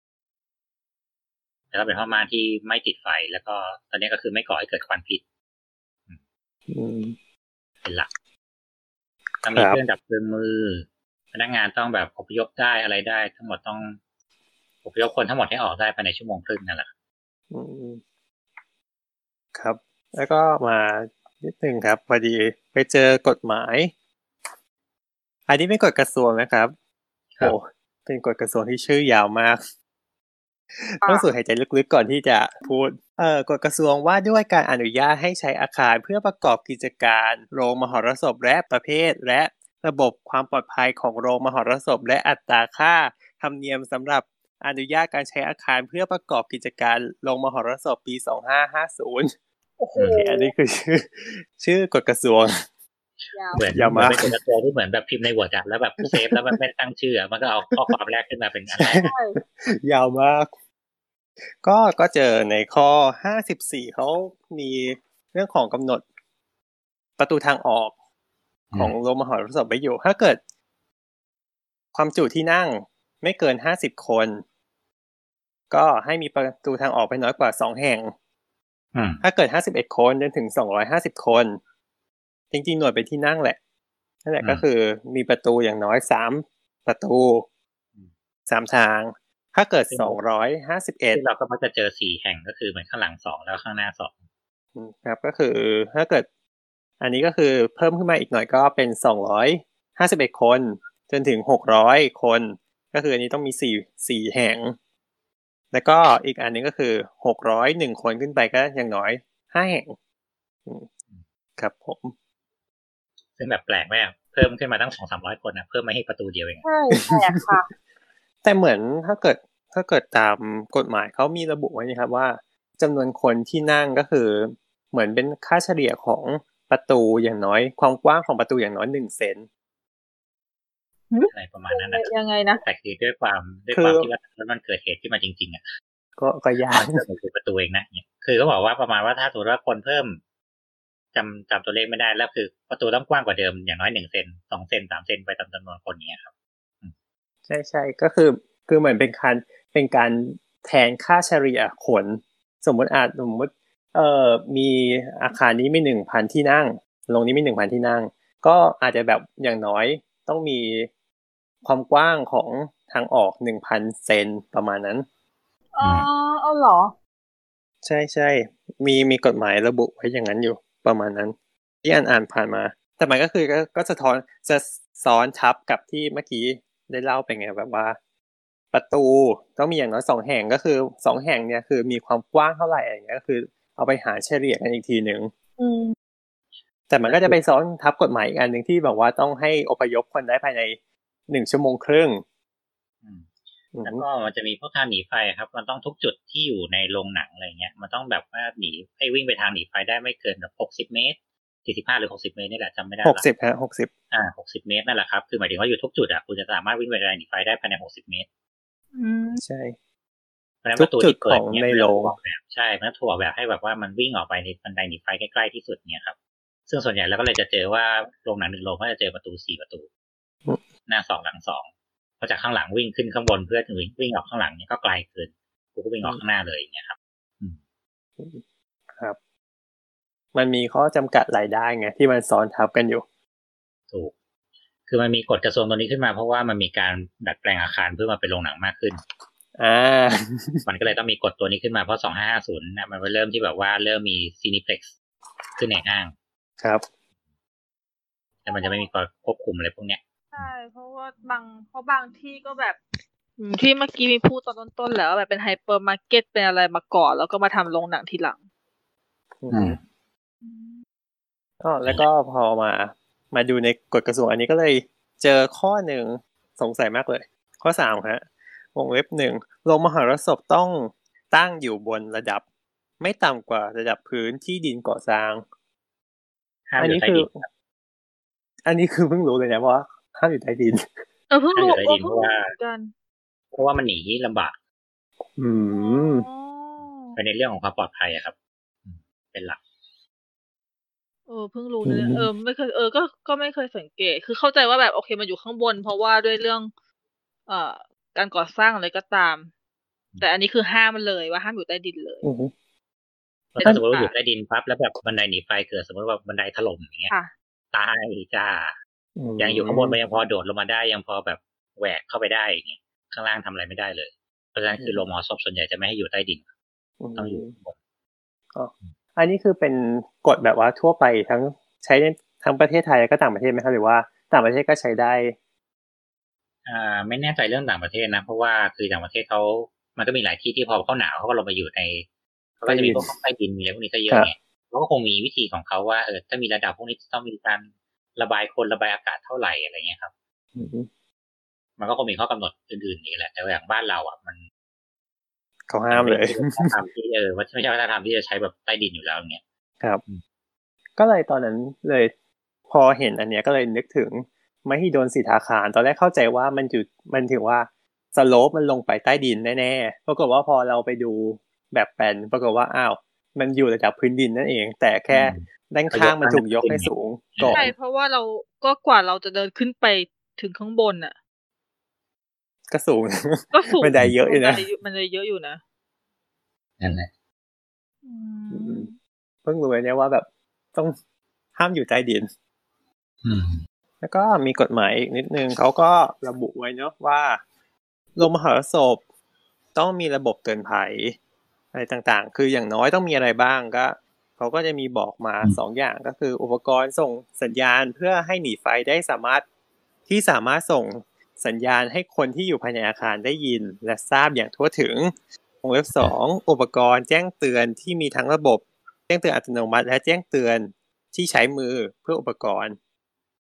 แต่ถ้าเป็นผ้าม่านที่ไม่ติดไฟแล้วก็ตอนนี้ก็คือไม่ก่อให้เกิดควันพิษเป็นหลักต้องมีเครื่องดับเพลิงมือพนักงานต้องแบบอพยพได้อะไรได้ทั้งหมดต้องอพยพคนทั้งหมดให้ออกได้ภายใน1 ชั่วโมงครึ่งนั่นแหละครับแล้วก็มานิดนึงครับพอดีไปเจอกฎหมายอันนี้เป็นกฎกระทรวงนะครับโอ้เป็นกฎกระทรวงที่ชื่อยาวมากต้องสูดหายใจลึกๆก่อนที่จะพูดกฎกระทรวงว่าด้วยการอนุญาตให้ใช้อาคารเพื่อประกอบกิจการโรงมหรสพและประเภทและระบบความปลอดภัยของโรงมหรสพและอัตราค่าธรรมเนียมสำหรับอนุญาตการใช้อาคารเพื่อประกอบกิจการโรงมหรสพปี2550โอเคอันนี้คือชื่อกฎกระทรวงเหมือนเป็นกฎกระทรวงที่เหมือนแบบพิมพ์ใน Word แล้วแบบเซฟแล้วมันไม่ตั้งชื่อมันก็เอาข้อความแรกขึ้นมาเป็นอันแรกยาวมากก็เจอในข้อ54เขามีเรื่องของกำหนดประตูทางออกของโรงมหรสพไว้อยู่ถ้าเกิดความจุที่นั่งไม่เกิน50 คนก็ให้มีประตูทางออกไม่น้อยกว่า2 แห่งถ้าเกิด51 คนจนถึง250 คนจริงๆหน่วยเป็นที่นั่งแหละนั่นแหละก็คือมีประตูอย่างน้อย3 ประตู3 ทางถ้าเกิด251 เราก็มักจะเจอ4 แห่งก็คือเหมือนข้างหลัง2แล้วข้างหน้า2 ครับก็คือถ้าเกิดอันนี้ก็คือเพิ่มขึ้นมาอีกหน่อยก็เป็น251 คนจนถึง600 คนก็คืออันนี้ต้องมี4 แห่งแล้วก็อีกอันนึงก็คือ601 คนขึ้นไปก็อย่างน้อย5 แห่งครับผมซึ่งแบบแปลกมากเพิ่มขึ้นมาตั้ง 200-300 คนนะเพิ่มมาให้ประตูเดียวเองใช่แปลกค่ะแต่เหมือนถ้าเกิดตามกฎหมายเขามีระบุไว้นะครับว่าจำนวนคนที่นั่งก็คือเหมือนเป็นค่าเฉลี่ยของประตูอย่างน้อยความกว้างของประตูอย่างน้อย1 เซนอะไรประมาณนั้นนะยังไงนะแต่คือด้วยความที่ว่ามันเกิดเหตุขึ้นมาจริงๆอ่ะก็ยากมันคือประตูเองนะเนี่ยคือเขาบอกว่าประมาณว่าถ้าสมมติว่าคนเพิ่มจำตัวเลขไม่ได้แล้วคือประตูต้องกว้างกว่าเดิมอย่างน้อย1 เซน2 เซน3 เซนไปตามจำนวนคนเนี้ยครับใช่ก็คือเหมือนเป็นการแทนค่าเฉลี่ยคนสมมติมีอาคารนี้มี 1,000 ที่นั่งโรงนี้มี 1,000 ที่นั่งก็อาจจะแบบอย่างน้อยต้องมีความกว้างของทางออก 1,000 เซนประมาณนั้นเอาเหรอใช่มีกฎหมายระบุไว้อย่างนั้นอยู่ประมาณนั้นที่อ่านผ่านมาแต่มันก็คือก็จะซ้อนทับกับที่เมื่อกี้ได้เล่าไปไงแบบว่าประตูต้องมีอย่างน้อย2 แห่งก็คือ2 แห่งเนี่ยคือมีความกว้างเท่าไหร่อย่างเงี้ยก็คือเอาไปหาเฉลี่ยกันอีกทีนึงแต่มันก็จะไปซ้อนทับกฎหมายอีกอันนึงที่บอกว่าต้องให้อพยพคนได้ภายใน1 ชั่วโมงครึ่งแล้วก็มันจะมีพวกทางหนีไฟครับมันต้องทุกจุดที่อยู่ในโรงหนังอะไรเงี้ยมันต้องแบบว่าหนีให้วิ่งไปทางหนีไฟได้ไม่เกินแบบ60 เมตร45หรือ60 เมตรนี่แหละจำไม่ได้ละ 60ฮะ60 60 เมตรนั่นแหละครับคือหมายถึงว่าอยู่ทุกจุดอ่ะคุณจะสามารถวิ่งไปทางหนีไฟได้ภายใน60 เมตรใช่ทุกจุดของในโรงใช่มันถั่วแบบให้แบบว่ามันวิ่งออกไปในบันไดหนีไฟใกล้ๆที่สุดเนี่ยครับซึ่งส่วนใหญ่แล้วก็เลยจะเจอว่าโรงหนัง1 โรงก็จะเจอประตู4 ประตูหน้า2หลัง2พอจากข้างหลังวิ่งขึ้นข้างบนเพื่อถึงวิ่งออกข้างหลังเนี่ยก็ไกลเกินกูก็วิ่งออกข้างหน้าเลยอย่างเงี้ยครับครับมันมีข้อจำกัดรายได้ไงที่มันซ้อนทับกันอยู่ถูกคือมันมีกฎกระทรวงตัวนี้ขึ้นมาเพราะว่ามันมีการดัดแปลงอาคารเพื่อมาเป็นโรงหนังมากขึ้นมันก็เลยต้องมีกฎตัวนี้ขึ้นมาเพราะ2550นะมันเริ่มที่แบบว่าเริ่มมีซีนิเพล็กซ์ขึ้นในห้างครับแต่มันจะไม่มีกฎควบคุมอะไรพวกเนี้ยใช่เพราะว่าบางที่ก็แบบที่เมื่อกี้มีพูดตอนต้นๆแล้วแบบเป็นไฮเปอร์มาร์เก็ตเป็นอะไรมาก่อนแล้วก็มาทำโรงหนังทีหลังแล้วก็พอมาดูในกฎกระทรวงอันนี้ก็เลยเจอข้อหนึ่งสงสัยมากเลยข้อ3ฮะวงเล็บ1โรงมหรสพต้องตั้งอยู่บนระดับไม่ต่ำกว่าระดับพื้นที่ดินก่อสร้างอันนี้คือเพิ่งรู้เลยนะว่าห้ามอยู่ใต้ดินเพิ่งรู้เพราะว่ามันหนีลำบากไปในเรื่องของความปลอดภัยครับเป็นหลักเพิ่งรู้นะไม่เคยก็ไม่เคยสังเกตคือเข้าใจว่าแบบโอเคมันอยู่ข้างบนเพราะว่าด้วยเรื่องการก่อสร้างอะไรก็ตามแต่อันนี้คือห้ามมันเลยว่าห้ามอยู่ใต้ดินเลยถ้าสมมติว่าอยู่ใต้ดินปั๊บแล้วแบบบันไดหนีไฟเกิดสมมติว่าบันไดถล่มอย่างเงี้ยตายจ้ายังอยู่ข้างบนมันยังพอโดดลงมาได้ยังพอแบบแหวกเข้าไปได้อย่างเงี้ยข้างล่างทำอะไรไม่ได้เลยเพราะฉะนั้นคือโรงมอสพส่วนใหญ่จะไม่ให้อยู่ใต้ดินต้องอยู่ข้างบนอันนี้คือเป็นกฎแบบว่าทั่วไปทั้งใช้ทั้งประเทศไทยและก็ต่างประเทศไหมครับหรือว่าต่างประเทศก็ใช้ได้ไม่แน่ใจเรื่องต่างประเทศนะเพราะว่าคือต่างประเทศเขามันก็มีหลายที่ที่พอเข้าหนาวเขาก็ลงมาอยู่ในเขาก็จะมีพวกใต้ดินมีอะไรพวกนี้ก็เยอะไงเขาก็คงมีวิธีของเขาว่าถ้ามีระดับพวกนี้ต้องมีการระบายคนระบายอากาศเท่าไหร่อะไรเงี้ยครับมันก็คงมีข้อกำหนดอื่นๆนี่แหละแต่อย่างบ้านเรามันเขาห้ามเลยทำที่ว่าไม่ใช่วัฒนธรรมที่จะใช้แบบใต้ดินอยู่แล้วเงี้ยครับก็เลยตอนนั้นเลยพอเห็นอันเนี้ยก็เลยนึกถึงมหิดลสิทธาคารตอนแรกเข้าใจว่ามันถือว่าสโลปมันลงไปใต้ดินแน่ๆปรากฏว่าพอเราไปดูแบบแปลนปรากฏว่าอ้าวมันอยู่ระดับพื้นดินนั่นเองแต่แค่ด้านข้างมันถูกยกให้สูงก่อนใช่เพราะว่าเราก็กว่าเราจะเดินขึ้นไปถึงข้างบนน่ะก็สูงบันไดเยอะอยู่นะมันเลยเยอะอยู่นะนั่นแหละเพิ่งรู้เนี่ยว่าแบบต้องห้ามอยู่ใต้ดินแล้วก็มีกฎหมายอีกนิดนึงเขาก็ระบุไว้เนาะว่าโรงมหรสพต้องมีระบบเตือนภัยอะไรต่างๆคืออย่างน้อยต้องมีอะไรบ้างก็เขาก็จะมีบอกมา2อย่างก็คืออุปกรณ์ส่งสัญญาณเพื่อให้หนีไฟได้สามารถส่งสัญญาณให้คนที่อยู่ภายในอาคารได้ยินและทราบอย่างทั่วถึงวงเล็บ2อุปกรณ์แจ้งเตือนที่มีทั้งระบบแจ้งเตือนอัตโนมัติและแจ้งเตือนที่ใช้มือเพื่ออุปกรณ์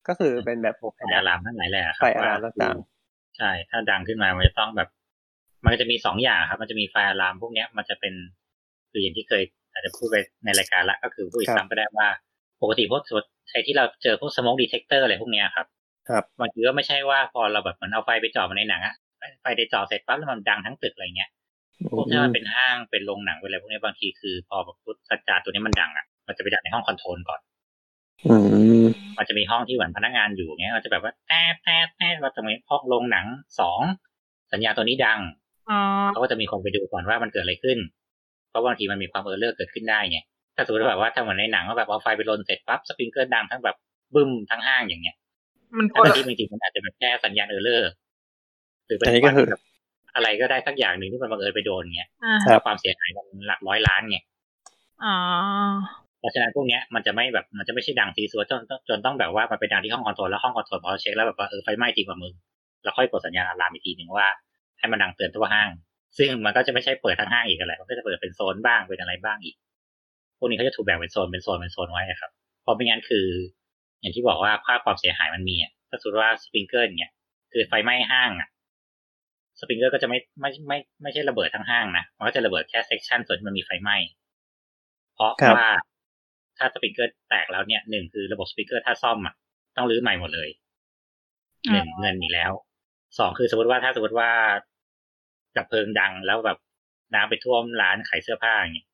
ก็คือเป็นแบบไฟอะลามทั้งหลายแหละครับไฟอะลามต่างๆใช่ถ้าดังขึ้นมามันจะต้องแบบมันจะมี2อย่างครับมันจะมีไฟอะลามพวกนี้มันจะเป็นคืออย่างที่เคยอาจจะพูดไปในรายการละก็คือพูดอีกซ้ำก็ได้ว่าปกติพวกไอ้ที่เราเจอพวก smoke detector อะไรพวกนี้ครับบางทีก็ไม่ใช่ว่าพอเราแบบเหมือนเอาไฟไปจ่อมาในหนังอะไฟได้จ่อเสร็จปั๊บแล้วมันดังทั้งตึกอะไรเงี้ยพวกที่มันเป็นห้างเป็นโรงหนังเป็นอะไรพวกนี้บางทีคือพอแบบสัญญาณตัวนี้มันดังอ่ะมันจะไปดังในห้องคอนโทรลก่อนมันจะมีห้องที่เหมือนพนักงานอยู่เงี้ยมันจะแบบว่าแต๊ว่าตรงนี้ห้องโรงหนัง2สัญญาณตัวนี้ดังเขาก็จะมีคนไปดูก่อนว่ามันเกิดอะไรขึ้นเพราะบางทีมันมีความเออร์เกิดขึ้นได้ไงถ้าสมมติแบบว่าถ้าเหมือนในหนังว่าแบบเอาไฟไปลนเสร็จปั๊บสปริงเกอร์ดังทั้งแบบบึ้มทั้งห้างอย่างเงี้ยแต่ที่จริงๆมันอาจจะแบบแค่สัญญาณเออร์หรือเป็นแบบอะไรก็ได้สักอย่างหนึ่งที่มันบังเอิญไปโดนเงี้ยความเสียหายมันหลัก100 ล้านไงเพราะฉะนั้นพวกเนี้ยมันจะไม่ใช่ดังซีซัวจนต้องแบบว่ามันไปดังที่ห้องคอนโทรลแล้วห้องคอนโทรลพอเช็คแล้วแบบว่าไฟไหม้จริงกว่ามึงแล้วค่อยกดสัญญาณอะลามอีกทีนึงว่าให้มันดังเตือนทั่วห้างซึ่งมันก็จะไม่ใช่เปิดทั้งห้างอีกอะไรมันก็จะเปิดเป็นโซนบ้างเป็นอะไรบ้างอีกพวกนี้เขาจะถูกแบ่งเป็นโซนไว้ครับเพราะไม่งั้นคืออย่างที่บอกว่าภาพความเสียหายมันมีอ่ะถ้าสมมติว่าสปริงเกอร์เนี่ยคือไฟไหม้ห้างอ่ะสปริงเกอร์ก็จะไม่ใช่ระเบิดทั้งห้างนะมันก็จะระเบิดแค่เซกชันส่วนที่มันมีไฟไหม้เพราะว่าถ้าสปริงเกอร์แตกแล้วเนี่ย1คือระบบสปริงเกอร์ถ้าซ่อมอ่ะต้องรื้อใหม่หมดเลย1เงินอีกแล้ว2คือสมมติว่าดับเพลิงดังแล้วแบบน้ำไปท่วมร้านขายเสื้อผ้าอย่างเงี้ย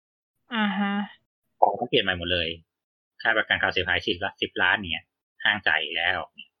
ต้องเปลี่ยนใหม่หมดเลยค่าประกันค่าเสียหายชิ้นละ10 ล้านเนี่ยห้างจ่ายแล้ว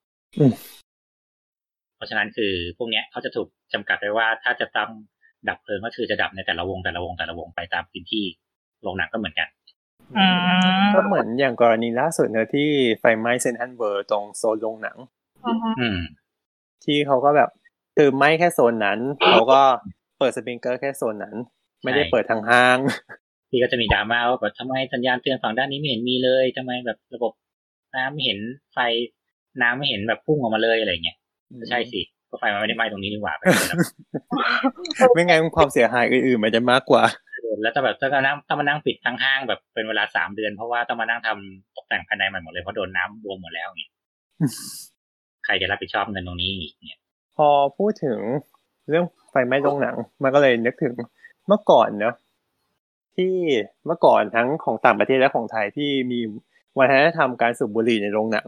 เพราะฉะนั้นคือพวกเนี้ยเขาจะถูกจำกัดไว้ว่าถ้าจะต้องดับเพลิงก็คือจะดับในแต่ละวงไปตามพื้นที่โรงหนังก็เหมือนกันก็เหมือนอย่างกรณีล่าสุดเนอะที่ไฟไหม้เซ็นทรัลเวิลด์ตรงโซนโรงหนังที่เขาก็แบบคือไหม้แค่โซนนั้นเขาก็เปิดสปริงเกอร์แค่โซนนั้นไม่ได้เปิดทางห้างที่ก็จะมีดราม่าว่าแบบทำไมสัญญาณเตือนฝั่งด้านนี้ไม่เห็นมีเลยทำไมแบบระบบน้ำไม่เห็นไฟน้ำไม่เห็นแบบพุ่งออกมาเลยอะไรเงี้ยใช่สิก็ไฟมันไม่ได้ไหม้ตรงนี้นี่หว่าไปแล้วไม่งั้นความเสียหายอื่นๆมันจะมากกว่าแล้วต้องมานั่งปิดทั้งห้างแบบเป็นเวลา3 เดือนเพราะว่าต้องมานั่งทำตกแต่งภายในใหม่หมดเลยเพราะโดนน้ำบวมหมดแล้วเนี่ยใครจะรับผิดชอบเงินตรงนี้อีกเนี่ยพอพูดถึงเรื่องไฟไหม้โรงหนังมันก็เลยนึกถึงเมื่อก่อนเนอะที่เมื่อก่อนทั้งของต่างประเทศและของไทยที่มีวัฒนธรรมการสูบบุหรี่ในโรงหนัง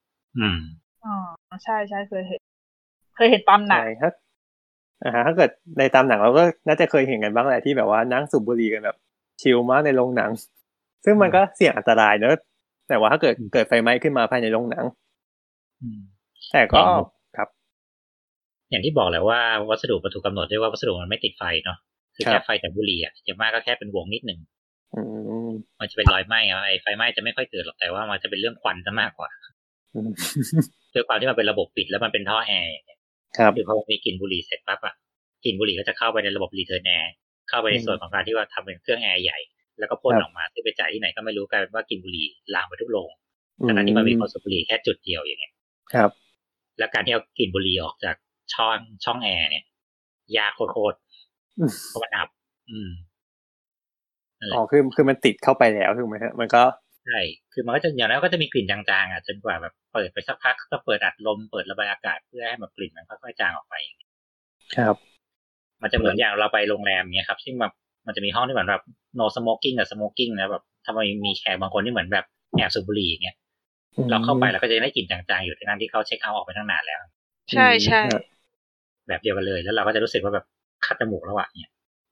ใช่เคยเห็นตามหนังถ้าเกิดในตามหนังเราก็น่าจะเคยเห็นกันบ้างแหละที่แบบว่านั่งสูบบุหรี่กันแบบชิลมากในโรงหนังซึ่งมันก็เสี่ยงอันตรายเนอะแต่ว่าถ้าเกิดไฟไหม้ขึ้นมาภายในโรงหนังแต่ก็ครับอย่างที่บอกแหละว่าวัสดุมันถูกกำหนดด้วยว่าวัสดุมันไม่ติดไฟเนาะคือแค่ไฟจากบุหรี่อ่ะอย่างมากก็แค่เป็นวงนิดนึงมันจะเป็นรอยไหม้ไอ้ไฟไหม้จะไม่ค่อยเกิดหรอกแต่ว่ามันจะเป็นเรื่องควันซะมากกว่าด้วยความที่มันเป็นระบบปิดแล้วมันเป็นท่อแอร์คือพอมีกลิ่นบุหรี่เสร็จปั๊บอ่ะกลิ่นบุหรี่ก็จะเข้าไปในระบบรีเทิร์นแอร์เข้าไปในส่วนของการที่ว่าทำเป็นเครื่องแอร์ใหญ่แล้วก็พ่นออกมาที่ไปจ่ายที่ไหนก็ไม่รู้กลายเป็นว่ากลิ่นบุหรี่ลามไปทุกโรงขณะที่มันมีคนสูบบุหรี่แค่จุดเดียวอย่างเงี้ยครับแล้วการที่เอากลิ่นบุหรี่ออกจากช่องแอร์เนี่ยยากโคตรเพราะมันอับคือมันติดเข้าไปแล้วถูกไหมฮะมันก็ใช่คือมันก็จะอย่างนั้นก็จะมีกลิ่นจางๆอ่ะจนกว่าแบบเปิดไปสักพักก็เปิดอัดลมเปิดระบายอากาศเพื่อให้แบบกลิ่นมันค่อยๆจางออกไปครับมันจะเหมือนอย่างเราไปโรงแรมเงี้ยครับซึ่งแบบมันจะมีห้องที่เหมือนแบบ no smoking กับ smoking นะแบบทำไมมีแขกบางคนที่เหมือนแบบแอบสูบบุหรี่เงี้ยเราเข้าไปแล้วก็จะได้กลิ่นจางๆอยู่ที่นั่นที่เขาเช็คเอาท์ออกไปตั้งนานแล้วใช่แบบเดียวกันเลยแล้วเราก็จะรู้สึกว่าแบบคัดจมูกแล้วอ่ะเนี่ย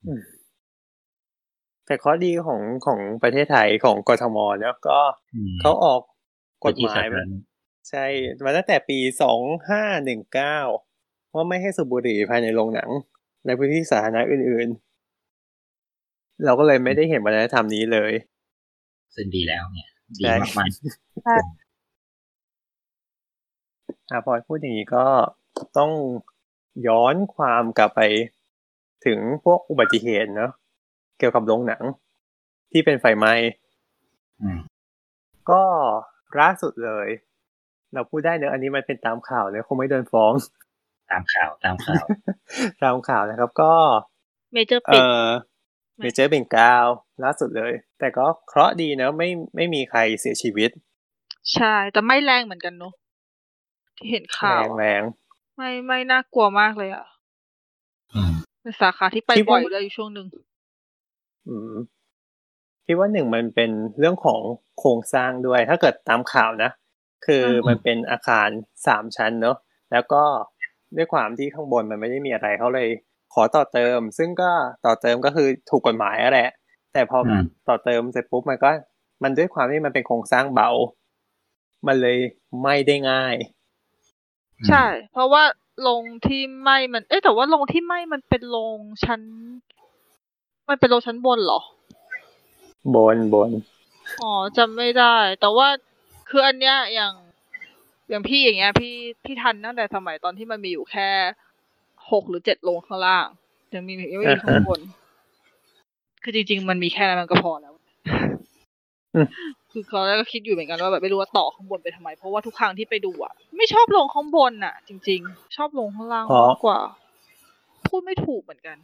แต่ข้อดีของประเทศไทยของกทมเนี่ยก็เขาออกกฎหมายใช่มาตั้งแต่ปี2519ว่าไม่ให้สูบบุหรี่ภายในโรงหนังในพื้นที่สาธารณะอื่นๆเราก็เลยไม่ได้เห็นวัฒนธรรมนี้เลยซึ่งดีแล้วเนี่ยดีมากๆพอพูดอย่างนี้ก็ต้องย้อนความกลับไปถึงพวกอุบัติเหตุเนาะเกี่ยวกับโรงหนังที่เป็นไฟไหม้ก็ล่าสุดเลยเราพูดได้เนอะอันนี้มันเป็นตามข่าวเลยคงไม่โดนฟ้องตามข่าวนะครับก็เมเจอร์ปิดเมเจอร์เป็น9ล่าสุดเลยแต่ก็เคราะห์ดีนะไม่มีใครเสียชีวิตใช่แต่ไม่แรงเหมือนกันเนอะที่เห็นข่าวแรงไม่น่ากลัวมากเลยอ่ะเป็นสาขาที่ไปบ่อยเลยอยู่ช่วงนึงคิดว่าหนึ่งมันเป็นเรื่องของโครงสร้างด้วยถ้าเกิดตามข่าวนะคือมันเป็นอาคาร3ชั้นเนอะแล้วก็ด้วยความที่ข้างบนมันไม่ได้มีอะไรเขาเลยขอต่อเติมซึ่งก็ต่อเติมก็คือถูกกฎหมายแหละแต่พอต่อเติมเสร็จปุ๊บมันด้วยความที่มันเป็นโครงสร้างเบามันเลยไหม้ได้ง่ายใช่เพราะว่าโรงที่ไหม้มันแต่ว่าโรงที่ไหม้มันเป็นโรงชั้นมันเป็นโรงชั้นบนเหรอบนอ๋อจำไม่ได้แต่ว่าคืออันเนี้ยอย่างพี่อย่างเงี้ยพี่ทันตั้งแต่สมัยตอนที่มันมีอยู่แค่6 หรือ 7โรงข้างล่างยังไม่มีข้างบนคือจริงๆมันมีแค่นั้นมันก็พอแล้วคือเขาก็คิดอยู่เหมือนกันว่าแบบไม่รู้ว่าต่อข้างบนไปทำไมเพราะว่าทุกครั้งที่ไปดูอ่ะไม่ชอบลงข้างบนอ่ะจริงๆชอบลงข้างล่างมากกว่าพูดไม่ถูกเหมือนกัน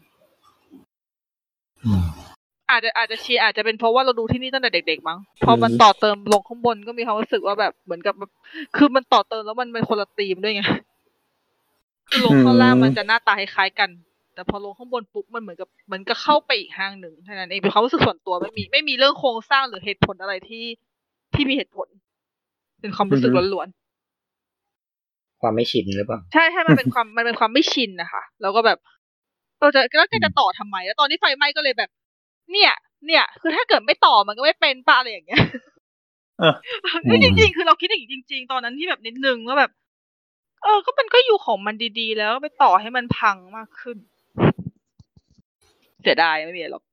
อาจจะชีอาจจะเป็นเพราะว่าเราดูที่นี่ตั้งแต่เด็กๆมั้งพอมันต่อเติมลงข้างบนก็มีความรู้สึกว่าแบบเหมือนกับคือมันต่อเติมแล้วมันเป็นคนละธีมด้วยไงคือลงข้างล่างมันจะหน้าตาคล้ายๆกันแต่พอลงข้างบนปุ๊บมันเหมือนกับเข้าไปอีกห้างหนึ่งเท่านั้นเองเป็นความรู้สึกส่วนตัวไม่มีเรื่องโครงสร้างหรือเหตุผลอะไรที่มีเหตุผลเป็นความรู้สึกล้วนๆความไม่ชินหรือเปล่าใช่มันเป็นความไม่ชินนะคะแล้วก็แบบแล้วแกจะต่อทำไมแล้วตอนที่ไฟไหม้ก็เลยแบบเนี่ยคือถ้าเกิดไม่ต่อมันก็ไม่เป็นป่ะอะไรอย่างเงี้ยจริงๆคือเราคิดอย่างนี้จริงๆตอนนั้นที่แบบนิดนึงว่าแบบก็มันก็อยู่ของมันดีๆแล้วไปต่อให้มันพังมากขึ้นเสียดายไม่มีหรอก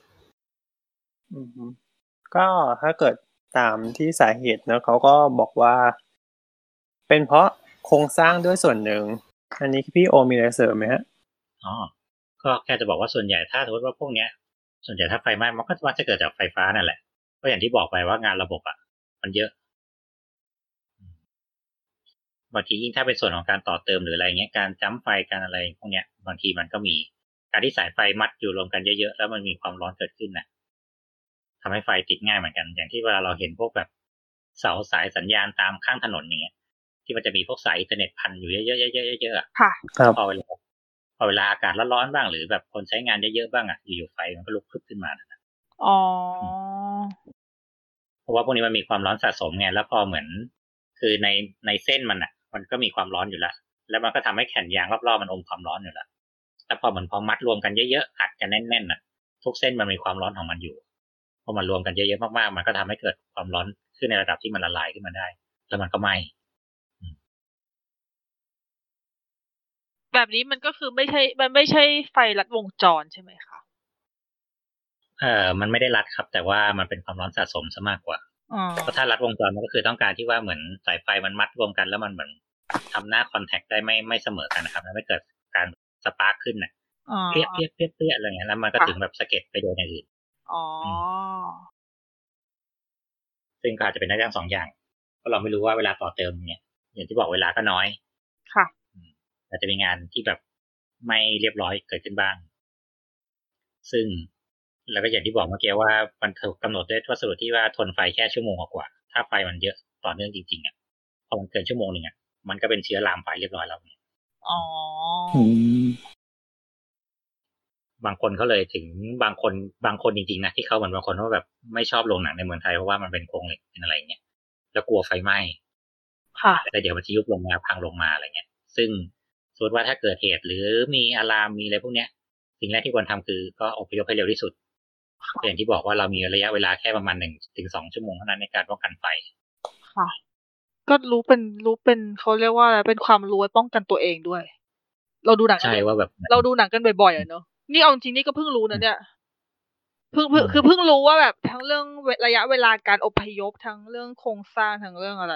ก็ถ้าเกิดตามที่สาเหตุเนอะเขาก็บอกว่าเป็นเพราะโครงสร้างด้วยส่วนหนึ่งอันนี้พี่โอมีอะไรเสริมไหมฮะก็แค่จะบอกว่าส่วนใหญ่ถ้าสมมติว่าพวกเนี้ยส่วนใหญ่ถ้าไฟไหม้มันก็จะเกิดจากไฟฟ้านั่นแหละก็อย่างที่บอกไปว่างานระบบอ่ะมันเยอะบางทียิ่งถ้าเป็นส่วนของการต่อเติมหรืออะไรเงี้ยการจั๊มไฟการอะไรพวกเนี้ยบางทีมันก็มีการที่สายไฟมัดอยู่รวมกันเยอะๆแล้วมันมีความร้อนเกิดขึ้นน่ะทำให้ไฟติดง่ายเหมือนกันอย่างที่เวลาเราเห็นพวกแบบเสาสายสัญญาณตามข้างถนนอย่างเงี้ยที่มันจะมีพวกสายอินเทอร์เน็ตพันอยู่เยอะๆๆๆๆค่ะครับพอเวลาอากาศร้อนๆบ้างหรือแบบคนใช้งานเยอะๆบ้างอ่ะอยู่ๆไฟมันก็ลุกพรึบขึ้นมาอ๋อเพราะว่าพวกนี้มันมีความร้อนสะสมไงแล้วพอเหมือนคือในเส้นมันอ่ะมันก็มีความร้อนอยู่แล้วแล้วมันก็ทำให้แผ่นยางรอบๆมันอมความร้อนอยู่แล้วแล้วพอมัดรวมกันเยอะๆอัดกันแน่นๆอ่ะทุกเส้นมันมีความร้อนของมันอยู่พอมันรวมกันเยอะๆมากๆมันก็ทำให้เกิดความร้อนขึ้นในระดับที่มันละลายขึ้นมาได้แล้วมันก็ไหม้แบบนี้มันก็คือไม่ใช่ไฟลัดวงจรใช่ไหมคะมันไม่ได้รัดครับแต่ว่ามันเป็นความร้อนสะสมซะมากกว่าเพราะถ้ารัดวงจรมันก็คือต้องการที่ว่าเหมือนสายไฟมันมัดรวมกันแล้วมันเหมือนทำหน้าคอนแทคได้ไม่เสมอกันนะครับแล้วไม่เกิดการสปาร์คขึ้นน่ะเปี้ยอะไรเงี้ยแล้วมันก็ถึงแบบสะเก็ดไปโดนอย่างอื่นซึ่งก็อาจจะเป็นได้ทั้งสองอย่างเพราะเราไม่รู้ว่าเวลาต่อเติมเนี่ยอย่างที่บอกเวลาก็น้อยค่ะอาจจะมีงานที่แบบไม่เรียบร้อยเกิดขึ้นบ้างซึ่งแล้วก็อย่างที่บอกเมื่อกี้ว่ามันถูกกำหนดด้วยวัสดุที่ว่าทนไฟแค่ชั่วโมงกว่าถ้าไฟมันเยอะต่อเนื่องจริงๆอ่ะพอมันเกินชั่วโมงนึงอ่ะมันก็เป็นเชื้อลามไฟเรียบร้อยแล้วเนี่ยบางคนเขาเลยถึงบางคนจริงๆนะที่เขาเหมือนบางคนว่าแบบไม่ชอบโรงหนังในเมืองไทยเพราะว่ามันเป็นโครงเหล็กเป็นอะไรเงี้ยแล้วกลัวไฟไหม้ค่ะแต่เดี๋ยวมันจะยุบลงมาพังลงมาอะไรเงี้ยซึ่งสมมติว่าถ้าเกิดเหตุหรือมีอะลามมีอะไรพวกเนี้ยสิ่งแรกที่ควรทำคือก็อพยพให้เร็วที่สุดอย่างที่บอกว่าเรามีระยะเวลาแค่ประมาณ1-2 ชั่วโมงเท่านั้นในการป้องกันไฟค่ะก็รู้เป็นเขาเรียกว่าอะไรเป็นความรู้ไว้ป้องกันตัวเองด้วยเราดูหนังใช่ว่าแบบเราดูหนังกันบ่อยๆเนอะนี่เอาจริงนี่ก็เพิ่งรู้นะเนี่ยเพิ่งรู้ว่าแบบทั้งเรื่องระยะเวลาการอพยพทั้งเรื่องโครงสร้างทั้งเรื่องอะไร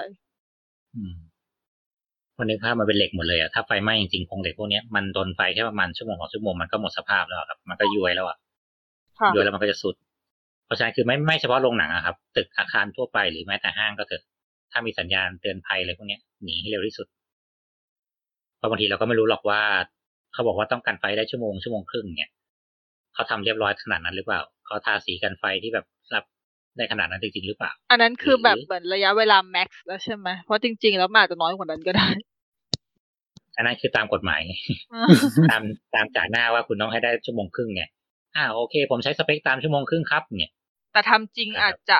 วันนี้ภาพมันเป็นเหล็กหมดเลยอ่ะถ้าไฟไหม้จริงๆโครงเหล็กพวกนี้มันโดนไฟแค่ประมาณ1-2 ชั่วโมงมันก็หมดสภาพแล้วครับมันก็ย้วยแล้วอ่ะย้วยแล้วมันก็จะสุดเพราะฉะนั้นคือไม่เฉพาะโรงหนังอะครับตึกอาคารทั่วไปหรือแม้แต่ห้างก็เถอะถ้ามีสัญญาณเตือนภัยอะไรพวกนี้หนีให้เร็วที่สุดเพราะบางทีเราก็ไม่รู้หรอกว่าเขาบอกว่าต้องกันไฟได้ชั่วโมงครึ่งเนี่ยเขาทำเรียบร้อยขนาดนั้นหรือเปล่าเขาทาสีกันไฟที่แบบได้ขนาดนั้นจริงๆหรือเปล่าอันนั้นคือแบบเหมือนระยะเวลาแม็กซ์แล้วใช่ไหมเพราะจริงๆแล้วมันอาจจะน้อยกว่านั้นก็ได้อันนั้นคือตามกฎหมายตามจ่าหน้าว่าคุณต้องให้ได้ชั่วโมงครึ่งไงโอเคผมใช้สเปคตามชั่วโมงครึ่งครับเนี่ยแต่ทำจริงอาจจะ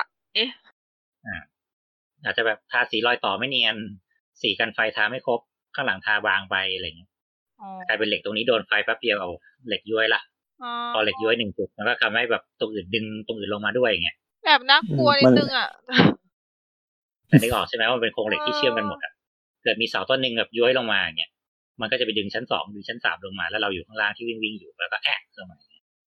อาจจะแบบทาสีรอยต่อไม่เนียนสีกันไฟทาไม่ครบข้างหลังทาบางไปอะไรเงี้ยกลายเป็นเหล็กตรงนี้โดนไฟแป๊บเดียวเอาเหล็กย้วยละพอเหล็กย้วย1จุดมันก็ทำให้แบบตรงอื่นดึงตรงอื่นลงมาด้วยอย่างเงี้ยแบบน่ากลัวนิดนึงแต่นึกออกใช่ไหมว่ามันเป็นโครงเหล็กที่เชื่อมกันหมดเกิดมีเสาต้นนึงแบบย้วยลงมาอย่างเงี้ยมันก็จะไปดึงชั้น2ดึงชั้น3ลงมาแล้วเราอยู่ข้างล่างที่วิ่งอยู่แล้วก็ลงมา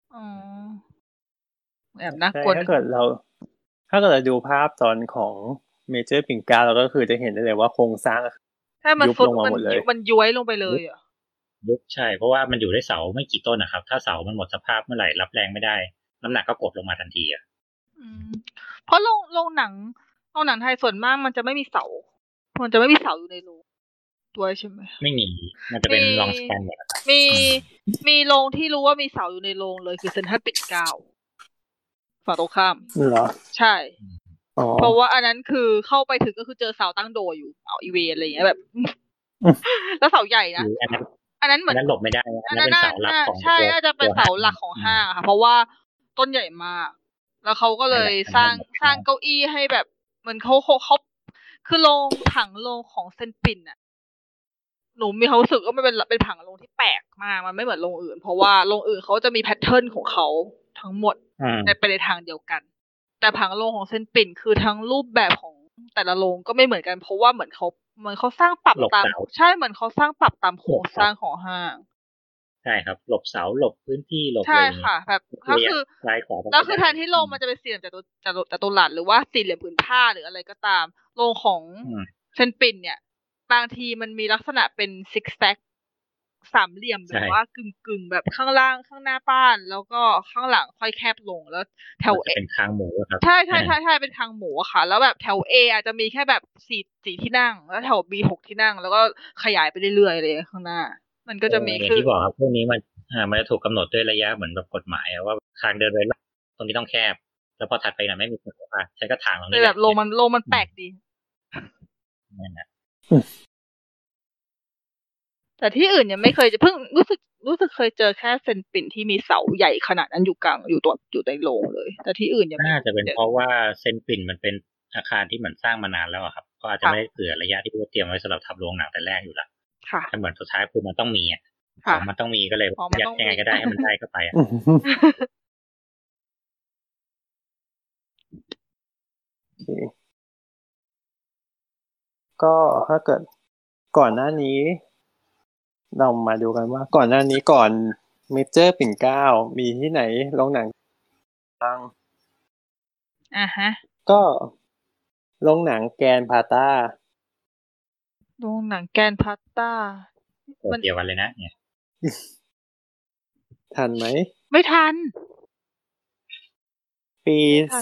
แบบน่ากลัวถ้าเกิดเราดูภาพตอนของเมเจอร์ปิ่นเกล้าเราก็คือจะเห็นได้เลยว่าโครงสร้างยุบลงมาหมดเลยมันย้วยลงไปเลยยุบใช่เพราะว่ามันอยู่ได้เสาไม่กี่ต้นนะครับถ้าเสามันหมดสภาพเมื่อไหร่รับแรงไม่ได้น้ำหนักก็กดลงมาทันทีเพราะโรงหนังไทยส่วนมากมันจะไม่มีเสาอยู่ในโรงด้วยใช่ไหมไม่มีมันจะเป็นลองสแกนหมดมีโรงที่รู้ว่ามีเสาอยู่ในโรงเลยคือเซ็นทรัลปิ่นเกล้าฝั่งตรงข้ามเหรอใช่เพราะว่าอันนั้นคือเข้าไปถึงก็คือเจอเสาตั้งโดอยู่เอาอีเวนอะไรอย่างเงี้ยแบบแล้วเสาใหญ่นะอันนั้นเหมือนหลบไม่ได้อันนั้นเป็นเสาหลักของใช่น่าจะเป็นเสาหลักของห้างค่ะเพราะว่าต้นใหญ่มากแล้วเขาก็เลยสร้างเก้าอี้ให้แบบเหมือนเขาคือโรงผังโรงของเซนปิ่นน่ะหนูมีความรู้สึกว่ามันเป็นผังโรงที่แปลกมากมันไม่เหมือนโรงอื่นเพราะว่าโรงอื่นเขาจะมีแพทเทิร์นของเขาทั้งหมดไปในทางเดียวกันแต่ผังโรงของเซนปิ่นคือทั้งรูปแบบของแต่ละโรงก็ไม่เหมือนกันเพราะว่าเหมือนเขาสร้างปรับตามใช่เหมือนเขาสร้างปรับตามโครงสร้างของห้างใช่ครับหลบเสาหลบพื้นที่หลบอะไรใช่ค่ะแบบก็คือแล้วคือแทนที่โรงมันจะเป็นสี่เหลี่ยมจัตุรัสหรือว่าสี่เหลี่ยมผืนผ้าหรืออะไรก็ตามโรงของเซนปิ่นเนี่ยบางทีมันมีลักษณะเป็นซิกแซกสามเหลี่ยมแบบว่ากึ่งแบบข้างล่างข้างหน้าบ้านแล้วก็ข้างหลังค่อยแคบลงแล้วแถว A เป็นทางหมูครับใช่เป็นทางหมูค่ะแล้วแบบแถว A อาจจะมีแค่แบบ4ที่นั่งแล้วแถว B 6ที่นั่งแล้วก็ขยายไปเรื่อยๆเลยข้างหน้ามันก็จะมีคือที่บอกครับพวกนี้มันจะถูกกำหนดด้วยระยะเหมือนแบบกฎหมายว่าทางเดินไปตรงนี้ต้องแคบแล้วพอถัดไปน่ะไม่มีคนว่าใช้ก็ทางตรงนี้แบบโลมันแปลกดีนั่นแหละแต่ที่อื่นยังไม่เคยจะเพิ่งรู้สึกเคยเจอแค่เซนปิ่นที่มีเสาใหญ่ขนาดนั้นอยู่กลางอยู่ในโรงเลยแต่ที่อื่นยังน่าจะเป็นเพราะว่าเซนปิ่นมันเป็นอาคารที่เหมือนสร้างมานานแล้วครับก็อาจจะไม่ได้เผื่อระยะที่เตรียมไว้สำหรับทำโรงหนังแต่แรกอยู่ละแต่เหมือนสุดท้ายคือมันต้องมีมันต้องมีก็เลยยัดยังไงก็ได้ให้มันได้เข้าไปก็ถ้าเกิดก่อนหน้านี้เรามาดูกันว่าก่อนหน้านี้ก่อนเมเจอร์ปิ่นเกล้ามีที่ไหนโรงหนังบ้างฮะก็โรงหนังแกรนด์พาต้าโรงหนังแกรนด์พาต้ามันเดียวกันเลยนะเนี่ยทันไหมไม่ทันปี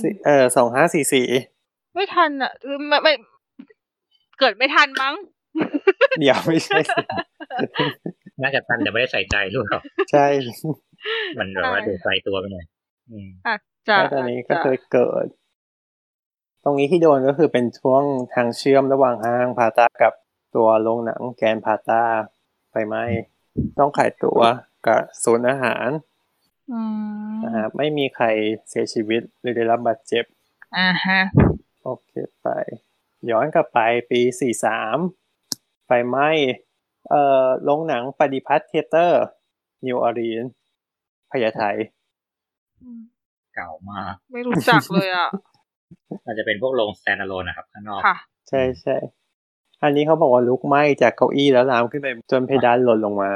2544 ไม่ทันอ่ะคือไม่เกิดไม่ทันมั้งเดี๋ยวไม่ใช่น่าจะทันแต่ไม่ได้ใส่ใจรู้เปล่าใช่มันแบบว่าดูใส่ตัวไปหน่อยตอนนี้ก็เคยเกิดตรงนี้ที่โดนก็คือเป็นช่วงทางเชื่อมระหว่างห้างพาต้ากับตัวโรงหนังแกรนด์พาต้าไฟไหม้ต้องขายตัวกับศูนย์อาหารนะครับไม่มีใครเสียชีวิตหรือได้รับบาดเจ็บโอเคไปย้อนกลับไปปี43ไฟไหม้โรงหนังปฏิพัฒน์เธียเตอร์นิวออร์ลีนส์พญาไทเก่ามากไม่รู้จักเลยอ่ะอาจจะเป็นพวกโรงสแตนด์อะโลนนะครับข้างนอกใช่อันนี้เขาบอกว่าลุกไหม้จากเก้าอี้แล้วลามขึ้นไปจนเพดานหล่นลงมา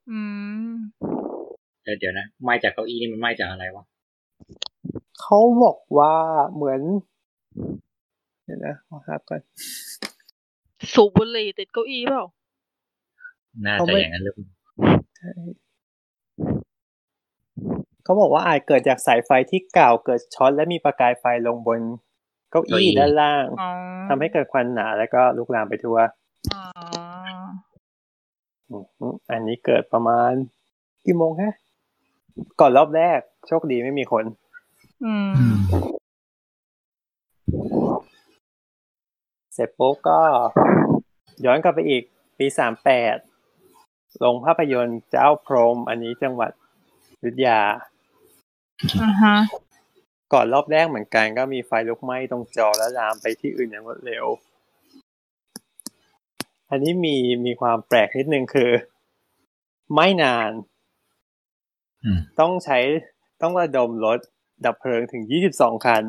เดี๋ยวนะไหม้จากเก้าอี้นี่มันไหม้จากอะไรวะเขาบอกว่าเหมือนเดี๋ยวนะขอหาก่อนสูบบุหรี่ติดเก้าอี้เปล่าน่าจะอย่างนั้นหรือเปล่าเขาบอกว่าอาจเกิดจากสายไฟที่เก่าเกิดช็อตและมีประกายไฟลงบนเก้าอี้ด้านล่างทำให้เกิดควันหนาแล้วก็ลุกลามไปทั่วอันนี้เกิดประมาณกี่โมงฮะก่อนรอบแรกโชคดีไม่มีคนเสร็จปุ๊บก็ย้อนกลับไปอีกปี38โรงภาพยนตร์เจ้าพรหมอันนี้จังหวัดอยุธยาก่อนรอบแรกเหมือนกันก็มีไฟลุกไหม้ตรงจอแล้วลามไปที่อื่นอย่างรวดเร็วอันนี้มีความแปลกนิดนึงคือไม่นานต้องระดมรถดับเพลิงถึง22คัน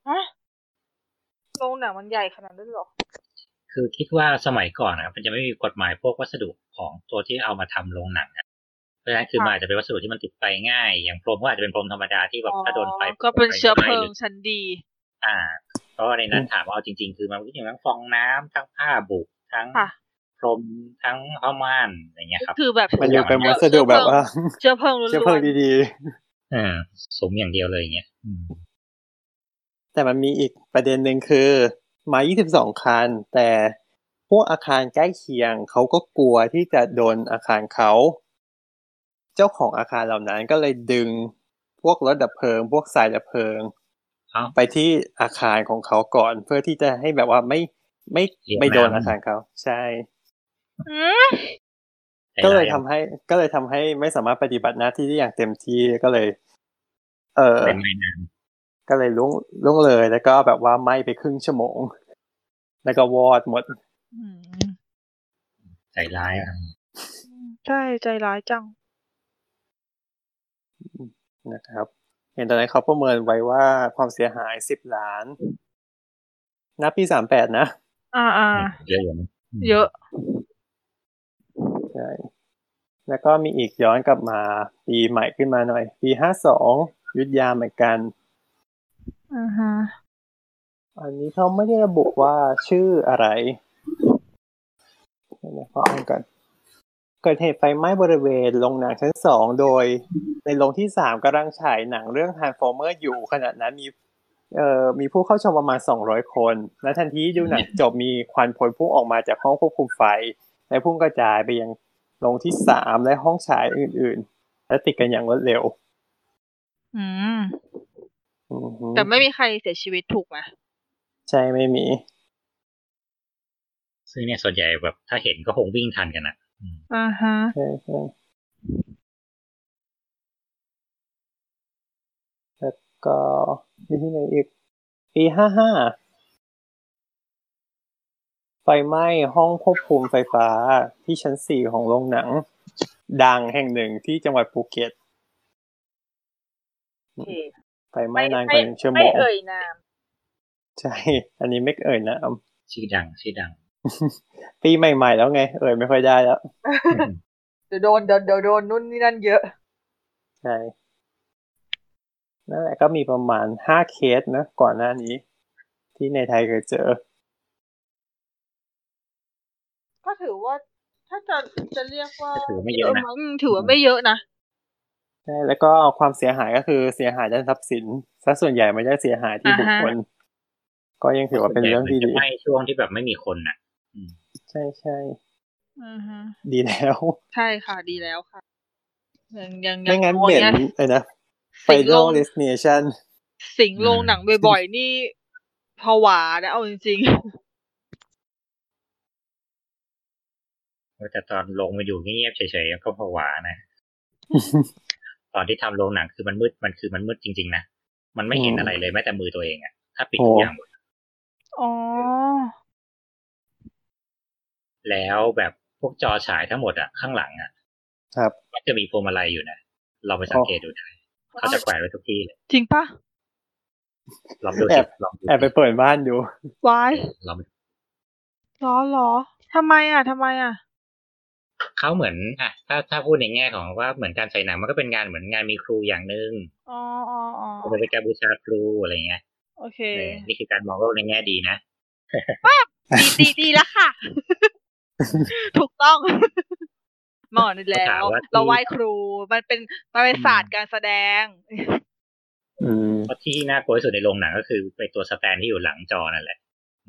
โรงหนังมันใหญ่ขนาดนั้นหรอคือคิดว่าสมัยก่อนนะมันจะไม่มีกฎหมายพวกวัสดุของตัวที่เอามาทำโรงหนังเพราะฉะนั้นคือมันอาจจะเป็นวัสดุที่มันติดไฟง่ายอย่างพรมก็อาจจะเป็นพรมธรรมดาที่แบบถ้าโดนไฟก็เป็นเชื้อเพลิงชั้นดีเพราะในนั้นถามว่าเอาจริงๆคือมันก็อย่างทั้งฟองน้ำทั้งผ้าบุทั้งพรมทั้งผ้าม่านอะไรเงี้ยครับคือแบบมันอยู่เป็นวัสดุแบบว่าเชื้อเพลิงล้วนๆเชื้อเพลิงดีๆสมอย่างเดียวเลยเงี้ยแต่มันมีอีกประเด็นหนึ่งคือมา22คันแต่พวกอาคารใกล้เคียงเขาก็กลัวที่จะโดนอาคารเขาเจ้าของอาคารเหล่านั้นก็เลยดึงพวกรถดับเพลิงพวกสายดับเพลิงไปที่อาคารของเขาก่อนเพื่อที่จะให้แบบว่าไม่โดนอาคารเขาใช่ก็เลยทำให้ไม่สามารถปฏิบัติหน้าที่ได้อย่างเต็มที่ก็เลยก็เลยลุ่งเลยแล้วก็แบบว่าไหม้ไปครึ่งชั่วโมงแล้วก็วอดหมดใจร้ายใช่ใจร้ายจังนะครับเห็นตอนนั้นเขาประเมินไว้ว่าความเสียหาย10 ล้านณปี38นะเยอะเยอะใช่แล้วก็มีอีกย้อนกลับมาปีใหม่ขึ้นมาหน่อยปี52อยุธยาเหมือนกันอันนี้เขาไม่ได้ระบุว่าชื่ออะไรขออ่านก่อนเกิดเหตุไฟไหม้บริเวณโรงหนังชั้น2โดยในโรงที่3กำลังฉายหนังเรื่อง Transformer อยู่ขณะนั้นมีผู้เข้าชมประมาณ200คนและทันทีดูหนังจบมีควันพวยพุ่งออกมาจากห้องควบคุมไฟและพุ่งกระจายไปยังโรงที่3และห้องฉายอื่นๆและติดกันอย่างรวดเร็วแต่ไม่มีใครเสียชีวิตถูกไหมใช่ไม่มีซึ่งเนี่ยส่วนใหญ่แบบถ้าเห็นก็คงวิ่งทันกันใช่แล้วก็มีที่ไหนอีกปี55ไฟไหม้ห้องควบคุมไฟฟ้าที่ชั้น4ของโรงหนังดังแห่งหนึ่งที่จังหวัดภูเก็ตไฟไหม้นานกว่า1 ชั่วโมงไม่เอ่ยนามใช่อันนี้ไม่เอ่ยนามชื่อดังปีใหม่ๆแล้วไงเอ่ยไม่ค่อยได้แล้วเดี๋ยวโดนนู่นนี่นั่นเยอะใช่นั่นแหละก็มีประมาณ5 เคสนะก่อนหน้านี้ที่ในไทยเคยเจอก็ถือว่าถ้าจะเรียกว่าถือไม่เยอะนะถือว่าไม่เยอะนะใช่แล้วก็ความเสียหายก็คือเสียหายด้านทรัพย์สินซะส่วนใหญ่ไม่ได้เสียหายที่บุคคลก็ยังถือว่าเป็นเรื่องที่ดีไม่ช่วงที่แบบไม่มีคนน่ะใช่ดีแล้วใช่ค่ะดีแล้วค่ะยังไม่งั้นเหม็นเลยนะ Final Destination สิงโรงหนังบ่อยๆนี่ผวานะเอาจริงๆแต่ตอนลงมาอยู่เงียบๆเฉยๆก็ผวานะตอนที่ทำโรงหนังคือมันมืดจริงๆนะมันไม่เห็นอะไรเลยแม้แต่มือตัวเองอะถ้าปิดทุกอย่างหมดแล้วแบบพวกจอฉายทั้งหมดอะข้างหลังอะครับมันจะมีพวงมาลัยอยู่นะเราไปสังเกตดูได้เขาจะแขวนไว้ทุกที่เลยจริงปะลองดูสิแอบไปเปิดบ้านดูวายหรอทำไมอ่ะเขาเหมือนถ้าพูดในแง่ของว่าเหมือนการใส่หนังมันก็เป็นงานเหมือนงานมีครูอย่างนึงเป็นการบูชาครูอะไรเงี้ยโอเคนี่คือการมองโลกในแง่ดีนะดีแล้วค่ะถูกต้องมองนี่แล้วเราไหว้ครูมันเป็นศาสตร์การแสดงเพราะที่น่ากลัวที่สุดในโรงหนังก็คือไปตัวสแตนที่อยู่หลังจอนั่นแหละ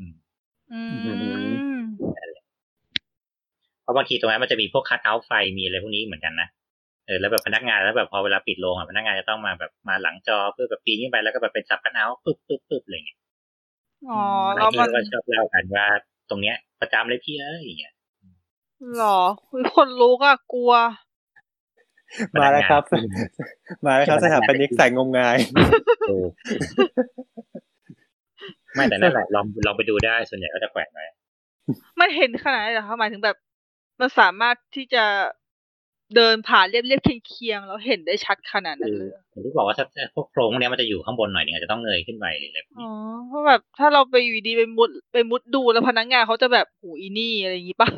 เพราะบางทีตรงนั้นมันจะมีพวกคัทเอาท์ไฟมีอะไรพวกนี้เหมือนกันนะแล้วแบบพนักงานแล้วแบบพอเวลาปิดโรงพนักงานจะต้องมาแบบมาหลังจอเพื่อแบบปีนขึ้นไปแล้วก็แบบเป็นสับคัทเอาท์ปึ๊บอะไรเงี้ยอ๋อแล้วมันก็ชอบเล่ากันว่าตรงเนี้ยประจำเลยพี่อย่างเงี้ยหรอคนรู้ก็กลัวมาแล้วครับมาแล้วครับสถาปนิกสายงมงายไม่แต่นั่นแหละลองไปดูได้ส่วนใหญ่ก็จะแขวนไว้มันเห็นขนาดไหนเหรอคะหมายถึงแบบมันสามารถที่จะเดินผ่านเรียบๆเคียงๆแล้วเห็นได้ชัดขนาดนั้นเลยอย่างที่บอกว่าถ้าพวกโครงเนี้ยมันจะอยู่ข้างบนหน่อยนึงอาจจะต้องเงยขึ้นไปหรืออะไรอ๋อเพราะแบบถ้าเราไปอยู่ดีไปมุดดูแล้วพนักงานเขาจะแบบหูอีนี่อะไรอย่างงี้ป่ะ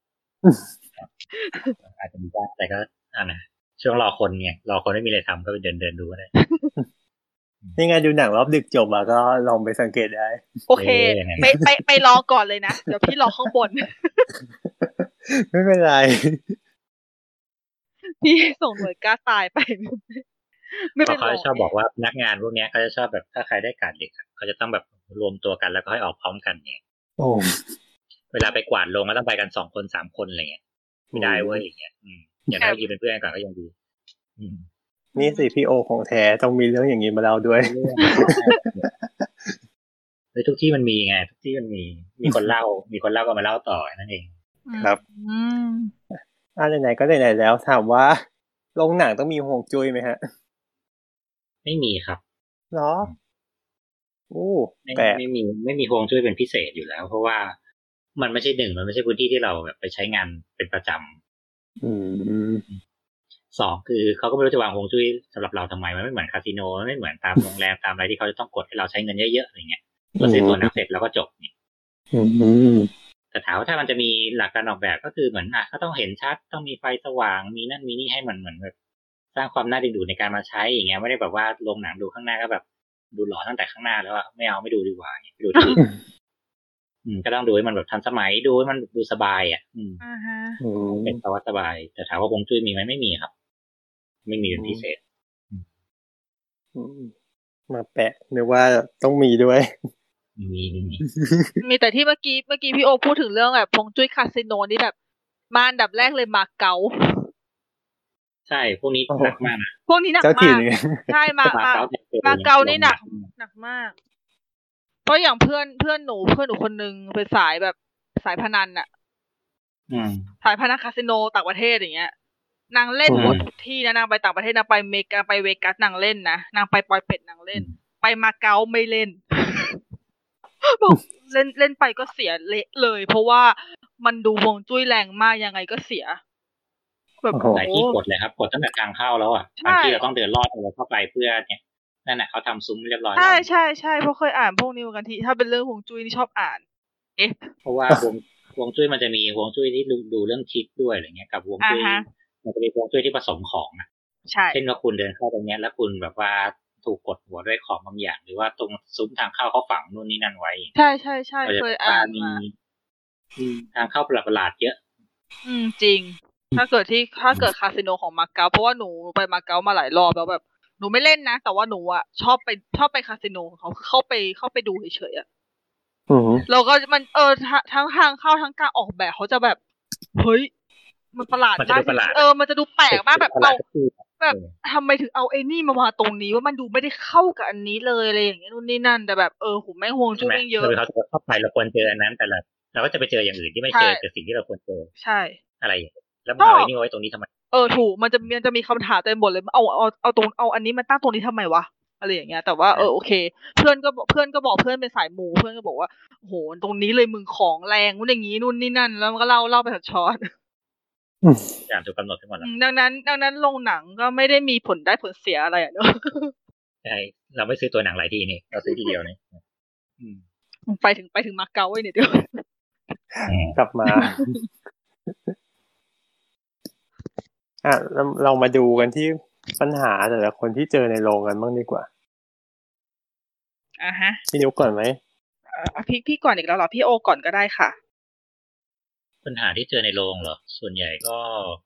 อาจจะมีบ้างแต่ก็นะช่วงรอคนไงรอคนไม่มีอะไรทำก็ไปเดินดูก็ได้นี่ไงดูหนังรอบดึกจบอ่ะก็ลองไปสังเกตได้โอเคไปรอก่อนเลยนะเดี๋ยวพี่รอข้างบนไม่เป็นไรพี่ส่งหน่วยกล้าตายไปไม่เป็นไรเขาชอบบอกว่าพนักงานพวกนี้เขาจะชอบแบบถ้าใครได้การเด็กเขาจะต้องแบบรวมตัวกันแล้วก็ให้ออกพร้อมกันเนี่ยโอ้เวลาไปกวาดลงก็ต้องไปกัน2 คน 3 คนอะไรเงี้ยไม่ได้เว้ยอย่างเงี้ยอย่างน้อยยืนเป็นเพื่อนกันก็ยังดีนี่สิพี่โอของแท้ต้องมีเรื่องอย่างนี้มาเล่าด้วยทุกที่มันมีไงทุกที่มันมีคนเล่าก็มาเล่าต่อนั่นเองครับไหนๆก็ไหนๆแล้วถามว่าโรงหนังต้องมีห่วงจุ้ยไหมฮะไม่มีครับเหรอโอ้แต่ไม่มีห่วงจุ้ยเป็นพิเศษอยู่แล้วเพราะว่ามันไม่ใช่มันไม่ใช่พื้นที่ที่เราแบบไปใช้งานเป็นประจำ2คือเขาก็ไม่รู้จะวางฮวงจุ้ยสำหรับเราทำไมมันไม่เหมือนคาสิโนไม่เหมือนตามโรงแรมตามอะไรที่เขาจะต้องกดให้เราใช้เงินเยอะๆอะไรเงี้ยเราซื้อตัวหนังเสร็จแล้วก็จบนี่แต่ถามว่าถ้ามันจะมีหลักการออกแบบก็คือเหมือนก็ต้องเห็นชัดต้องมีไฟสว่างมีนั่นมีนี่ให้มันเหมือนแบบสร้างความน่าดึงดูดในการมาใช้อย่างเงี้ยไม่ได้แบบว่าโรงหนังดูข้างหน้าก็แบบดูหล่อตั้งแต่ข้างหน้าแล้วไม่ดูดีกว่าไปดูที่ก็ต้องดูให้มันแบบทันสมัยดูให้มันดูสบายเป็นภาวะสบายแต่ถามว่าฮวงจุ้ยมีไหมไม่มีครับไม่มีเป็นพิเศษมาแปะนึกว่าต้องมีด้วยมีแต่ที่เมื่อกี้พี่โอพูดถึงเรื่องแบบฮวงจุ้ยคาสิโนนี่แบบมาอันดับแรกเลยมาเก๊าใช่พวกนี้หนักมากนะพวกนี้หนักมากใช่มาเก๊านี่หนักมากเพราะอย่างเพื่อนหนูคนนึงเป็นสายแบบสายพนันสายพนันคาสิโนต่างประเทศอย่างเงี้ยนางเล่นหมดทุกที่นะนางไปต่างประเทศนางไปเมกาไปเวกัสนางเล่นนะนางไปปอยเป็ดนางเล่นไปมาเก๊าไม่เล่นบอกเล่นไปก็เสียเละเลยเพราะว่ามันดูฮวงจุ้ยแรงมากยังไงก็เสียแบบหลายที่กดเลยครับกดตั้งแต่ทางเข้าแล้วบางที่เราต้องเดินลอดอะไรเข้าไปเพื่อเนี่ยนั่นแหละเขาทำซุ้มเรียบร้อยแล้วใช่เพราะเคยอ่านพวกนี้เหมือนกันที่ถ้าเป็นเรื่องฮวงจุ้ยนี่ชอบอ่านเพราะว่าฮวงจุ้ยมันจะมีฮวงจุ้ยที่ดูเรื่องทิศด้วยอะไรเงี้ยกับฮวงจุ้ยมันจะมีฮวงจุ้ยที่ผสมของใช่เช่นว่าคุณเดินเข้าตรงนี้แล้วคุณแบบว่าถูกกดหัวด้วยของบางอย่างหรือว่าตรงซุ้มทางเข้าเขาฝังนู่นนี่นั่นไว้ใช่เคยอ่านมาทางเข้าประหลาดเยอะจริงถ้าเกิดคาสิโนของมาเก๊าเพราะว่าหนูไปมาเก๊ามาหลายรอบแล้วแบบหนูไม่เล่นนะแต่ว่าหนูชอบไปคาสิโนของเขาเข้าไปดูเฉยๆแล้วก็มันทั้งทางเข้าทั้งการออกแบบเขาจะแบบเฮ้ยมันประหลาดมากมันจะดูแปลกมากแบบเอาแบบทำไมถึงเอาไอ้นี่มาตรงนี้ว่ามันดูไม่ได้เข้ากับอันนี้เลยอะไรอย่างเงี้ยนู่นนี่นั่นแต่แบบหูแม่งฮวงจุ้ยเยอะเขาเข้าไปเราควรเจออันนั้นแต่เราก็จะไปเจออย่างอื่นที่ไม่เจอกับสิ่งที่เราควรเจอใช่อะไรแล้วมันเอาไอ้นี่ไว้ตรงนี้ทำไมถูกมันจะมีคำถามเต็มหมดเลยเอาอันนี้มาตั้งตรงนี้ทำไมวะอะไรอย่างเงี้ยแต่ว่าโอเคเพื่อนก็บอกเพื่อนเป็นสายมูเพื่อนก็บอกว่าโหตรงนี้เลยมึงของแรงนู่นอย่างงี้นู่นนี่นั่นแล้วมันก็เล่าไปช็อตอย่างถูกกำหนดทั้งหมดดังนั้นโรงหนังก็ไม่ได้มีผลได้ผลเสียอะไรเนอะใช่เราไม่ซื้อตัวหนังหลายทีนี่เราซื้อทีเดียวนี่ไปถึงมาเก๊าไว้เนี่ยเดี๋ยวกลับมาเรามาดูกันที่ปัญหาแต่ละคนที่เจอในโรงกันบ้างดีกว่าฮะพี่นิ้วก่อนไหมพี่ก่อนอีกแล้วเหรอพี่โอก่อนก็ได้ค่ะปัญหาที่เจอในโรงเหรอส่วนใหญ่ก็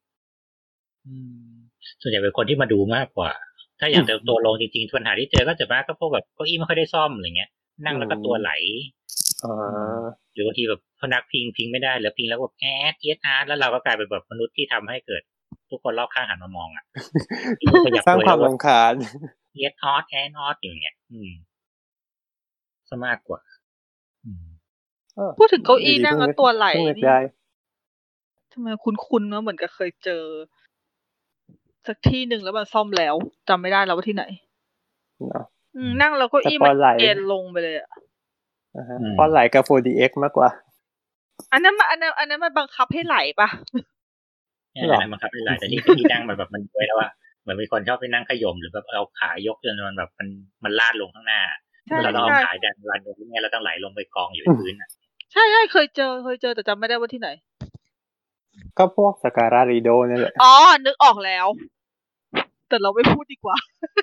เป็นคนที่มาดูมากกว่าถ้าอย่างตัวโรงจริงๆปัญหาที่เจอก็จะมากก็พวกแบบเก้าอี้ไม่ค่อยได้ซ่อมอะไรเงี้ยนั่งแล้วก็ตัวไหลหรือบางทีแบบพนักพิงไม่ได้แล้วพิงแล้วแบบแอดเอสอาร์แล้วเราก็กลายเป็นแบบมนุษย์ที่ทำให้เกิดทุกคนรอบข้างหันมามองสร้างความรำคาญเอสออสแอนออสอย่างเงี้ยซะมากกว่าพูดถึงเก้าอี้นั่งแล้วตัวไหลนี่ทำไมคุ้นๆเนาะเหมือนกับเคยเจอสักที่หนึ่งแล้วมันซ่อมแล้วจำไม่ได้แล้วว่าที่ไหนนั่งแล้วเก้าอี้มันเอ็นลงไปเลยอ่ะพอไหลกับ 4DX มากกว่าอันนั้นมันบังคับให้ไหลปะอันนั้นบังคับให้ไหลแต่ที่นั่งแบบมันไว้แล้วว่าเหมือนมีคนชอบไปนั่งขย่มหรือแบบเอาขายกจนมันแบบมันลาดลงข้างหน้าเราเอาขาดันลงเนี่ยเราต้องไหลลงไปกองอยู่พื้นอ่ะใช่เคยเจอแต่จำไม่ได้ว่าที่ไหนก็พวกสการาริโดนี่แหละอ๋อนึกออกแล้วแต่เราไม่พูดดีกว่า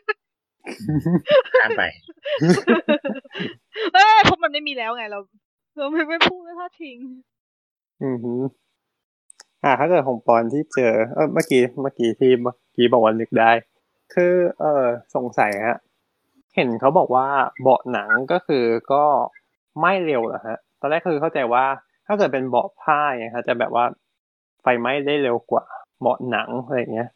ข้ามไปเพราะมันไม่มีแล้วไงเราไม่พูดไม่พลาดทิ้งถ้าเกิดของปอนที่เจอเมื่อกี้บอกว่านึกได้คือสงสัยฮะเห็นเขาบอกว่าเบาะหนังก็คือก็ไม่เร็วเหรอฮะตอนแรกคือเข้าใจว่าถ้าเกิดเป็นเบาะผ้าเนี่ยจะแบบว่าไฟไหม้ได้เร็วกว่าเบาะหนังอะไรอย่างเงี้ย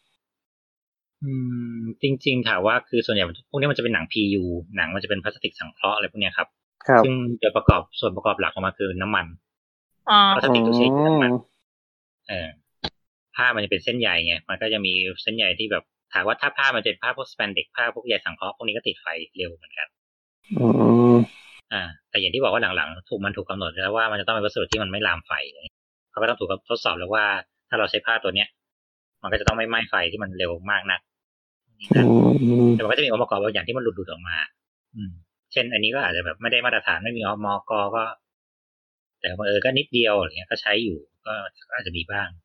จริงๆถามว่าคือส่วนใหญ่พวกนี้มันจะเป็นหนัง PU หนังมันจะเป็นพลาสติกสังเคราะห์อะไรพวกนี้ครับซึ่งโดยส่วนประกอบหลักออกมาคือน้ำมันพลาสติกตัวใช้น้ำมันผ้ามันจะเป็นเส้นใยไงมันก็จะมีเส้นใยที่แบบถามว่าถ้าผ้ามันเป็นผ้าพวกสแปนเด็กผ้าพวกใยสังเคราะห์พวกนี้ก็ติดไฟเร็วเหมือนกันแต่อย่างที่บอกว่าหลังๆถูกกำหนดแล้วว่ามันจะต้องเป็นวัสดุที่มันไม่ลามไฟเขาก็ต้องถูกทดสอบแล้วว่าถ้าเราใช้ผ้าตัวเนี้ยมันก็จะต้องไม่ไหม้ไฟที่มันเร็วมากนักแต่มันก็จะมีองค์ประกอบบางอย่างที่มันหลุดออกมาเช่นอันนี้ก็อาจจะแบบไม่ได้มาตรฐานไม่มีอมก.ก็แต่ก็นิดเดียวอย่างเงี้ยก็ใช้อยู่ก็อาจจะมีบ้าง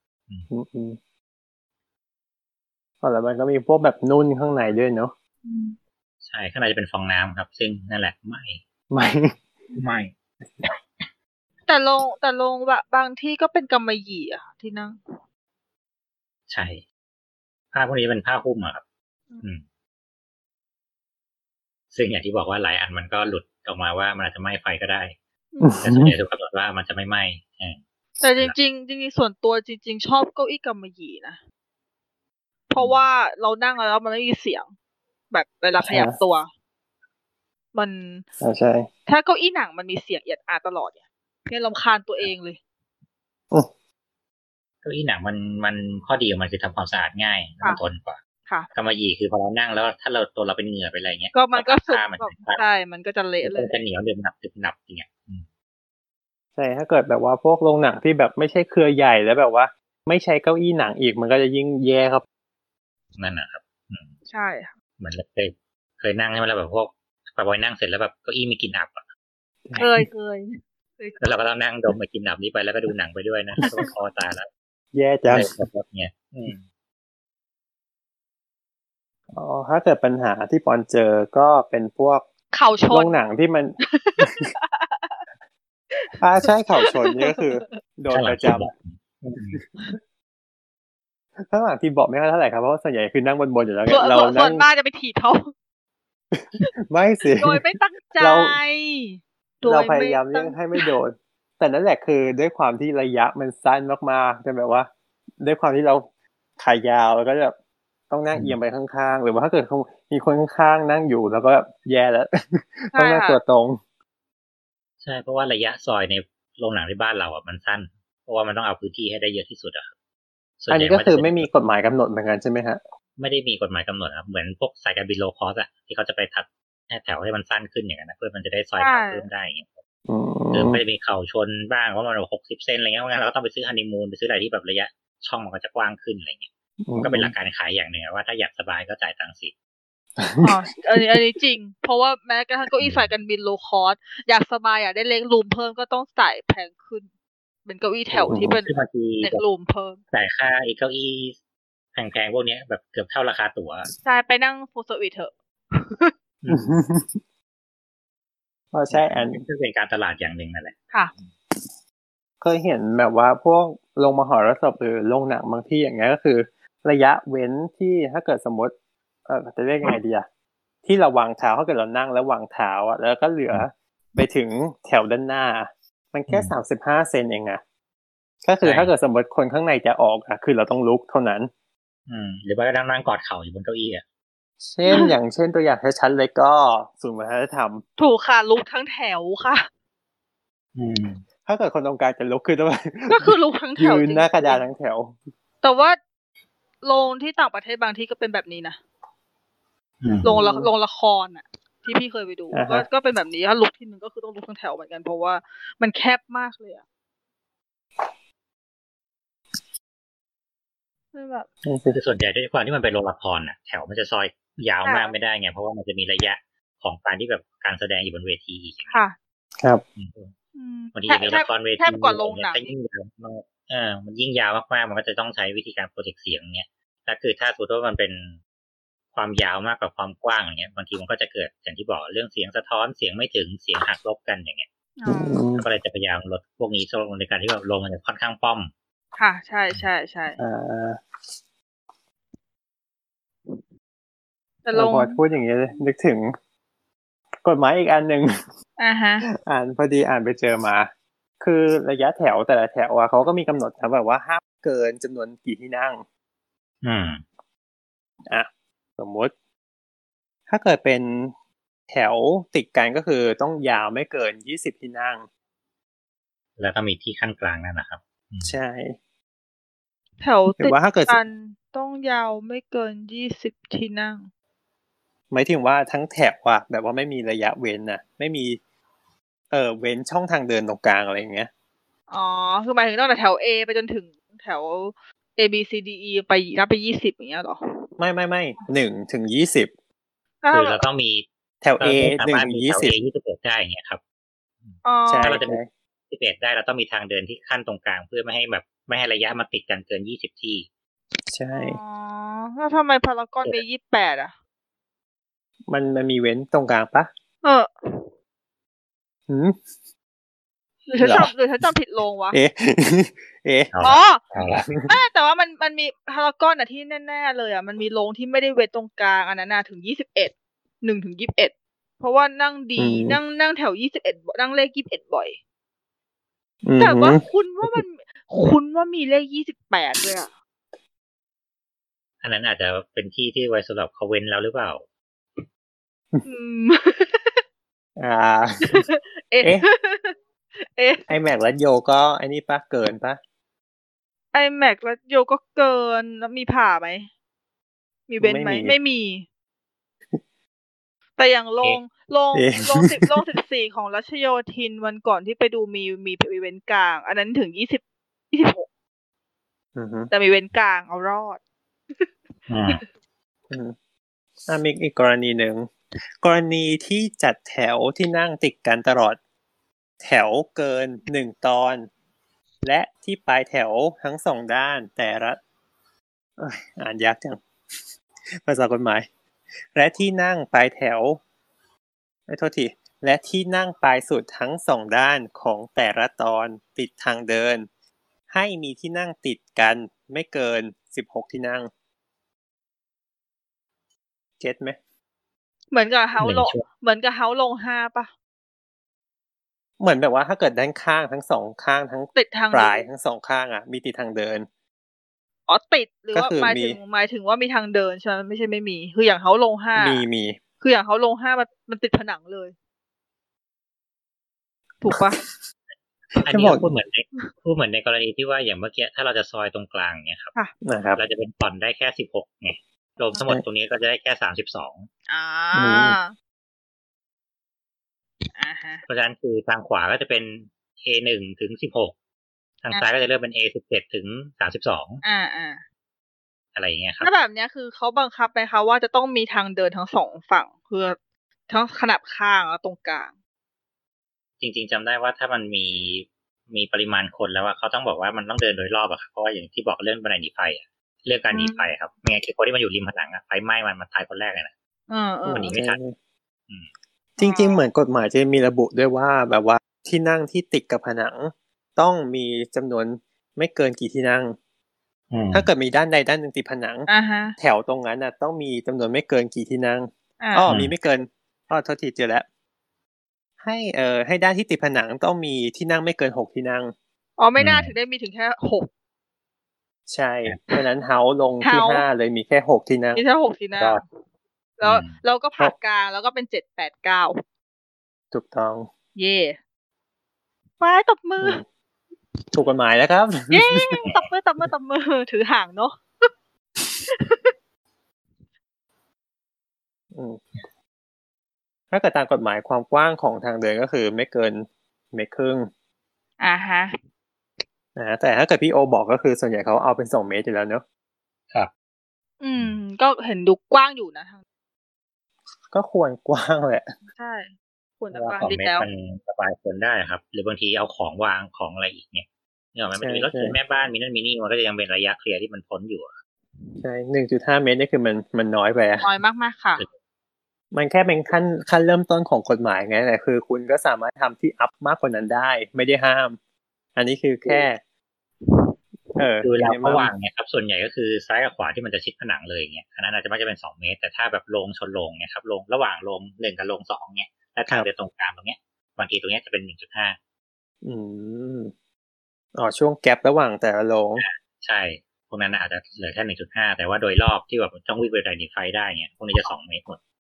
แล้วมันก็มีพวกแบบนุ่นข้างในด้วยเนาะใช่ข้างในจะเป็นฟองน้ำครับซึ่งนั่นแหละไม่แต่ลงบางที่ก็เป็นกำมะหยี่อ่ะที่นั่งใช่ผ้าพวกนี้เป็นผ้าหุ้มอ่ะครับซึ่งอย่างที่บอกว่าหลายอันมันก็หลุดออกมาว่ามันอาจจะไหม้ไฟก็ได้แต่ส่วนใหญ่ถูกกำหนดว่ามันจะไม่ไหม้แต่จริงส่วนตัวจริงๆชอบเก้าอี้กำมะหยี่นะเพราะว่าเรานั่งแล้วมันไม่มีเสียงแบบเวลาขยับตัวมันใช่ถ้าเก้าอี้หนังมันมีเสียงเอียดอาร์ตลอดเนี่ยรำคาญตัวเองเลยเก้าอี้หนังมันข้อดีของมันคือทำความสะอาดง่ายและทนกว่ากำมะหยี่คือพอเรานั่งแล้วถ้าตัวเราเป็นเหงื่อไปอะไรเงี้ยก็มันก็สุกใช่มันก็จะเละเลยจะเหนียวเดือดหนับอย่างเงี้ยใช่ถ้าเกิดแบบว่าพวกโรงหนังที่แบบไม่ใช่เครือใหญ่แล้วแบบว่าไม่ใช้เก้าอี้หนังอีกมันก็จะยิ่งแย่ครับนั่นนะครับใช่เหมือนเคยนั่งใช่ไหมแล้วแบบพวกพอนั่งเสร็จแล้วแบบเก้าอี้มีกลิ่นอับอ่ะเคยแล้วเราก็ต้องนั่งดมไอ้กลิ่นอับนี้ไปแล้วก็ดูหนังไปด้วยนะตัวคอตายแล้วแย่จังเนี่ยถ้าเกิดปัญหาที่ปอนเจอก็เป็นพวกเข่าชนโรงหนังที่มันใช่เข่าชนนี่ก็คือโดนประจำข้างหลังที่บอกไม่เท่าไหร่ครับเพราะว่าส่วนใหญ่คือนั่งบนอยู่แล้วเราส่วนมากจะไปถีบเขาไม่สิโดยไม่ตั้งใจเราพยายามเลี่ยงให้ไม่โดนแต่นั่นแหละคือด้วยความที่ระยะมันสั้นมากๆจะแบบว่าด้วยความที่เราขายาวแล้วก็แบบต้องนั่งเอียงไปข้างๆหรือว่าถ้าเกิดมีคนข้างๆนั่งอยู่แล้วก็แย่แล้วต้องนั่งตัวตรงใช่เพราะว่าระยะซอยในโรงหนังในบ้านเราอ่ะมันสั้นเพราะว่ามันต้องเอาพื้นที่ให้ได้เยอะที่สุดอ่ะอันนี้ก็คือไม่มีกฎหมายกำหนดเหมือนกันใช่ไหมฮะไม่ได้มีกฎหมายกำหนดครับเหมือนพวกสายการบินโลคอสอ่ะที่เขาจะไปถัดแถวให้มันสั้นขึ้นอย่างนั้นนะเพื่อมันจะได้ซอยเพิ่มได้อย่างเงี้ยไม่ได้มีเข่าชนบ้างเพราะมัน60 เซนอะไรเงี้ยเพราะงั้นเราก็ต้องไปซื้อฮันนีมูนไปซื้ออะไรที่แบบระยะช่องมันก็จะกว้างขึ้นอะไรเงี้ยก็เป็นหลักการขายอย่างหนึ่งว่าถ้าอยากสบายก็จ่ายตังค์สิอันนี้จริงเพราะว่าแม้กระทั่งเก้าอี้สายการบินโลคอสอยากสบายอยากได้เล็กรูมเพิ่มก็ต้องจ่ายแพงขึ้นเป็นเก้าอี้แถวที่เป็นเล็กรูมเพิ่มจ่ายค่าเก้าอี้แพงๆพวกนี้แบบเกือบเท่าราคาตั๋วใช่ไปนั่งฟูลเซอร์วิสเถอะใช่อันนี้เป็นการตลาดอย่างหนึ่งนั่นแหละค่ะเคยเห็นแบบว่าพวกโรงมหรสพหรือโรงหนังบางที่อย่างเงี้ยก็คือระยะเว้นที่ถ้าเกิดสมมติจะเรียกยังไงดีอะที่เราวางเท้าถ้าเกิดเรานั่งแล้ววางเท้าอ่ะแล้วก็เหลือไปถึงแถวด้านหน้ามันแค่35 เซนเองอะก็คือถ้าเกิดสมมติคนข้างในจะออกอะคือเราต้องลุกเท่านั้นหรือว่าก็นั่งกอดเข่าอยู่บนเก้าอี้อ่ะเช่นอย่างเช่นตัวอย่างชัดๆเลยก็ศูนย์วัฒนธรรมถูกค่ะลุกทั้งแถวค่ะถ้าเกิดคนตรงกลางจะลุกขึ้นด้วยก็คือลุกทั้งแถวยืนหน้ากระดานทั้งแถวแต่ว่าโรงที่ต่างประเทศบางที่ก็เป็นแบบนี้นะโรงละครอ่ะที่พี่เคยไปดูก็เป็นแบบนี้ถ้าลุกทีนึงก็คือต้องลุกทั้งแถวเหมือนกันเพราะว่ามันแคบมากเลยอ่ะแบบคือส่วนใหญ่ด้วยความที่มันเป็นโรงละครน่ะแถวมันจะซอยยาวมากไม่ได้ไงเพราะว่ามันจะมีระยะของการที่แบบการแสดงอยู่บนเวทีอีกค่ะครับบางทีมีละครเวทีกว่าโรงหนังยิ่งยาวมากมันยิ่งยาวมากๆมันก็จะต้องใช้วิธีการโปรเจกต์เสียงเงี้ยถ้าคือถ้าสมมติว่ามันเป็นความยาวมากกว่าความกว้างอย่างเงี้ยบางทีมันก็จะเกิดอย่างที่บอกเรื่องเสียงสะท้อนเสียงไม่ถึงเสียงหักลบกันอย่างเงี้ยก็เลยจะพยายามลดพวกนี้ในการที่แบบลงมันจะค่อนข้างป้อมค่ะใช่ใช่ใช่แต่ลงพอพูดอย่างเงี้ยนึกถึงกฎหมายอีกอันหนึ่งพอดีอ่านไปเจอมาคือระยะแถวแต่ละแถวเขาก็มีกำหนดนะแบบว่าห้ามเกินจำนวนกี่ที่นั่งสมมติถ้าเกิดเป็นแถวติดกันก็คือต้องยาวไม่เกิน20ที่นั่งแล้วก็มีที่ขั้นกลางนั่นนะครับใช่แถวติดกันต้องยาวไม่เกิน20ที่นั่งหมายถึงว่าทั้งแถวแบบว่าไม่มีระยะเว้นน่ะไม่มีเว้นช่องทางเดินตรงกลางอะไรอย่างเงี้ยอ๋อคือหมายถึงตั้งแต่แถว A ไปจนถึงแถว A B C D E ไปนับไป20อย่างเงี้ยหรอไม่1ถึง20 คือเราต้องมีแถว A 1ถึง 21ได้อย่างเงี้ยครับใช่ถ้าเราจะมี11ได้เราต้องมีทางเดินที่ขั้นตรงกลางเพื่อไม่ให้ระยะมันติดกันเกิน20ที่ใช่อ๋อแล้วทำไมพารากอนมี28อ่ะมันมีเว้นตรงกลางปะหรือฉันจำผิดโรงวะอ๋อแต่ว่ามันมีพารากอนอ่ะที่แน่ๆเลยอ่ะมันมีโรงที่ไม่ได้เว้นตรงกลางอันนั้นถึง21 1ถึง21เพราะว่านั่งดีนั่งแถว21นั่งเลข21บ่อยแต่ว่าคุณว่ามีเลข28ด้วยอ่ะอันนั้นอาจจะเป็นที่ไว้สำหรับเขาเว้นแล้วหรือเปล่า iMac และโยก็ไอ้นี่ปะเกินปะ iMac และโยก็เกินแล้วมีผ่าไหมมีเว้นไหมไม่มีแต่อย่างลง14ของรัชโยธินวันก่อนที่ไปดูมีอีเวนต์กลางอันนั้นถึง26แต่มีเว้นกลางเอารอดมีอีกกรณีหนึ่งกรณีที่จัดแถวที่นั่งติดกันตลอดแถวเกิน1ตอนและที่ปลายแถวทั้ง2ด้านแต่ละอ่านยากจังภาษากฎหมายและที่นั่งปลายแถวโทษทีและที่นั่งปลายสุดทั้ง2ด้านของแต่ละตอนติดทางเดินให้มีที่นั่งติดกันไม่เกิน16ที่นั่งเก็ทไหมเหมือนกับเฮาลง5ป่ะเหมือนแบบว่าถ้าเกิดด้านข้างทั้ง2ข้างทั้งติดทางปลายทั้ง2ข้างมีติดทางเดินอ๋อติดหรือว่าหมายถึงว่ามีทางเดินใช่ไหมไม่ใช่ไม่มีคืออย่างเฮาลง5 มีคืออย่างเฮาลง5มันติดผนังเลยถูกป่ะอันนี้พูดเหมือนในกรณีที่ว่าอย่างเมื่อกี้ถ้าเราจะซอยตรงกลางเนี่ยครับเราจะเป็นผ่อนได้แค่16ไงรวมทั้งหมดตรงนี้ก็จะได้แค่32เพราะฉะนั้นคือทางขวาก็จะเป็น A1 ถึง16ทางซ้ายก็จะเริ่มเป็น A17 ถึง32อะไรอย่างเงี้ยครับถ้าแบบนี้คือเขาบังคับไหมคะว่าจะต้องมีทางเดินทั้ง2ฝั่งเพื่อทั้งขนาบข้างและตรงกลางจริงๆจำได้ว่าถ้ามันมีปริมาณคนแล้วเขาต้องบอกว่ามันต้องเดินโดยรอบเพราะว่าอย่างที่บอกเรื่องบันไดหนีไฟเรื่องการหนีไฟครับไม่งั้นคือคนที่มาอยู่ริมผนังไฟไหม้มันตายคนแรกเลยนะมันหนีไม่ทันจริงๆเหมือนกฎหมายจะมีระบุด้วยว่าแบบว่าที่นั่งที่ติดกับผนังต้องมีจำนวนไม่เกินกี่ที่นั่งถ้าเกิดมีด้านใดด้านหนึ่งติดผนังแถวตรงนั้นต้องมีจำนวนไม่เกินกี่ที่นั่งมีไม่เกินโทษทีเจอแล้วให้ด้านที่ติดผนังต้องมีที่นั่งไม่เกิน6ที่นั่งไม่น่าถึงได้มีถึงแค่6 ใช่เพราะนั้นเฮาลงที่5เลยมีแค่6ที่นั่งมีแค่6ที่นั่งแล้วก็ผ่ากลางแล้วก็เป็น7 8 9 ถูกต้องเย่ไปตบมือถูกกฎหมายแล้วครับเย้ตบมือถือห่างเนาะถ้าเกิดตามกฎหมายความกว้างของทางเดินก็คือไม่เกิน1.5 เมตรฮะแต่ถ้าเกิดพี่โอบอกก็คือส่วนใหญ่เขาเอาเป็น2 เมตรอยู่แล้วเนอะครับก็เห็นดูกว้างอยู่นะก็ควรกว้างแหละใช่ควรจะกว้างดีแล้วมันสบายคนได้ครับหรือบางทีเอาของวางของอะไรอีกเนี่ยมันมีรถเข็นแม่บ้านมีนั่นมีนี่มันก็จะยังเป็นระยะเคลียร์ที่มันพ้นอยู่ใช่ 1.5 เมตรนี่คือมันน้อยไปน้อยมากๆค่ะมันแค่เป็นขั้นเริ่มต้นของกฎหมายไงแต่คือคุณก็สามารถทำที่อัพมากกว่านั้นได้ไม่ได้ห้ามอันนี้คือแค่คือเราระหว่างเนี่ยครับส่วนใหญ่ก็คือซ้ายกับขวาที่มันจะชิดผนังเลยเนี่ยอันนั้นอาจจะไม่จะเป็น2 เมตรแต่ถ้าแบบโรงชนโรงเนี่ยครับโรงระหว่างโรง1กับโรง2เนี่ยและทางเดินตรงกลางตรงเนี้ยบางทีตรงเนี้ยจะเป็น 1.5 ช่วงแกประหว่างแต่ละโรงใช่พวกนั้นอาจจะเหลือแค่ 1.5 แต่ว่าโดยรอบที่แบบต้องวิ่งไปไดนิไฟได้เนี่ยพวกนี้จะ2 เมตรหมด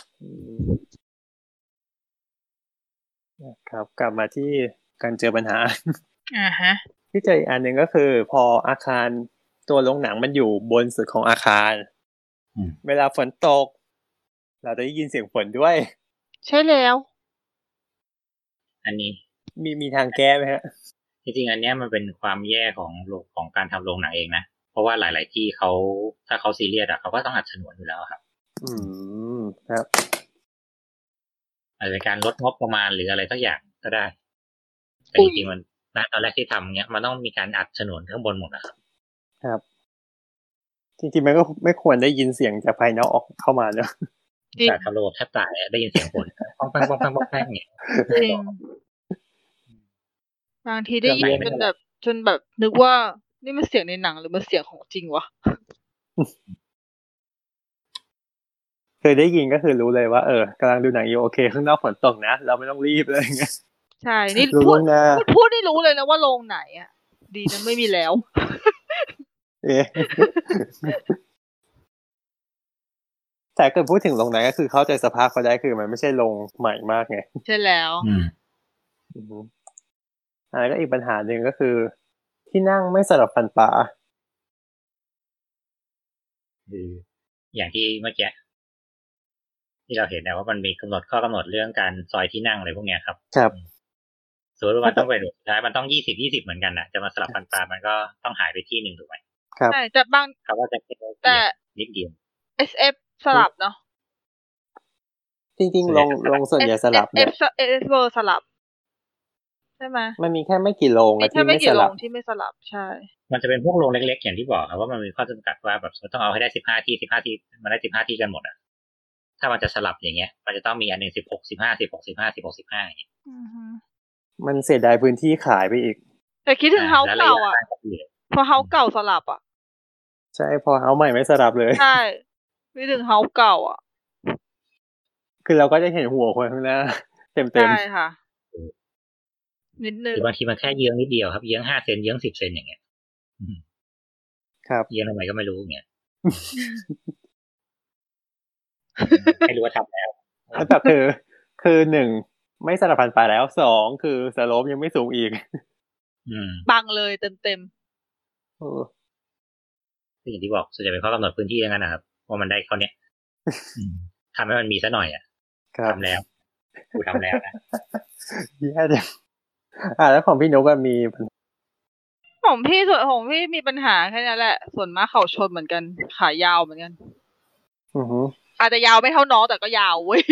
ครับกลับมาที่การเจอปัญหาฮะที่เจออีกอันหนึ่งก็คือพออาคารตัวโรงหนังมันอยู่บนสุดของอาคารเวลาฝนตกเราจะได้ยินเสียงฝนด้วยใช่แล้วอันนี้มีทางแก้ไหมฮะจริงๆอันนี้มันเป็นความแย่ของการทำโรงหนังเองนะเพราะว่าหลายๆที่เขาถ้าเขาซีเรียสเขาก็ต้องอัดฉนวนอยู่แล้วครับครับอาจจะการลดงบประมาณหรืออะไรสักอย่างก็ได้แต่จริงๆมันตอนแรกที่ทำเนี้ยมันต้องมีการอัดฉนวนข้างบนหมดนะครับครับจริงๆมันก็ไม่ควรได้ยินเสียงจากภายนอกออกเข้ามาเนอะแต่ทะโลแทบตายได้ยินเสียงฝนป้องแป้งป้องแป้งป้องแป้งเนี่ยจริงบางทีได้ยินจนแบบนึกว่านี่มันเสียงในหนังหรือมันเสียงของจริงวะเคยได้ยินก็คือรู้เลยว่ากำลังดูหนังอยู่โอเคข้างนอกฝนตกนะเราไม่ต้องรีบอะไรอย่างเงี้ยใช่นี่พูดนี่รู้เลยนะว่าโรงไหนอ่ะดีนะไม่มีแล้วแต่เกิดพูดถึงโรงไหนก็คือเข้าใจสภาพเขาได้คือมันไม่ใช่โรงใหม่มากไงใช่แล้วแล้วก็อีกปัญหาหนึ่งก็คือที่นั่งไม่สำหรับฟันปลาอย่างที่เมื่อกี้ที่เราเห็นนะว่ามันมีข้อกำหนดเรื่องการซอยที่นั่งอะไรพวกเนี้ยครับครับส่วนว่าต้องไปดูสุดท้ายมันต้อง20เหมือนกันนะจะมาสลับฟันปลามันก็ต้องหายไปที่นึงถูกไหมครับใช่แต่บางเขาว่าจะแต่นิดเดียว SF สลับเนาะจริงๆลงส่วนใหญ่สลับเนี่ย SF เวอร์สลับใช่ไหมมันมีแค่ไม่กี่โรงที่ไม่สลับที่ไม่สลับใช่มันจะเป็นพวกโรงเล็กๆอย่างที่บอกครับว่ามันมีข้อจำกัดว่าแบบต้องเอาให้ได้15ที่มันได้15ที่กันหมดอ่ะถ้ามันจะสลับอย่างเงี้ยมันจะต้องมีอันนึง16 15 16 15 16 15อย่างเงี้ยมันเสียดายพื้นที่ขายไปอีกแต่คิดถึงเฮาเก่าอ่ะพอเฮาเก่าสลับอ่ะใช่พอเฮาใหม่ไม่สลับเลยใช่คิดถึงเฮาเก่าอ่ะคือเราก็จะเห็นหัวคนข้างหน้าเต็มใช่ค่ะนิดนึงบางทีมันแค่เยื้องนิดเดียวครับเยื้อง5 เซนเยื้อง10 เซนอย่างเงี้ยครับเยื้องทำไมก็ไม่รู้อย่างเงี้ยไม่รู้ว่าทำแล้วแต่คือ1ไม่สลับฟันปลาแล้ว2คือสโลปยังไม่สูงอีกบังเลยเต็มอย่างที่บอกส่วนใหญ่เป็นข้อกำหนดพื้นที่อย่างนั้นนะครับว่ามันได้ข้อเนี้ยทำให้มันมีซะหน่อยทำแล้วกูทำแล้วนะแย่จังแล้วของพี่นุ๊กก็มีของพี่มีปัญหาแค่นี้แหละส่วนมากเข่าชนเหมือนกันขายาวเหมือนกันอาจจะยาวไม่เท่าน้องแต่ก็ยาวเว้ย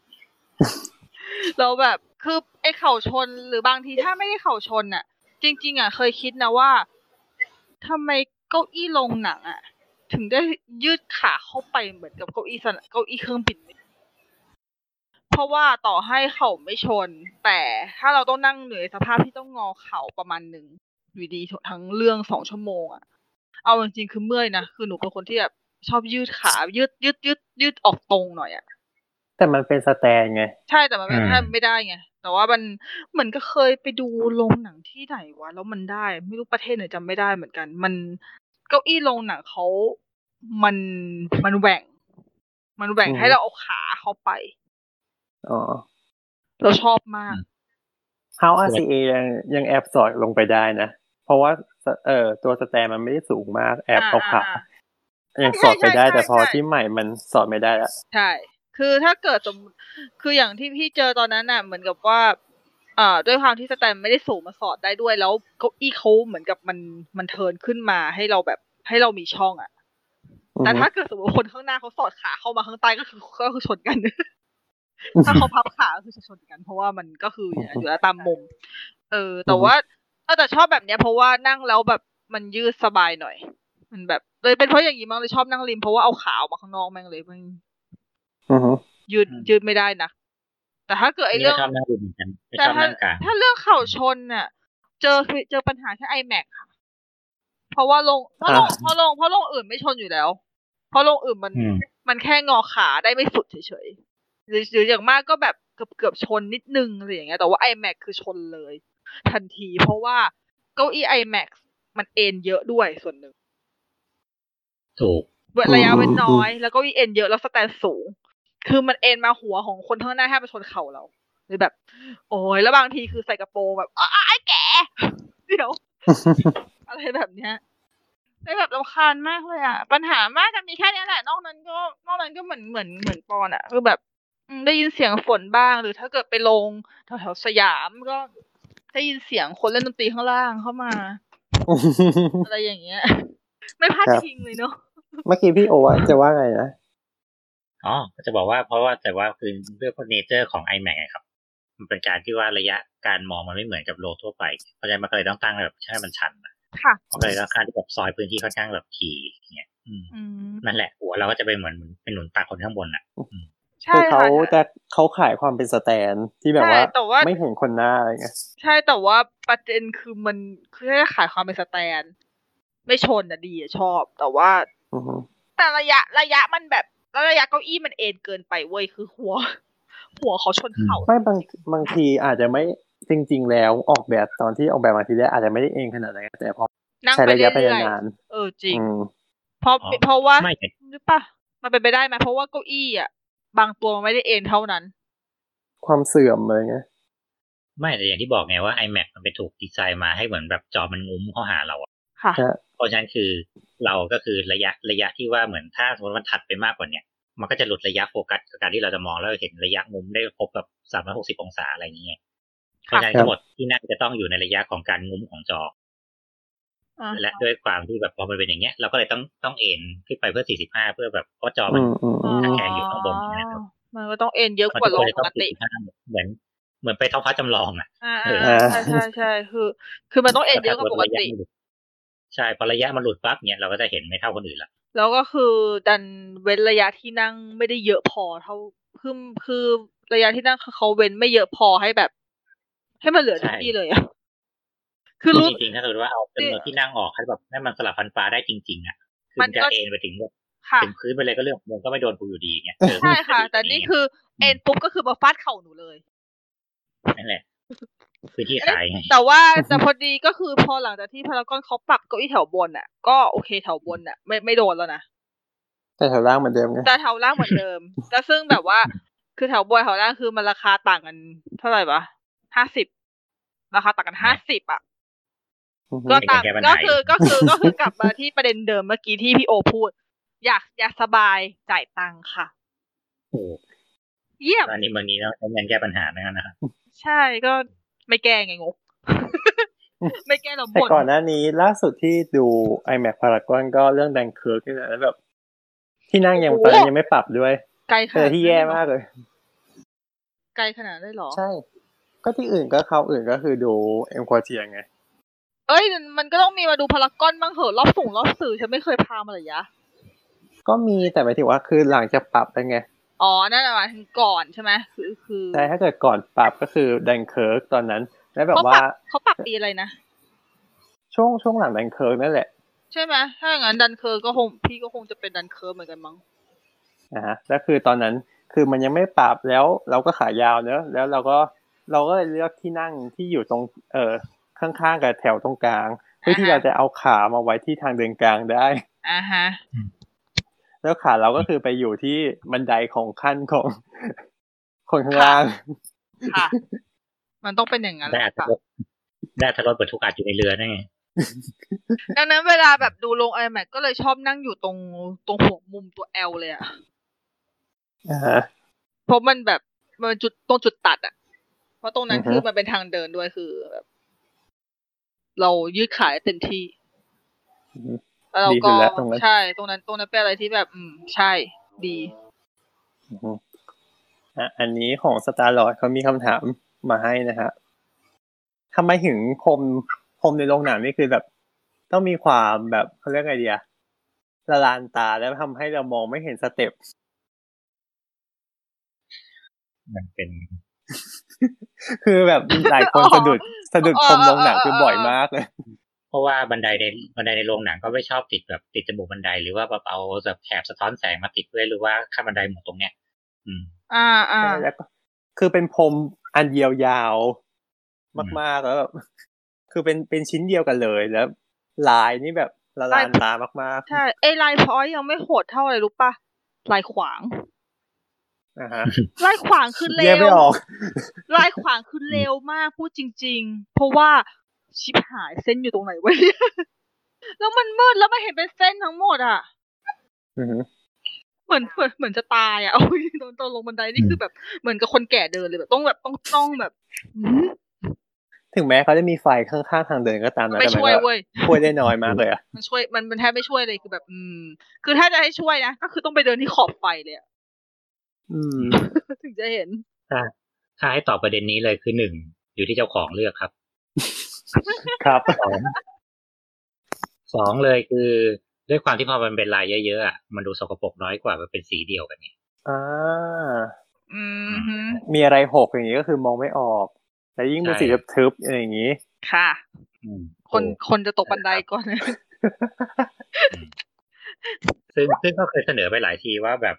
เราแบบคือไอ้เข่าชนหรือบางทีถ้าไม่ได้เข่าชนน่ะจริงๆเคยคิดนะว่าทำไมเก้าอี้โรงหนังถึงได้ยืดขาเข้าไปเหมือนกับเก้าอี้เครื่องบินเพราะว่าต่อให้เข่าไม่ชนแต่ถ้าเราต้องนั่งเหนื่อยสภาพที่ต้องงอเข่าประมาณนึงอยู่ดีทั้งเรื่อง2 ชั่วโมงเอาจริงๆคือเมื่อยนะคือหนูเป็นคนที่แบบชอบยืดขายืดออกตรงหน่อยแต่มันเป็นสแตนไงใช่แต่มันไม่ได้ไงแต่ว่ามันเหมือนก็เคยไปดูโรงหนังที่ไหนวะแล้วมันได้ไม่รู้ประเทศไหนจำไม่ได้เหมือนกันมันเก้าอี้โรงหนังเขามันแหว่งให้เราเอาขาเข้าไปเราชอบมาก How RCA ยังแอบสอดลงไปได้นะเพราะว่าตัวสแตนมันไม่ได้สูงมากแอบเอาขายังสอดไปได้แต่พอที่ใหม่มันสอดไม่ได้ละใช่คือถ้าเกิดคืออย่างที่พี่เจอตอนนั้นน่ะเหมือนกับว่าด้วยความที่สแตนไม่ได้สูงมาสอดได้ด้วยแล้วเก้าอี้เขาเหมือนกับมันเทิร์นขึ้นมาให้เราแบบให้เรามีช่องอ่ะแต่ถ้าเกิดสมมติคนข้างหน้าเขาสอดขาเข้ามาข้างใต้ก็คือชนกันถ้าเขาพับขาก็คือจะชนกันเพราะว่ามันก็คืออยู่ตามมุมแต่ว่าแต่ชอบแบบเนี้ยเพราะว่านั่งแล้วแบบมันยืดสบายหน่อยมันแบบเลยเป็นเพราะอย่างนี้มั้งเลยชอบนั่งริมเพราะว่าเอาขาออกมาข้างนอกแม่งเลยมันยืดไม่ได้นะแต่ถ้าเกิดไอ้เรื่องชอบนั่งริมเหมือนกันแต่ถ้าเรื่องเข่าชนน่ะเจอปัญหาแค่ iMac ค่ะเพราะว่าเพราะลงอื่นไม่ชนอยู่แล้วเพราะลงอื่นมันแค่งอขาได้ไม่สุดเฉยๆหรืออย่างมากก็แบบเกือบชนนิดนึงอะไรอย่างเงี้ยแต่ว่า iMac คือชนเลยทันทีเพราะว่าเก้าอี้ iMac มันเอ็นเยอะด้วยส่วนหนึ่งถูกระยะเว้นน้อยแล้วก็เอ็นเยอะแล้วสแตนสูงคือมันเอ็นมาหัวของคนข้างหน้าแทบมาชนเข่าเราเลยแบบโอ้ยแล้วบางทีคือใส่กระโปรงแบบไอ้แก่เดี๋ยว อะไรแบบเนี้ยได้แบบรำคาญมากเลยอ่ะปัญหามากจะมีแค่นี้แหละนอกนั้นก็เหมือนปอนอ่ะคือแบบได้ยินเสียงฝนบ้างหรือถ้าเกิดไปลงแถวสยามก็ได้ยินเสียงคนเล่นดนตรีข้างล่างเข้ามา อะไรอย่างเงี้ยไม่พลาดทิ้งเลยเนาะเมื่อกี้พี่โอจะว่าไงนะก็จะบอกว่าเพราะว่าแต่ว่าคือเรื่องเนเจอร์ของ iMac ครับมันเป็นการที่ว่าระยะการมองมันไม่เหมือนกับโลทั่วไปเพราะฉะนั้นมันก็เลยต้องตั้งแบบให้มันชันค่ะมันก็เลยต้องการที่แบบซอยพื้นที่ค่อนข้างแบบถี่อย่างเงี้ยนั่นแหละหัวเราก็จะเป็นเหมือนเป็นหนุนตาคนข้างบนอ่ะใช่ค่ะเขาขายความเป็นสแตนที่แบบว่าไม่เห็นคนหน้าอะไรเงี้ยใช่แต่ว่าประเด็นคือมันคือแค่ขายความเป็นสแตนไม่ชนดีชอบแต่ว่าแต่ระยะมันแบบแล้วระยะเก้าอี้มันเอ็นเกินไปเว้ยคือหัวเขาชนเข่าไม่บางทีอาจจะไม่จริงๆแล้วออกแบบตอนที่ออกแบบมาทีแรกอาจจะไม่ได้เองขนาดนั้นแต่พอใช้ระยะไปนานจริงเพราะว่าหรือปะมันเป็นไปได้ไหมเพราะว่าเก้าอี้อ่ะบางตัวมันไม่ได้เอ็นเท่านั้นความเสื่อมเลยไงไม่แต่อย่างที่บอกไงว่า iMac มันไปถูกดีไซน์มาให้เหมือนแบบจอมันงุ้มเข้าหาเราค่ะเพราะฉะนั้นคือเราก็คือระยะที่ว่าเหมือนถ้าสมมติมันถัดไปมากกว่าเนี้ยมันก็จะหลุดระยะโฟกัสกับการที่เราจะมองแล้วเห็นระยะมุมได้ครบแบบ360องศาอะไรอย่างเงี้ยเพราะฉะนั้นทั้งหมดที่นั่นจะต้องอยู่ในระยะของการงุ้มของจอและด้วยความที่แบบพอมันเป็นอย่างเงี้ยเราก็เลยต้องเอ็นขึ้นไปเพื่อ45เพื่อแบบเพราะจอมันตะแคงอยู่ข้างบนนะครับมันก็ต้องเอ็นเยอะกว่าปกติเหมือนไปท้องฟ้าจำลองใช่คือมันต้องเอ็นเยอะกว่าปกติใช่พอระยะมันหลุดปั๊บเนี่ยเราก็จะเห็นไม่เท่าคนอื่นละแล้วก็คือดันเว้นระยะที่นั่งไม่ได้เยอะพอเท่าคือระยะที่นั่งเขาเว้นไม่เยอะพอให้แบบให้มันเหลือที่เลยอะคือรู้จริงๆถ้าเกิดว่าเอาจำนวนที่นั่งออกให้แบบให้มันสลับฟันปลาได้จริงๆอ่ะคือมันจะเอ็นไปถึงแบบถึงพื้นไปเลยก็เรื่องมันก็ไม่โดนกูอยู่ดีเงี้ยใช่ค่ะแต่นี่คือเอ็นปุ๊บก็คือมาฟาดเข่าหนูเลยนั่นแหละพื้นที่ขายไงแต่พอดีก็คือพอหลังจากที่พารากอนเขาปรับเก้าอี้แถวบนอ่ะก็โอเคแถวบนอ่ะไม่โดนแล้วนะแต่แถวล่างเหมือนเดิมไงแต่แถวล่างเหมือนเดิมแล้วซึ่งแบบว่าคือแถวบนแถวล่างคือมันราคาต่างกันเท่าไหร่วะ50ราคาต่างกัน50อ่ะก็ต่างก็คือกลับมาที่ประเด็นเดิมเมื่อกี้ที่พี่โอพูดอยากสบายจ่ายตังค่ะเยี่ยมตอนนี้เมืองนี้เราใช้เงินแก้ปัญหานะครับใช่ก็ไม่แก้ไงงกไม่แก้เราบ่นแต่ก่อนหน้านี้ล่าสุดที่ดู iMac Paragon ก็เรื่องDunkirkนี่แหละแล้วแบบที่นั่งยังตอนนั้นยังไม่ปรับด้วยไกลขนาดที่แย่มากเลยไกลขนาดได้หรอใช่ก็ที่อื่นก็เขาอื่นก็คือดูเอ็มควอเทียไงเอ้ยมันก็ต้องมีมาดูพารากอนบ้างเหอะรอบสื่อฉันไม่เคยพามาเลยยะก็มีแต่หมายถึงว่าคือหลังจากปรับไปไงนั่นหมายถึงก่อนใช่ไหมคือใช่ถ้าเกิดก่อนปรับก็คือDunkirkตอนนั้นแล้วแบบว่าเขาปรับปีอะไรนะช่วงหลังDunkirkนั่นแหละใช่ไหมถ้าอย่างนั้นDunkirkก็พี่ก็คงจะเป็นDunkirkเหมือนกันมั้งแล้วคือตอนนั้นคือมันยังไม่ปรับแล้วเราก็ขายาวเนอะแล้วเราก็เลยเลือกที่นั่งที่อยู่ตรงข้างๆกับแถวตรงกลางเพื่อที่เราจะเอาขามาไว้ที่ทางเดินกลางได้แล้วขาเราก็คือไปอยู่ที่บันไดของขั้นของคนข้างล่างค่ะมันต้องเป็นอย่างนั้นแหละค่ะได้ทรถบรรทุกอัดอยู่ในเรือนั่นไงดังนั้นเวลาแบบดูลง IMAX ก็เลยชอบนั่งอยู่ตรงหัวมุมตัว L เลยอ่ะเพราะมันแบบมันจุดตรงจุดตัดอ่ะเพราะตรงนั้นคือมันเป็นทางเดินด้วยคือแบบเรายืดขาได้เต็มที่แล้วเราก็ใช่ตรงนั้นเป็นอะไรที่แบบใช่ดีอันนี้ของ Star Lord เขามีคำถามมาให้นะฮะทำไมถึงพรมในโรงหนังนี่คือแบบต้องมีความแบบเขาเรียกไงดีอะละลานตาแล้วทำให้เรามองไม่เห็นสเต็ปมันเป็นคือแบบหลายคนสะดุดพรมโรงหนังคือบ่อยมากเลยเพราะว่าบันไดในโรงหนังก็ไม่ชอบติดแบบติดจมูกบันไดหรือว่าแบบเอาแบบแถบสะท้อนแสงมาติดด้วยหรือว่าขั้นบันไดหมดตรงเนี้ยแล้วก็คือเป็นพรมอันเดียวยาวมากๆแล้วแบบคือเป็นชิ้นเดียวกันเลยแล้วลายนี่แบบละลานตามากๆใช่ลายพอยยังไม่โหดเท่าอะไรรู้ป่ะลายขวางลายขวางคือเร็วลายขวางคือเร็วมากพูดจริงๆเพราะว่าชิบหายเส้นอยู่ตรงไหนวะเนี่ยแล้วมันมืดแล้วมันเห็นเป็นเส้นทั้งหมดอ่ะเหมือนจะตายอ่ะโดนตอนลงบันไดนี่คือแบบเหมือนกับคนแก่เดินเลยแบบต้องแบบถึงแม้เขาจะมีไฟข้างๆทางเดินก็ตามนะไม่ช่วยเว้ยช่วยได้น้อยมากเลยอ่ะมันช่วยมันแทบไม่ช่วยเลยคือแบบคือถ้าจะให้ช่วยนะก็คือต้องไปเดินที่ขอบไฟเลยอ่ะถึงจะเห็นถ้าให้ตอบประเด็นนี้เลยคือ1อยู่ที่เจ้าของเลือกครับครับสองเลยคือด้วยความที่พอมันเป็นลายเยอะๆอ่ะมันดูสกปรกน้อยกว่ามันเป็นสีเดียวกันไงมีอะไรหกอย่างนี้ก็คือมองไม่ออกแต่ยิ่งเป็นสีทึบๆอะไรอย่างนี้ค่ะคนจะตกบันไดก่อนซึ่งก็เคยเสนอไปหลายทีว่าแบบ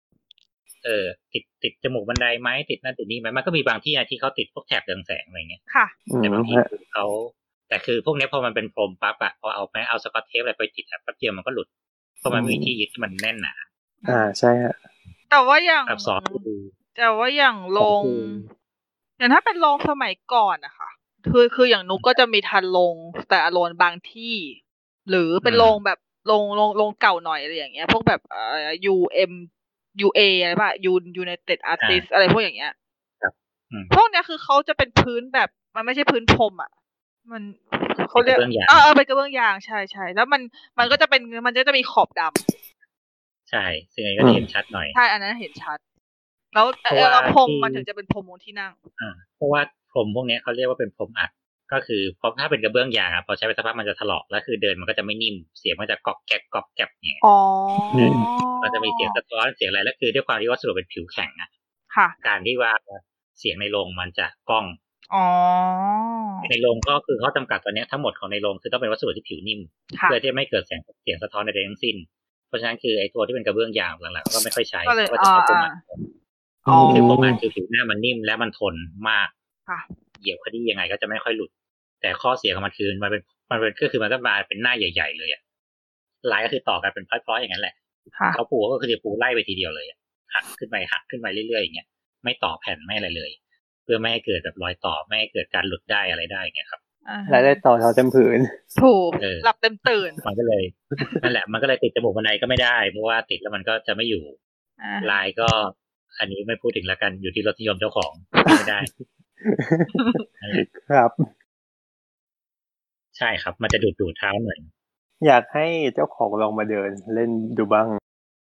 ติดจมูกบันไดไหมติดนั่นติดนี่ไหมมันก็มีบางที่ที่เขาติดพวกแถบเรืองแสงอะไรเงี้ยค่ะแต่บางทีเขาแต่คือพวกนี้พอมันเป็นพรมปั๊บอะพอเอาสกอตเทปอะไรไปติดแป๊บเดียวมันก็หลุดเพราะมันมีที่ยึดที่มันแน่นหนาใช่ฮะแต่ว่าอย่างสองแต่ว่าอย่างโรงอย่างถ้าเป็นโรงสมัยก่อนนะคะคืออย่างนุกก็จะมีทันโรงแต่อารมณ์บางที่หรือเป็นโรงแบบโรงเก่าหน่อยอะไรอย่างเงี้ยพวกแบบUA อะไรป่ะUnited Artists อะไรพวกอย่างเงี้ยพวกเนี้ยคือเขาจะเป็นพื้นแบบมันไม่ใช่พื้นพรมอ่ะมันเขาเรียกเป็นกระเบื้องยางใช่แล้วมันก็จะเป็นมันจะมีขอบดำใช่ซึ่งอันนี้ก็เห็นชัดหน่อยใช่อันนั้นเห็นชัดแล้วพรมมันถึงจะเป็นพรมบนที่นั่งเพราะว่าพรมพวกนี้เขาเรียกว่าเป็นพรมอัดก็คือเพราะถ้าเป็นกระเบื้องยางพอใช้ไปสักพักมันจะถลอกแล้วคือเดินมันก็จะไม่นิ่มเสียงมันจะกรอบแกบเนี่ยมันจะมีเสียงสะท้อนเสียงอะไรแล้วคือด้วยความที่วัสดุเป็นผิวแข็งการที่ว่าเสียงในโรงมันจะก้องในโรงก็คือเขาจำกัดตอนนี้ทั้งหมดของในโรงคือต้องเป็นวัสดุที่ผิวนิ่มเพื่อที่ไม่เกิดเสียงสะท้อนใดๆทั้งสิ้นเพราะฉะนั้นคือไอ้ตัวที่เป็นกระเบื้องยางหลังๆก็ไม่ค่อยใช้ก็จะใช้พวกมันคือพวกมันคือผิวหน้ามันนิ่มและมันทนมากเหยียบคดียังไงก็จะไม่ค่อยหลุดแต่ข้อเสียของมันคือมันเป็นก็คือมันต้องมาเป็นหน้าใหญ่ๆเลยลายก็คือต่อกันเป็นพร้อยๆอย่างนั้นแหละเขาปูก็คือจะปูไล่ไปทีเดียวเลยหักขึ้นไปเรื่อยๆอย่างเงี้ยไม่ต่อแผ่นไม่อะไรเลยเพื่อไม่ให้เกิดแบบรอยต่อไม่ให้เกิดการหลุดได้อะไรได้เงี้ยครับรายได้ต่อเต็มผืนถูกหลับเต็มตื่นมันก็เลยนั่นแหละมันก็เลยติดจมูกบันไดก็ไม่ได้เพราะว่าติดแล้วมันก็จะไม่อยู่ลายก็อันนี้ไม่พูดถึงแล้วกันอยู่ที่รสนิยมเจ้าของไม่ได้ครับใช่ครับมันจะดูดเท้าหน่อยอยากให้เจ้าของลองมาเดินเล่นดูบ้าง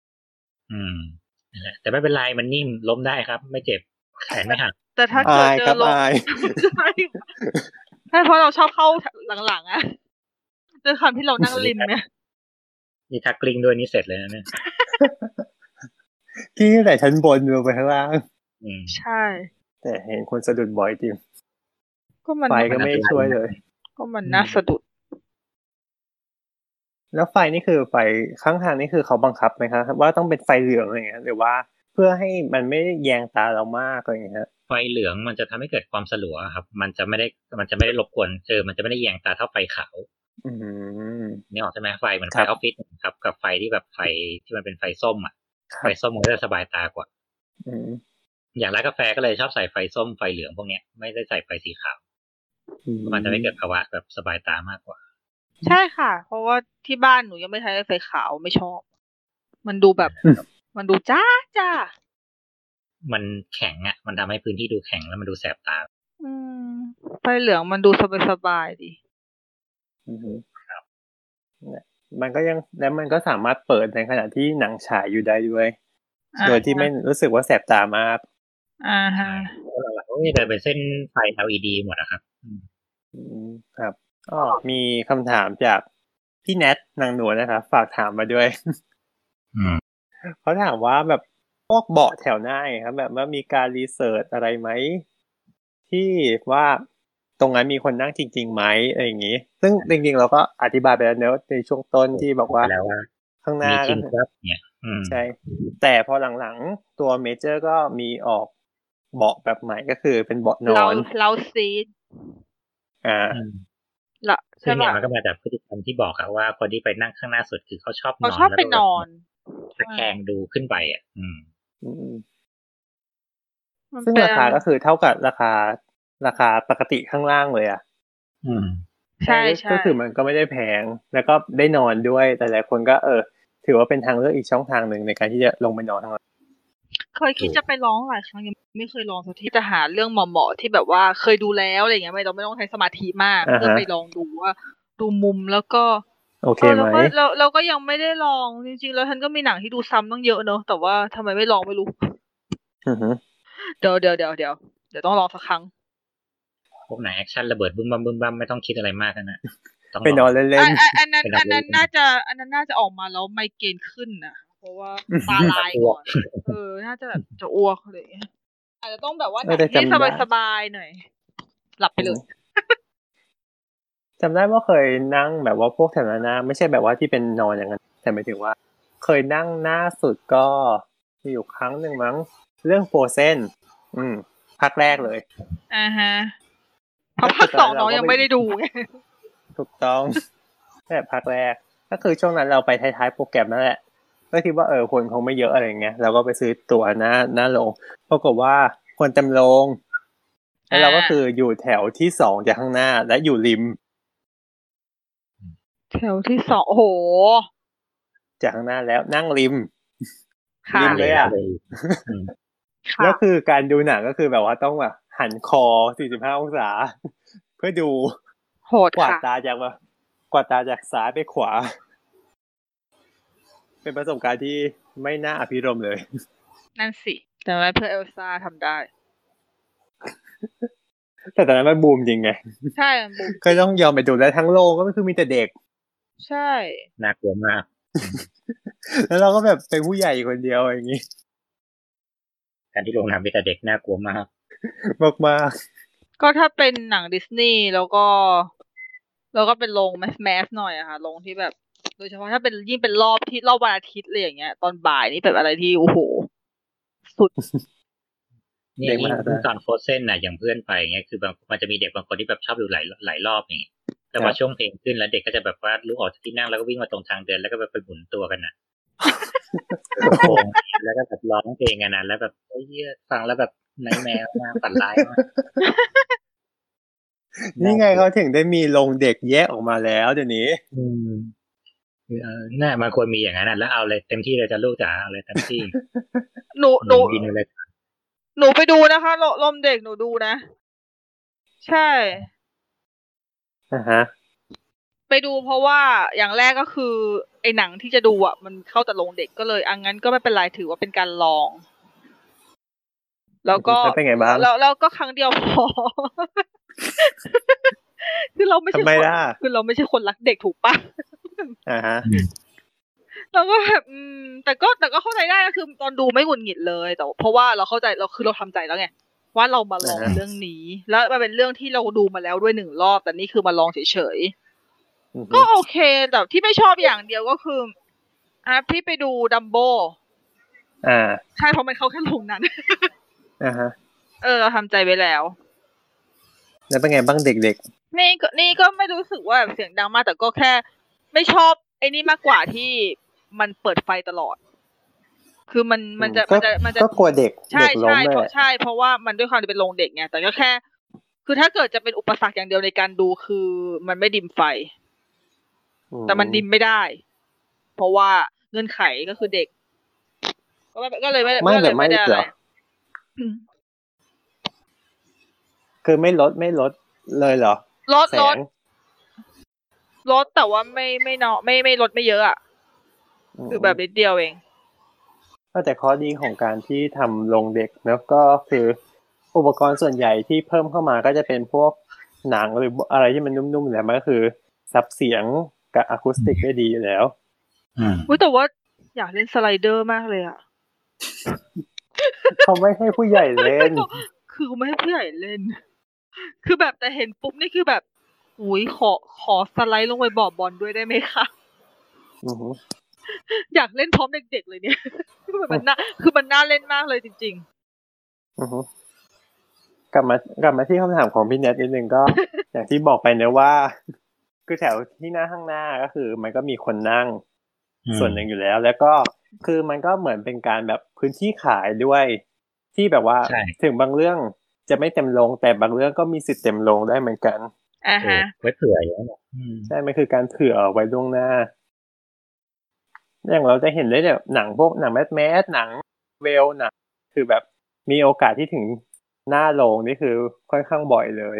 นั่นแหละแต่ไม่เป็นไรมันนิ่มล้มได้ครับไม่เจ็บแขนไม่หักแต่ถ้าเจอลงใช่เพราะเราชอบเข้าหลังๆอะด้วยความที่เรานั่งริมเนี่ยมีทักกลิ้งด้วยนี่เสร็จเลยนะเนี่ยที่แต่ชั้นบนลงไปข้างล่างใช่แต่เห็นคนสะดุดบ่อยจริงก็มันไฟก็ไม่ช่วยเลยก็มันน่าสะดุดแล้วไฟนี่คือไฟข้างทางนี่คือเขาบังคับไหมครับว่าต้องเป็นไฟเหลืองอะไรเงี้ยหรือว่าเพื่อให้มันไม่แยงตาเรามากอะไรเงี้ยไฟเหลืองมันจะทำให้เกิดความสลัวครับมันจะไม่ได้รบกวนมันจะไม่ได้แยงตาเท่าไฟขาวนี่ออกใช่ไหมไฟเหมือนไฟออฟฟิศครับกับไฟที่แบบไฟที่มันเป็นไฟส้มไฟส้มมันก็จะสบายตากว่าอย่างร้านกาแฟก็เลยชอบใส่ไฟส้มไฟเหลืองพวกเนี้ยไม่ได้ใส่ไฟสีขาวมันจะไม่เกิดภาวะแบบสบายตามากกว่าใช่ค่ะเพราะว่าที่บ้านหนูยังไม่ใช้ไฟขาวไม่ชอบมันดูแบบมันดูจ้ามันแข็งอ่ะมันทำให้พื้นที่ดูแข็งแล้วมันดูแสบตาไฟเหลืองมันดูสบายดีครับมันก็ยังแล้วมันก็สามารถเปิดในขณะที่หนังฉายอยู่ได้ด้วยโดยที่ไม่รู้สึกว่าแสบตามากฮะหลังๆก็จะเป็นเส้นไฟ LED หมดนะครับครับมีคำถามจากพี่แนทนางหนวลนะครับฝากถามมาด้วยเขาถามว่าแบบพวกเบาะแถวหน้าครับแบบว่ามีการรีเสิร์ชอะไรไหมที่ว่าตรงนั้นมีคนนั่งจริงๆไหมอะไรอย่างนี้ซึ่งจริงๆเราก็อธิบายไปแล้วเนอะในช่วงต้นที่บอกว่าข้างหน้าก็เนี่ยใช่แต่พอหลังๆตัวเมเจอร์ก็มีออกเบาะแบบใหม่ก็คือเป็นเบาะนอนเราซีทซึ่งเนี่ยมันก็มาจากพฤติกรรมที่บอกครับว่าคนที่ไปนั่งข้างหน้าสุดคือเขาชอบนอนแล้วไปนอนตะแคงดูขึ้นไปอ่ะซึ่งราคาก็คือเท่ากับราคาปกติข้างล่างเลยอ่ะใช่ก็คือมันก็ไม่ได้แพงแล้วก็ได้นอนด้วยแต่หลายคนก็ถือว่าเป็นทางเลือกอีกช่องทางหนึ่งในการที่จะลงไปนอนข้างล่างเคยคิดจะไปร้องหลายครั้งยังไม่เคยลองสักทีจะหาเรื่องเหมาะๆที่แบบว่าเคยดูแล้วอะไรเงี้ยไม่ต้องใช้สมาธิมากเพื่อไปลองดูว่าดูมุมแล้วก็โอเคไหมเราก็ยังไม่ได้ลองจริงๆแล้วฉันก็มีหนังที่ดูซ้ำตั้งเยอะเนอะแต่ว่าทำไมไม่ลองไม่รู้เดี๋ยวต้องลองสักครั้งพวกไหนแอคชั่นระเบิดบึ้มบั้มไม่ต้องคิดอะไรมากนะไปนอนเล่นๆอันนั้นน่าจะออกมาแล้วไมเกรนขึ้นนะเพราะว่าตาลายก่อนน่าจะแบบจะอ้วกอะไรอย่างเงี้ยอาจจะต้องแบบว่าหนังที่สบายๆหน่อยหลับไปเลยจำได้ว่าเคยนั่งแบบว่าพวกแถวหน้าไม่ใช่แบบว่าที่เป็นนอนอย่างนั้นแต่หมายถึงว่าเคยนั่งหน้าสุดก็มีอยู่ครั้งหนึ่งมั้งเรื่องโฟเซนภาคแรกเลยฮะเพราะภาคสองน้องยังไม่ได้ดูไงถูกต้องแต่ภาคแรกก็คือช่วงนั้นเราไปท้ายๆโปรแกรมนั่นแหละก็คิดว่าคนคงไม่เยอะอะไรเงี้ยเราก็ไปซื้อตั๋วหน้าโรงปรากฏว่าคนเต็มโรงแล้วเราก็คืออยู่แถวที่2จากข้างหน้าและอยู่ริมแถวที่2โอ้โหจากข้างหน้าแล้วนั่งริมเลยอ่ะแล้วคือการดูหนังก็คือแบบว่าต้องแบบหันคอ45องศาเพื่อดูโหดกวาดตาจากซ้ายไปขวาเป็นประสบการณ์ที่ไม่น่าอภิรมย์เลยนั่นสิแต่ว่าเพื่อเอลซ่าทำได้แต่ตอนนั้นมันบูมจริงไงใช่บูมก็ต้องยอมไปดูแล้วทั้งโลกก็คือมีแต่เด็กใช่น่ากลัวมากแล้วเราก็แบบเป็นผู้ใหญ่คนเดียวอย่างนี้การที่โรงหนังมีแต่เด็กน่ากลัวมากมากก็ถ้าเป็นหนังดิสนีย์แล้วก็เป็นโรงแมสหน่อยอะค่ะโรงที่แบบโดยเฉพาะถ้าเป็นยิ่งเป็นรอบวันอาทิตย์อะไรอย่างเงี้ยตอนบ่ายนี่แบบอะไรที่โอ้โหสุดนี่ตอนโฟเซนน่ะอย่างเพื่อนไปเงี้ยคือมันจะมีเด็กบางคนที่แบบชอบดูหลายรอบนี่แต่พอช่วงเพลงขึ้นแล้วเด็กก็จะแบบว่าลุกออกจากที่นั่งแล้วก็วิ่งมาตรงทางเดินแล้วก็แบบไปหมุนตัวกันน่ะโอ้แล้วก็แบบร้องเพลงกันนะแล้วแบบโอ้ยฟังแล้วแบบไนท์แมร์มากฝันร้ายมากนี่ไงเขาถึงได้มีโรงเด็กแยกออกมาแล้วเดี๋ยวนี้น่ามันควรมีอย่างนั้นแล้วเอาเลยเต็มที่เลยจะลูกจ๋าเอาเลยเต็มที่หนูไปดูนะคะลมเด็กหนูดูนะใช่ไปดูเพราะว่าอย่างแรกก็คือไอ้หนังที่จะดูอ่ะมันเข้าแต่โรงเด็กก็เลยงั้นก็ไม่เป็นไรถือว่าเป็นการลองแล้วก็เป็นไงบ้างแล้วก็ครั้งเดียวพอคือเราไม่ใช่คือเราไม่ใช่คนรักเด็กถูกปะเราก็แบบแต่ก็เข้าใจได้นะคือตอนดูไม่หงุดหงิดเลยแต่เพราะว่าเราเข้าใจเราคือเราทำใจแล้วไงว่าเรามาลองเรื่องนี้แล้วมันเป็นเรื่องที่เราดูมาแล้วด้วย1รอบแต่นี่คือมาลองเฉยๆก็โอเคแต่ที่ไม่ชอบอย่างเดียวก็คือพี่ไปดูดัมโบใช่เพราะมันเข้าแค่โรงนั้นเราทำใจไว้แล้วเป็นไงบ้างเด็กๆนี่ก็ไม่รู้สึกว่าแบบเสียงดังมากแต่ก็แค่ไม่ชอบไอ้นี่มากกว่าที่มันเปิดไฟตลอดคือมันจะก็กลัวเด็กใช่ล้มเลยใช่เพราะว่ามันด้วยความที่เป็นโรงเด็กไงแต่ก็แค่คือถ้าเกิดจะเป็นอุปสรรคอย่างเดียวในการดูคือมันไม่ดิมไฟแต่มันดิมไม่ได้เพราะว่าเงื่อนไขก็คือเด็กก็เลยไม่ได้อะไรคือไม่ลดเลยเหรอลดแต่ว่าไม่เนาะไม่ลดไม่เยอะอ่ะคือแบบนิดเดียวเองแต่ข้อดีของการที่ทำโรงเด็กแล้วก็คืออุปกรณ์ส่วนใหญ่ที่เพิ่มเข้ามาก็จะเป็นพวกหนังหรืออะไรที่มันนุ่มๆแล้วมันก็คือซับเสียงกับอะคูสติกได้ดีอยู่แล้วแต่ว่าอยากเล่นสไลเดอร์มากเลยอ่ะเขาไม่ให้ผู้ใหญ่เล่นคือไม่ให้ผู้ใหญ่เล่นคือแบบแต่เห็นปุ๊บนี่คือแบบอุ้ยขอสไลด์ลงไปบ่อบอลด้วยได้ไหมคะอยากเล่นพร้อมเด็กๆเลยเนี่ยมันน่าเล่นมากเลยจริงๆกลับมาที่คำถามของพี่เน็ตนิดนึงก็ อย่างที่บอกไปนะว่าคือแถวที่หน้าข้างหน้าก็คือมันก็มีคนนั่งส่วนหนึ่งอยู่แล้วแล้วก็คือมันก็เหมือนเป็นการแบบพื้นที่ขายด้วยที่แบบว่าถึงบางเรื่องจะไม่เต็มโรงแต่บางเรื่องก็มีสิทธิ์เต็มโรงได้เหมือนกันไว้เผื่ออย่างนั้นใช่มันคือการเผื่อไว้ล่วงหน้าอย่างเราจะเห็นได้เนี่ยหนังพวกหนังแมสหนังเวลหนังคือแบบมีโอกาสที่ถึงหน้าโรงนี่คือค่อนข้างบ่อยเลย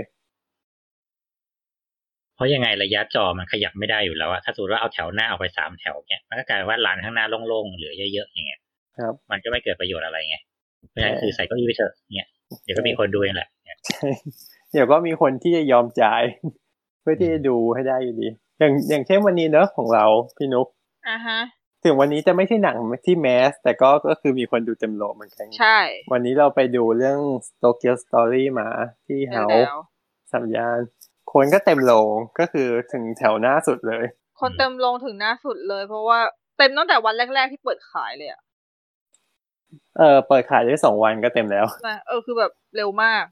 เพราะยังไงระยะจอมันขยับไม่ได้อยู่แล้วอะถ้าสมมติว่าเอาแถวหน้าออกไป3แถวเนี้ยมันก็กลายว่าลานข้างหน้าโล่งๆเหลือเยอะๆอย่างเงี้ยครับมันก็ไม่เกิดประโยชน์อะไรไงเพราะฉะนั้นคือใส่เก้าอี้ไปเถอะเนี่ยเดี๋ยวก็มีคนดูเองแหละใช่เดี๋ยวก็มีคนที่จะยอมจ่ายเพื่อที่จะดูให้ได้อยู่ดีอย่างเช่นวันนี้เนอะของเราพี่นุ๊กถึงวันนี้จะไม่ใช่หนังที่แมสแต่ก็คือมีคนดูเต็มโรงเหมือนกันใช่วันนี้เราไปดูเรื่อง Tokyo Story มาที่เฮาสามย่านคนก็เต็มโรงก็คือถึงแถวหน้าสุดเลยคนเต็มโรงถึงหน้าสุดเลยเพราะว่าเต็มตั้งแต่วันแรกๆที่เปิดขายเลยอ่ะเปิดขายได้2 วันก็เต็มแล้วคือแบบเร็วมาก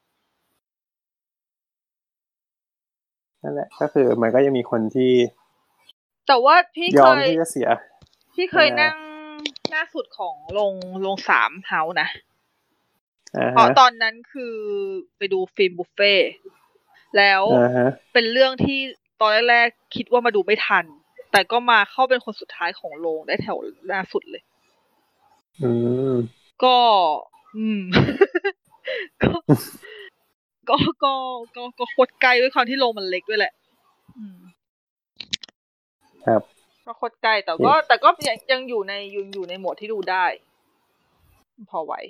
นั่นแหละก็คือมันก็ยังมีคนที่แต่ว่าพี่ยอมที่จะเสียพี่เคยนั่งหน้าสุดของโรง3เฮานะเพราะตอนนั้นคือไปดูฟิล์มบุฟเฟ่แล้วเป็นเรื่องที่ตอนแรกๆคิดว่ามาดูไม่ทันแต่ก็มาเข้าเป็นคนสุดท้ายของโรงได้แถวหน้าสุดเลยก็ก็โคตรไกลด้วยความที่โรงมันเล็กด้วยแหละครับก็โคตรไกลแต่ก็ยังอยู่ในโหมดที่ดูได้พอไหว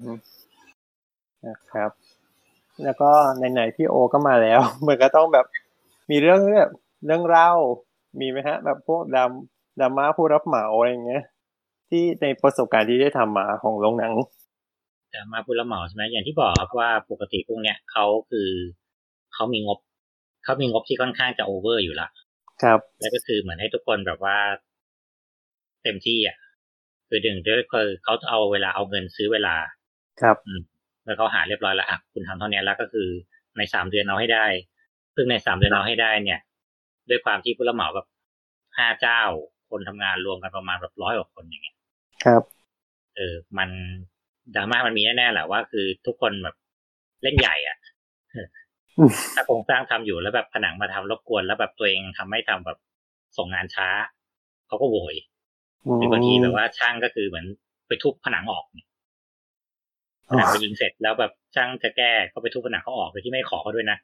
นะครับแล้วก็ไหนๆพี่โอก็มาแล้วมันก็ต้องแบบมีเรื่องเล่ามีไหมฮะแบบพวกดราม่าผู้รับเหมาอะไรอย่างเงี้ยที่ในประสบการณ์ที่ได้ทำมาของโรงหนังดราม่าผู้รับเหมาใช่ไหมอย่างที่บอกครับว่าปกติพวกเนี้ยเขามีงบที่ค่อนข้างจะโอเวอร์อยู่ละครับแล้วก็คือเหมือนให้ทุกคนแบบว่าเต็มที่อ่ะคือดึงด้วยเขาเอาเวลาเอาเงินซื้อเวลาครับแล้วเขาหาเรียบร้อยแล้วอ่ะคุณทำเท่านี้แล้วก็คือใน3 เดือนเอาให้ได้ซึ่งใน3 เดือนเอาให้ได้เนี่ยด้วยความที่ผู้รับเหมาแบบ5 เจ้าคนทำงานรวมกันประมาณแบบ100 กว่าคนอย่างเงี้ยครับมันดราม่ามันมีแน่ๆแหละว่าคือทุกคนแบบเล่นใหญ่อ่ะถ้าโครงสร้างทำอยู่แล้วแบบผนังมาทำรบกวนแล้วแบบตัวเองทำไม่ทำแบบส่งงานช้าเขาก็โวยหรือบางทีแบบว่าช่างก็คือเหมือนไปทุบผนังออกเนี่ยผนังไปยิงเสร็จแล้วแบบช่างจะแก้ก็ไปทุบผนังเขาออกโดยที่ไม่ขอเขาด้วยนะ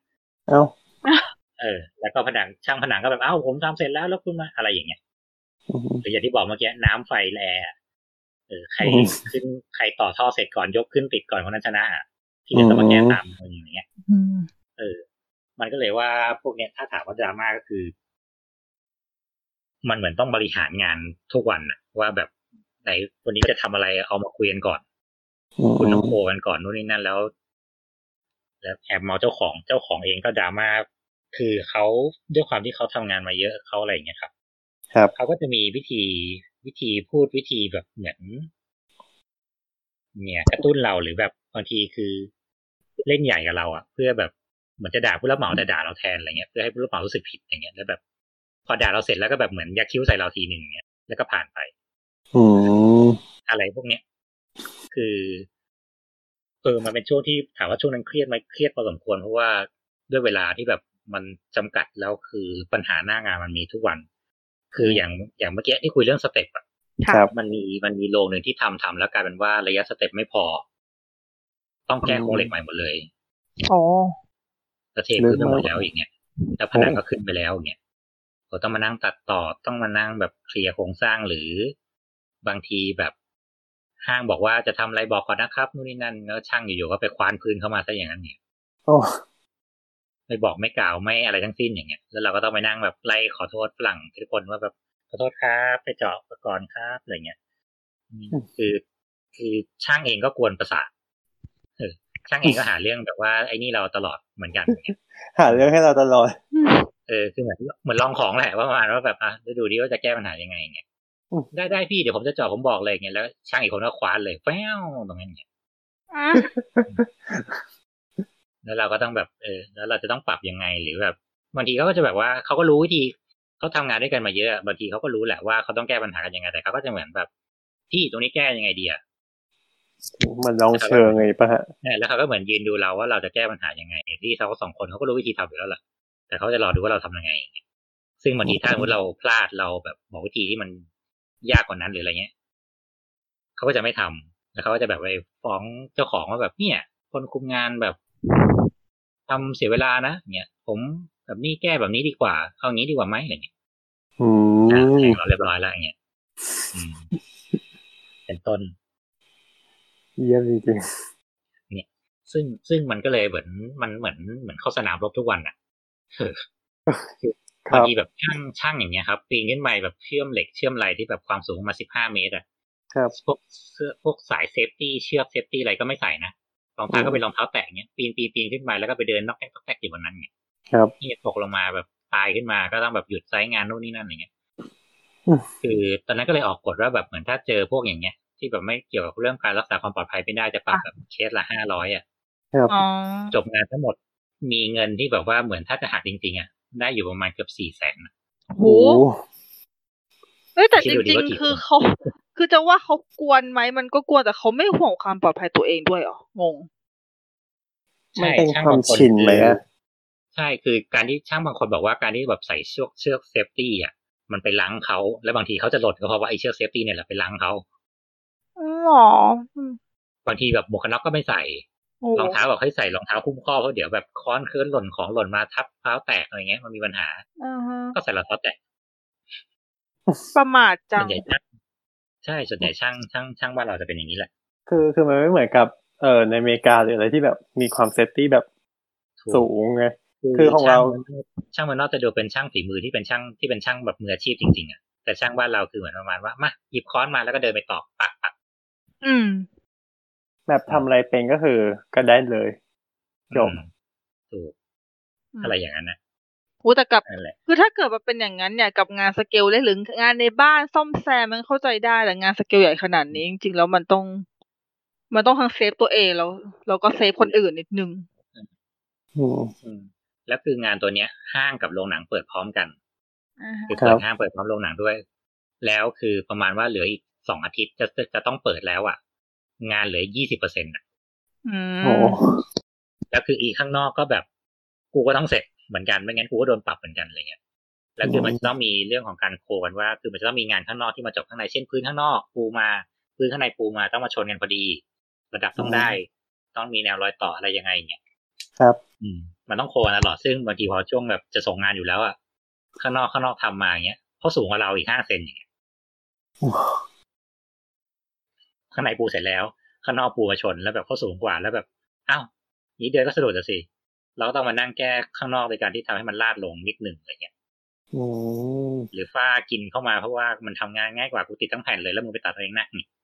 แล้วก็ช่างผนังก็แบบผมทำเสร็จแล้วคุณมาอะไรอย่างเงี้ยหรืออย่างที่บอกเมื่อกี้น้ำไฟแอร์ใครต่อท่อเสร็จก่อนยกขึ้นติดก่อนคนนั้นชนะที่จะต้องมาแก้ตามมึงอย่างเงี้ยมันก็เลยว่าพวกเนี้ยถ้าถามว่าดราม่าก็คือมันเหมือนต้องบริหารงานทุกวันน่ะว่าแบบไหนวันนี้จะทำอะไรเอามาคุยกันก่อนคุณต้องโคกันก่อนนู่นนี่นั่นแล้วแอบเมาเจ้าของเองก็ดราม่าคือเขาด้วยความที่เขาทำงานมาเยอะเขาอะไรอย่างเงี้ยครับเขาก็จะมีวิธีพูดวิธีแบบเหมือนเนี่ยกระตุ้นเราหรือแบบบางทีคือเล่นใหญ่กับเราอ่ะเพื่อแบบเหมือนจะด่าผู้รับเหมาแต่ด่าเราแทนอะไรเงี้ยเพื่อให้ผู้รับเหมารู้สึกผิดอย่างเงี้ยแล้วแบบพอด่าเราเสร็จแล้วก็แบบเหมือนยักคิ้วใส่เราทีนึงอย่างเงี้ยแล้วก็ผ่านไปอะไรพวกเนี้ยคือมันเป็นช่วงที่ถามว่าช่วงนั้นเครียดไหมเครียดพอสมควรเพราะว่าด้วยเวลาที่แบบมันจำกัดแล้วคือปัญหาหน้างานมันมีทุกวันคืออย่างเมื่อกี้ที่คุยเรื่องสเต็ปอ่ะมันมีโรงนึงที่ทำแล้วกลายเป็นว่าระยะสเต็ปไม่พอต้องแก้โครงเหล็กใหม่หมดเลยเทพื้นไปหมดแล้วอย่างเงี้ยแล้วผนังก็ขึ้นไปแล้วอย่างเงี้ยเราต้องมานั่งตัดต่อต้องมานั่งแบบเคลียร์โครงสร้างหรือบางทีแบบห้างบอกว่าจะทำอะไรบอกก่อนนะครับนู่นนี่นั่นแล้วช่างอยู่ๆก็ไปคว้านพื้นเข้ามาซะอย่างนั้นเนี่ยไม่บอกไม่กล่าวไม่อะไรทั้งสิ้นอย่างเงี้ยแล้วเราก็ต้องไปนั่งแบบไล่ขอโทษฝรั่งทุกคนว่าแบบขอโทษครับไปเจาะก่อนครับอะไรเงี้ยคือช่างเองก็กวนประสาทช่างเองก็หาเรื่องแบบว่าไอ้นี่เราตลอดเหมือนกันหาเรื่องให้เราตลอดคือเหมือนลองของแหละว่าประมาณว่าแบบดูดิว่าจะแก้ปัญหายังไงเงี้ยได้พี่เดี๋ยวผมจะเจาะผมบอกเลยเงี้ยแล้วช่างอีกคนก็คว้านเลยแฟ้วตรงนั้นเงี้ยแล้วเราก็ต้องแบบแล้วเราจะต้องปรับยังไงหรือแบบบางทีเขาก็จะแบบว่าเขาก็รู้วิธีเขาทำงานด้วยกันมาเยอะบางทีเขาก็รู้แหละว่าเขาต้องแก้ปัญหากันยังไงแต่เขาก็จะเหมือนแบบที่ตรงนี้แก้ยังไงดีอ่ะมันลองเชิงไงป่ะฮะแล้วเขาก็เหมือนยืนดูเราว่าเราจะแก้ปัญหายังไงที่เขาสองคนเขาก็รู้วิธีทำอยู่แล้วแหละแต่เขาจะรอดูว่าเราทำยังไงซึ่งบางทีถ้าสมมติเราพลาดเราแบบบอกวิธีที่มันยากกว่านั้นหรืออะไรเงี้ยเขาก็จะไม่ทำแล้วเขาก็จะแบบไปฟ้องเจ้าของว่าแบบเนี่ยคนคุมงานแบบทำเสียเวลานะเนี่ยผมแบบนี้แก้แบบนี้ดีกว่าเอางี้ดีกว่าไหมอะไรเงี้ยแข่งเราเรียบร้อยแล้วอย่างเงี้ยเป็นต้นเยี่ยมจริงๆเนี่ยซึ่งมันก็เลยเหมือนเข้าสนามรบทุกวันอ่ะบางทีแบบช่างอย่างเงี้ยครับปีนขึ้นไปแบบเชื่อมเหล็กเชื่อมอะไรที่แบบความสูงมา15 เมตรอ่ะพวกสายเซฟตี้เชือกเซฟตี้อะไรก็ไม่ใส่นะรองเท้าก็เป็นรองเท้าแตะเงี้ยปีนขึ้นไปแล้วก็ไปเดินนอกแตกอยู่บนนั้นเงี้ยนี่ตกลงมาแบบตายขึ้นมาก็ต้องแบบหยุดไซต์งานนู่นนี่นั่นอย่างเงี้ยคือตอนนั้นก็เลยออกกฎว่าแบบเหมือนถ้าเจอพวกอย่างเงี้ยที่แบบไม่เกี่ยวกับเรื่องการรักษาความปลอดภัยไม่ได้จะปรับแบบเคสละ500อ่ะจบงานทั้งหมดมีเงินที่แบบว่าเหมือนถ้าจะหักจริงๆอ่ะได้อยู่ประมาณเกือบ400,000 โหแต่จริงๆคือจะว่าเขากวนไหมมันก็กวนแต่เขาไม่ห่วงความปลอดภัยตัวเองด้วยเหรองงมันเป็นความชินไหมอ่ะใช่คือการที่ช่างบางคนบอกว่าการที่แบบใส่เชือกเซฟตี้อ่ะมันไปล้างเขาแล้วบางทีเขาจะหล่นก็เพราะว่าไอ้เชือกเซฟตี้เนี่ยแหละไปล้างเขาหรอบางทีแบบหมวกกันน็อกก็ไม่ใส่รองเท้าบอกให้ใส่รองเท้าคุ้มข้อเพราะเดี๋ยวแบบค้อนเคลื่อนหล่นของหล่นมาทับเท้าแตกอะไรเงี้ยมันมีปัญหาก็ใส่รองเท้าแตะประมาทจังใช่ส่วนใหญ่ช่างบ้านเราจะเป็นอย่างนี้แหละคือมันไม่เหมือนกับในอเมริกาหรืออะไรที่แบบมีความเซฟตี้แบบสูงไงคือของเราช่างมันนอกจะดูเป็นช่างฝีมือที่เป็นช่างแบบมืออาชีพจริงๆอ่ะแต่ช่างบ้านเราคือเหมือนประมาณว่ามาหยิบค้อนมาแล้วก็เดินไปตอกปักแบบทำอะไรเป็นก็คือก็ได้เลยจบถูกอะไรอย่างนั้นนะแต่กับคือถ้าเกิดว่าเป็นอย่างนั้นเนี่ยกับงานสเกลเล็กหรืองานในบ้านซ่อมแซมมันเข้าใจได้แต่งานสเกลใหญ่ขนาดนี้จริงๆแล้วมันต้องทั้งเซฟตัวเองแล้วก็เซฟคนอื่นนิดนึงแล้วคืองานตัวเนี้ยห้างกับโรงหนังเปิดพร้อมกันคือเปิดห้างเปิดพร้อมโรงหนังด้วยแล้วคือประมาณว่าเหลืออีก2 อาทิตย์จะต้องเปิดแล้วอ่ะงานเหลือ 20% อ่ะแล้วคืออีกข้างนอกก็แบบกูก็ต้องเสร็จเหมือนกันไม่งั้นกูก็โดนปรับเหมือนกันอะไรเงี้ยแล้วคือมันต้องมีเรื่องของการโคกันว่าคือมันจะต้องมีงานข้างนอกที่มาจบข้างในเช่นพื้นข้างนอกปูมาพื้นข้างในปูมาต้องมาชนกันพอดีระดับต้องได้ต้องมีแนวรอยต่ออะไรยังไงอย่างเงี้ยครับมันต้องโคกันตลอดซึ่งบางทีพอช่วงแบบจะส่งงานอยู่แล้วอ่ะข้างนอกทำมาอย่างเงี้ยเขาสูงกว่าเราอีก5 เซนอย่างเงี้ยข้างในปูเสร็จแล้วข้างนอกปูมาชนแล้วแบบเขาสูงกว่าแล้วแบบอ้าวนี้เดินก็สะดุดสิเราก็ต้องมานั่งแก้ข้างนอกในการที่ทำให้มันลาดลงนิดนึงอะไรเงี้ยหรือฝ้ากินเข้ามาเพราะว่ามันทำงานง่ายกว่ากูติดทั้งแผ่นเลยแล้วมึงไปตัดเองนะนี่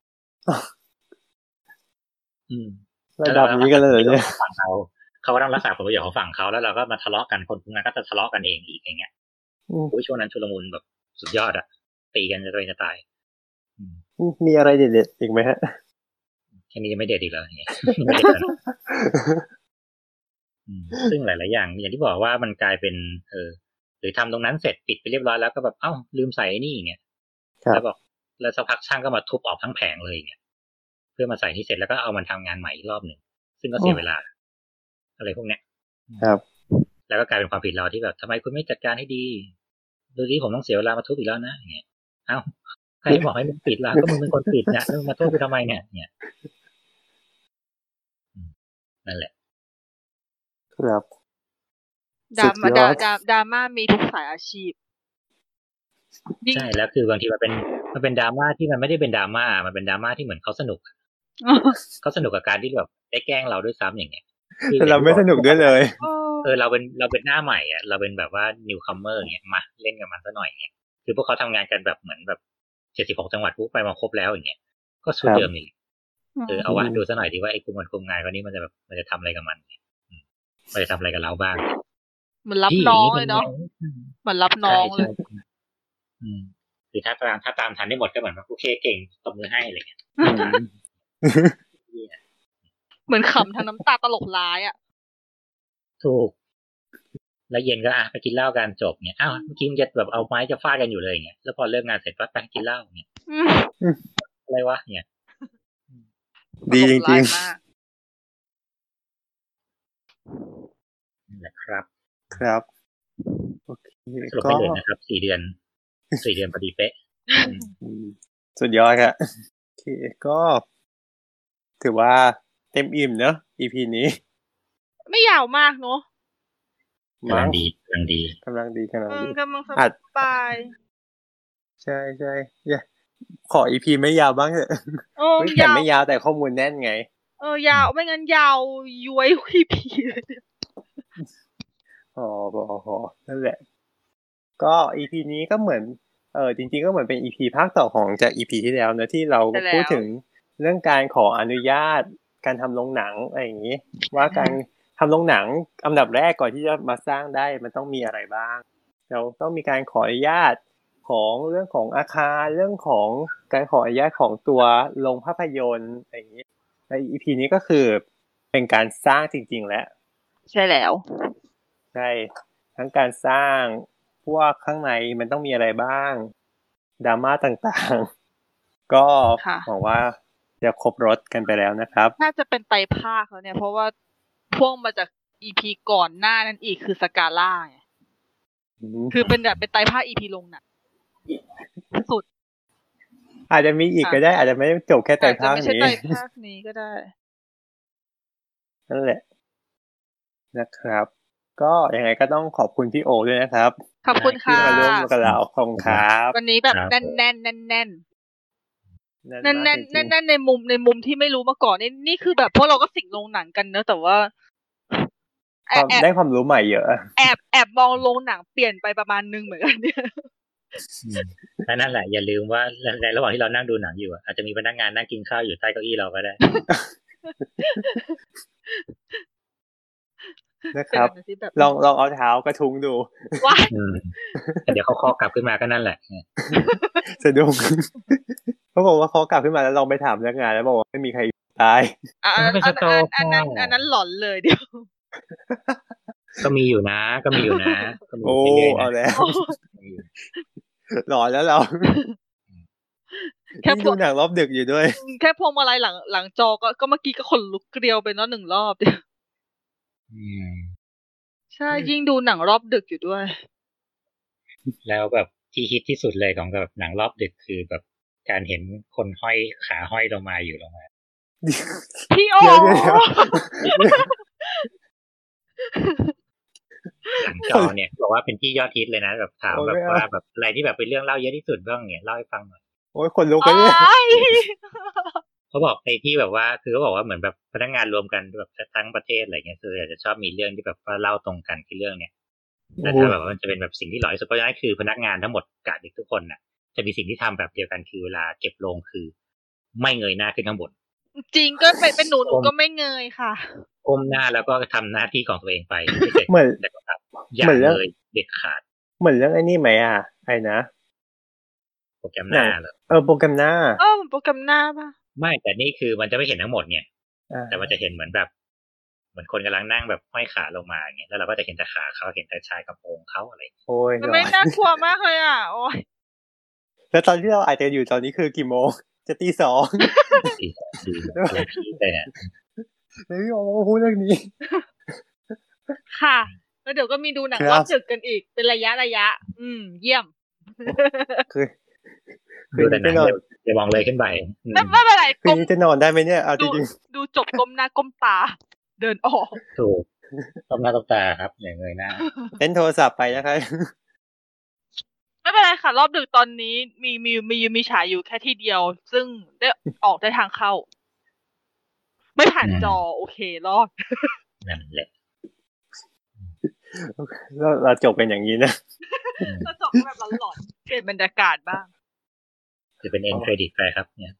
ระดับนี้กันเลยเนี่ยฝั่งเขาก็ต้องรักษาผลประโยชน์ของฝั่งเขาแล้วเราก็มาทะเลาะกันคนพวกนั้นก็จะทะเลาะกันเองอีกอย่างเงี้ยช่วงนั้นชุลมุนแบบสุดยอดอะตีกันจะตายมีอะไรเด็ดๆอีกไหมฮะแค่นี้ยังไม่เด็ดอีกแล้วเนี่ยซึ่งหลายๆอย่างอย่างที่บอกว่ามันกลายเป็นหรือทำตรงนั้นเสร็จปิดไปเรียบร้อยแล้วก็แบบเอ้าลืมใส่นี่อย่างเงี้ยแล้วบอกแล้วสักพักช่างก็มาทุบออกทั้งแผงเลยเนี่ยเพื่อมาใส่ที่เสร็จแล้วก็เอามันทำงานใหม่อีกรอบหนึ่งซึ่งก็เสียเวลาอะไรพวกเนี้ยครับแล้วก็กลายเป็นความผิดเราที่แบบทำไมคุณไม่จัดการให้ดีดูดิผมต้องเสียเวลามาทุบอีกแล้วนะอย่างเงี้ยเอ้าใครบอกให้มึงปิดล่ะก็มึงเป็นคนปิดเนี่ยแล้วมึงมาโทษกูทำไมเนี่ยนั่นแหละครับดราม่ามีทุกสายอาชีพใช่แล้วคือบางทีมันเป็นดราม่าที่มันไม่ได้เป็นดราม่ามันเป็นดราม่าที่เหมือนเขาสนุกกับการที่แบบได้แกล้งเราด้วยซ้ำอย่างเงี้ยแต่เราไม่สนุกด้วยเลยเราเป็นหน้าใหม่อ่ะเราเป็นแบบว่า newcomer อย่างเงี้ยมาเล่นกับมันซะหน่อยอย่างเงี้ยคือพวกเขาทำงานกันแบบเหมือนแบบ76จังหวัดปุ๊บไปมาครบแล้วอย่างเงี้ยก็ชุดเดิมนี่เอาวะดูซะหน่อยดีว่าไอ้คุมงานคนนี้มันจะทำอะไรกับมันมันจะทำอะไรกับเราบ้างเหมือนรับน้องเลยเนาะเหมือนรับน้องเลยคือถ้าตามทันได้หมดก็เหมือนว่าโอเคเก่งตบมือให้อะไรเงี้ยเหมือนขำทั้งน้ำตาตลกร้ายอ่ะถูกแล้วเย็นก็ไปกินเหล้ากันจบเนี่ยอ้าวเมื่อกี้มันจะแบบเอาไม้จะฟาดกันอยู่เลยอย่างเงี้ยแล้วพอเลิกงานเสร็จก็ไปกินเหล้าเนี่ยอะไรวะเนี่ยดีจริงๆนะครับครับโอเคสรุปไม่เลยนะครับ4 เดือนพอดีเป๊ะสุดยอดครับโอเคก็ถือว่าเต็มอิ่มเนอะ EP นี้ไม่ยาวมากเนอะกำลังดีกำลังสบายใช่ขอ EP ไม่ยาวบ้างเถอะแต่ไม่ยาวแต่ข้อมูลแน่นไงยาวไม่งั้นยาวย้วย EP พอนั่นแหละก็ EP นี้ก็เหมือนจริงๆก็เหมือนเป็น EP ภาคต่อของจาก EP ที่แล้วนะที่เราพูดถึงเรื่องการขออนุญาตการทำโรงหนังอะไรอย่างนี้ว่าการทำโรงหนังอันดับแรกก่อนที่จะมาสร้างได้มันต้องมีอะไรบ้างเราต้องมีการขออนุญาตของเรื่องของอาคารเรื่องของการขออนุญาตของตัวโรงภาพยนตร์อะไรอย่างนี้ใน EP นี้ก็คือเป็นการสร้างจริงๆแล้วใช่แล้วใช่ทั้งการสร้างพวกข้างในมันต้องมีอะไรบ้างดราม่าต่างๆก็หวังว่าจะครบรสกันไปแล้วนะครับน่าจะเป็นไตรภาคแล้วเนี่ยเพราะว่าพ่วงมาจาก EP ก่อนหน้านั้นอีกคือสกาล่าไงคือเป็นแบบเป็นไตรภาค EP ลงน่ะสุดอาจจะมีอีกก็ได้อาจจะไม่จบแค่ไตรภาคนี้ไม่ใช่ไตรภาคนี้ก็ได้นั่นแหละนะครับก็ยังไงก็ต้องขอบคุณพี่โอด้วยนะครับขอบคุณค่ะที่มาร่วมกับเราขอบคุณครับวันนี้แบบแน่นในมุมที่ไม่รู้มาก่อนนี่คือแบบพวกเราก็สิงโรงหนังกันเนอะแต่ว่าได้ความรู้ใหม่เยอะแอบมองโรงหนังเปลี่ยนไปประมาณนึงเหมือนกันเนี่ยนั่นแหละอย่าลืมว่าในระหว่างที่เรานั่งดูหนังอยู่อาจจะมีพนักงานนั่งกินข้าวอยู่ใต้เก้าอี้เราก็ได้นะครับลองเอาเท้ากระทุ้งดูเดี๋ยวเขาเคาะกลับขึ้นมาก็นั่นแหละสะดุ้งเขาบอกว่าเคาะกลับขึ้นมาแล้วลองไปถามพนักงานแล้วบอกว่าไม่มีใครตายอันนั้นหลอนเลยเดี๋ยวก็มีอยู่นะโอ้เอาแล้วหลอนแล้วเราแค่ดูหนังรอบดึกอยู่ด้วยแค่พวงมาลัยหลังจอก็เมื่อกี้ก็ขนลุกเกลียวไปเนาะ1 รอบเดียวใช่ยิ่งดูหนังรอบดึกอยู่ด้วยแล้วแบบที่ฮิตที่สุดเลยของแบบหนังรอบดึกคือแบบการเห็นคนห้อยขาห้อยลงมาพี่โอหลังจอเนี่ยบอกว่าเป็นที่ยอดฮิตเลยนะแบบถามแบบว่าแบบอะไรที่แบบเป็นเรื่องเล่าเยอะที่สุดบ้างเนี่ยเล่าให้ฟังหน่อยโอ้ยคนลุกเลยเนี่ยเขาบอกไอ้ที่แบบว่าคือเขาบอกว่าเหมือนแบบพนักงานรวมกันแบบทั้งประเทศอะไรเงี้ยคือจะชอบมีเรื่องที่แบบว่าเล่าตรงกันที่เรื่องเนี้ยแต่ถ้าแบบว่ามันจะเป็นแบบสิ่งที่หล่อที่สุดเพราะฉะนั้นคือพนักงานทั้งหมดกะเด็กทุกคนน่ะจะมีสิ่งที่ทำแบบเดียวกันคือเวลาเก็บโรงคือไม่เงยหน้าขึ้นข้างบนจริงก็เป็นหนูก็ไม่เงยค่ะก้มหน้าแล้วก็ทำหน้าที่ของตัวเองไปเหมือนอย่าเลยเด็ดขาดเหมือนเรื่องไอ้นี่ไหมไอ้นะโปรแกรมหน้าเหรอโปรแกรมหน้าโปรแกรมหน้าป่ะไม่แต่นี่คือมันจะไม่เห็นทั้งหมดไงแต่มันจะเห็นเหมือนแบบเหมือนคนกำลังนั่งแบบห้อยขาลงมาอย่างเงี้ยแล้วเราก็จะเห็นแต่ขาเขาเห็นแต่ชายกระโปรงเขาอะไรโอ้ยมันไม่น่ากลัวมากเลยโอ้ยแล้วตอนที่เราอาจจะอยู่ตอนนี้คือกี่โมงจะตี 2 อะไรพี่ไปเนี่ยไม่พี่โมพูดเรื่องนี้ค่ะแล้วเดี๋ยวก็มีดูหนังรอบดึกกันอีกเป็นระยะเยี่ยมคือแต่ไหนจะมองเลยขึ้นไปไม่เป็นไรคืนนี้จะนอนได้ไหมเนี่ยเอาจริงๆดูจบก้มหน้าก้มตาเดินออกถูกก้มหน้าก้มตาครับอย่างเงยหน้าเล่นโทรศัพท์ไปนะครับไม่เป็นไรค่ะรอบดึกตอนนี้มีฉายอยู่แค่ที่เดียวซึ่งได้ออกได้ทางเข้าไม่ผ่านจอโอเครอดนั่นแหละเราจบเป็นอย่างนี้นะเราจบแบบหลอนๆเปลี่ยนบรรยากาศบ้างจะเป็นเอ็นเครดิตไปครับเนี่ย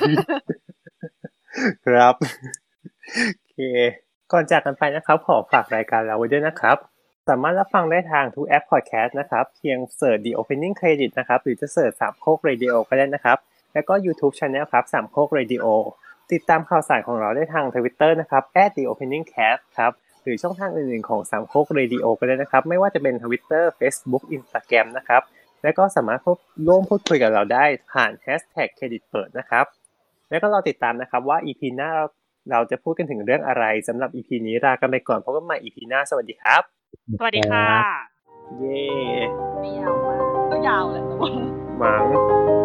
ครับโอเคก่อนจากกันไปนะครับขอฝากรายการเราไว้ด้วยนะครับสามารถรับฟังได้ทางทุกแอปพอดแคสต์นะครับเพียงเสิร์ช The Opening Credit นะครับหรือจะเสิร์ชสามโคกเรดิโอก็ได้นะครับแล้วก็ YouTube Channel ครับสามโคกเรดิโอติดตามข่าวสารของเราได้ทาง Twitter นะครับ @theopeningcast ครับหรือช่องทางอื่นๆของสามโคกเรดิโอก็ได้นะครับไม่ว่าจะเป็น Twitter Facebook Instagram นะครับแล้วก็สามารถร่วมพูดคุยกับเราได้ผ่าน #KreditPert นะครับแล้วก็รอติดตามนะครับว่า EP หน้าเราจะพูดกันถึงเรื่องอะไรสำหรับ EP นี้ลากันไปก่อนพบกันใหม่ EP หน้าสวัสดีครับสวัสดีค่ะเย้ไม่ยาวมากก็ยาวแหละมั้ง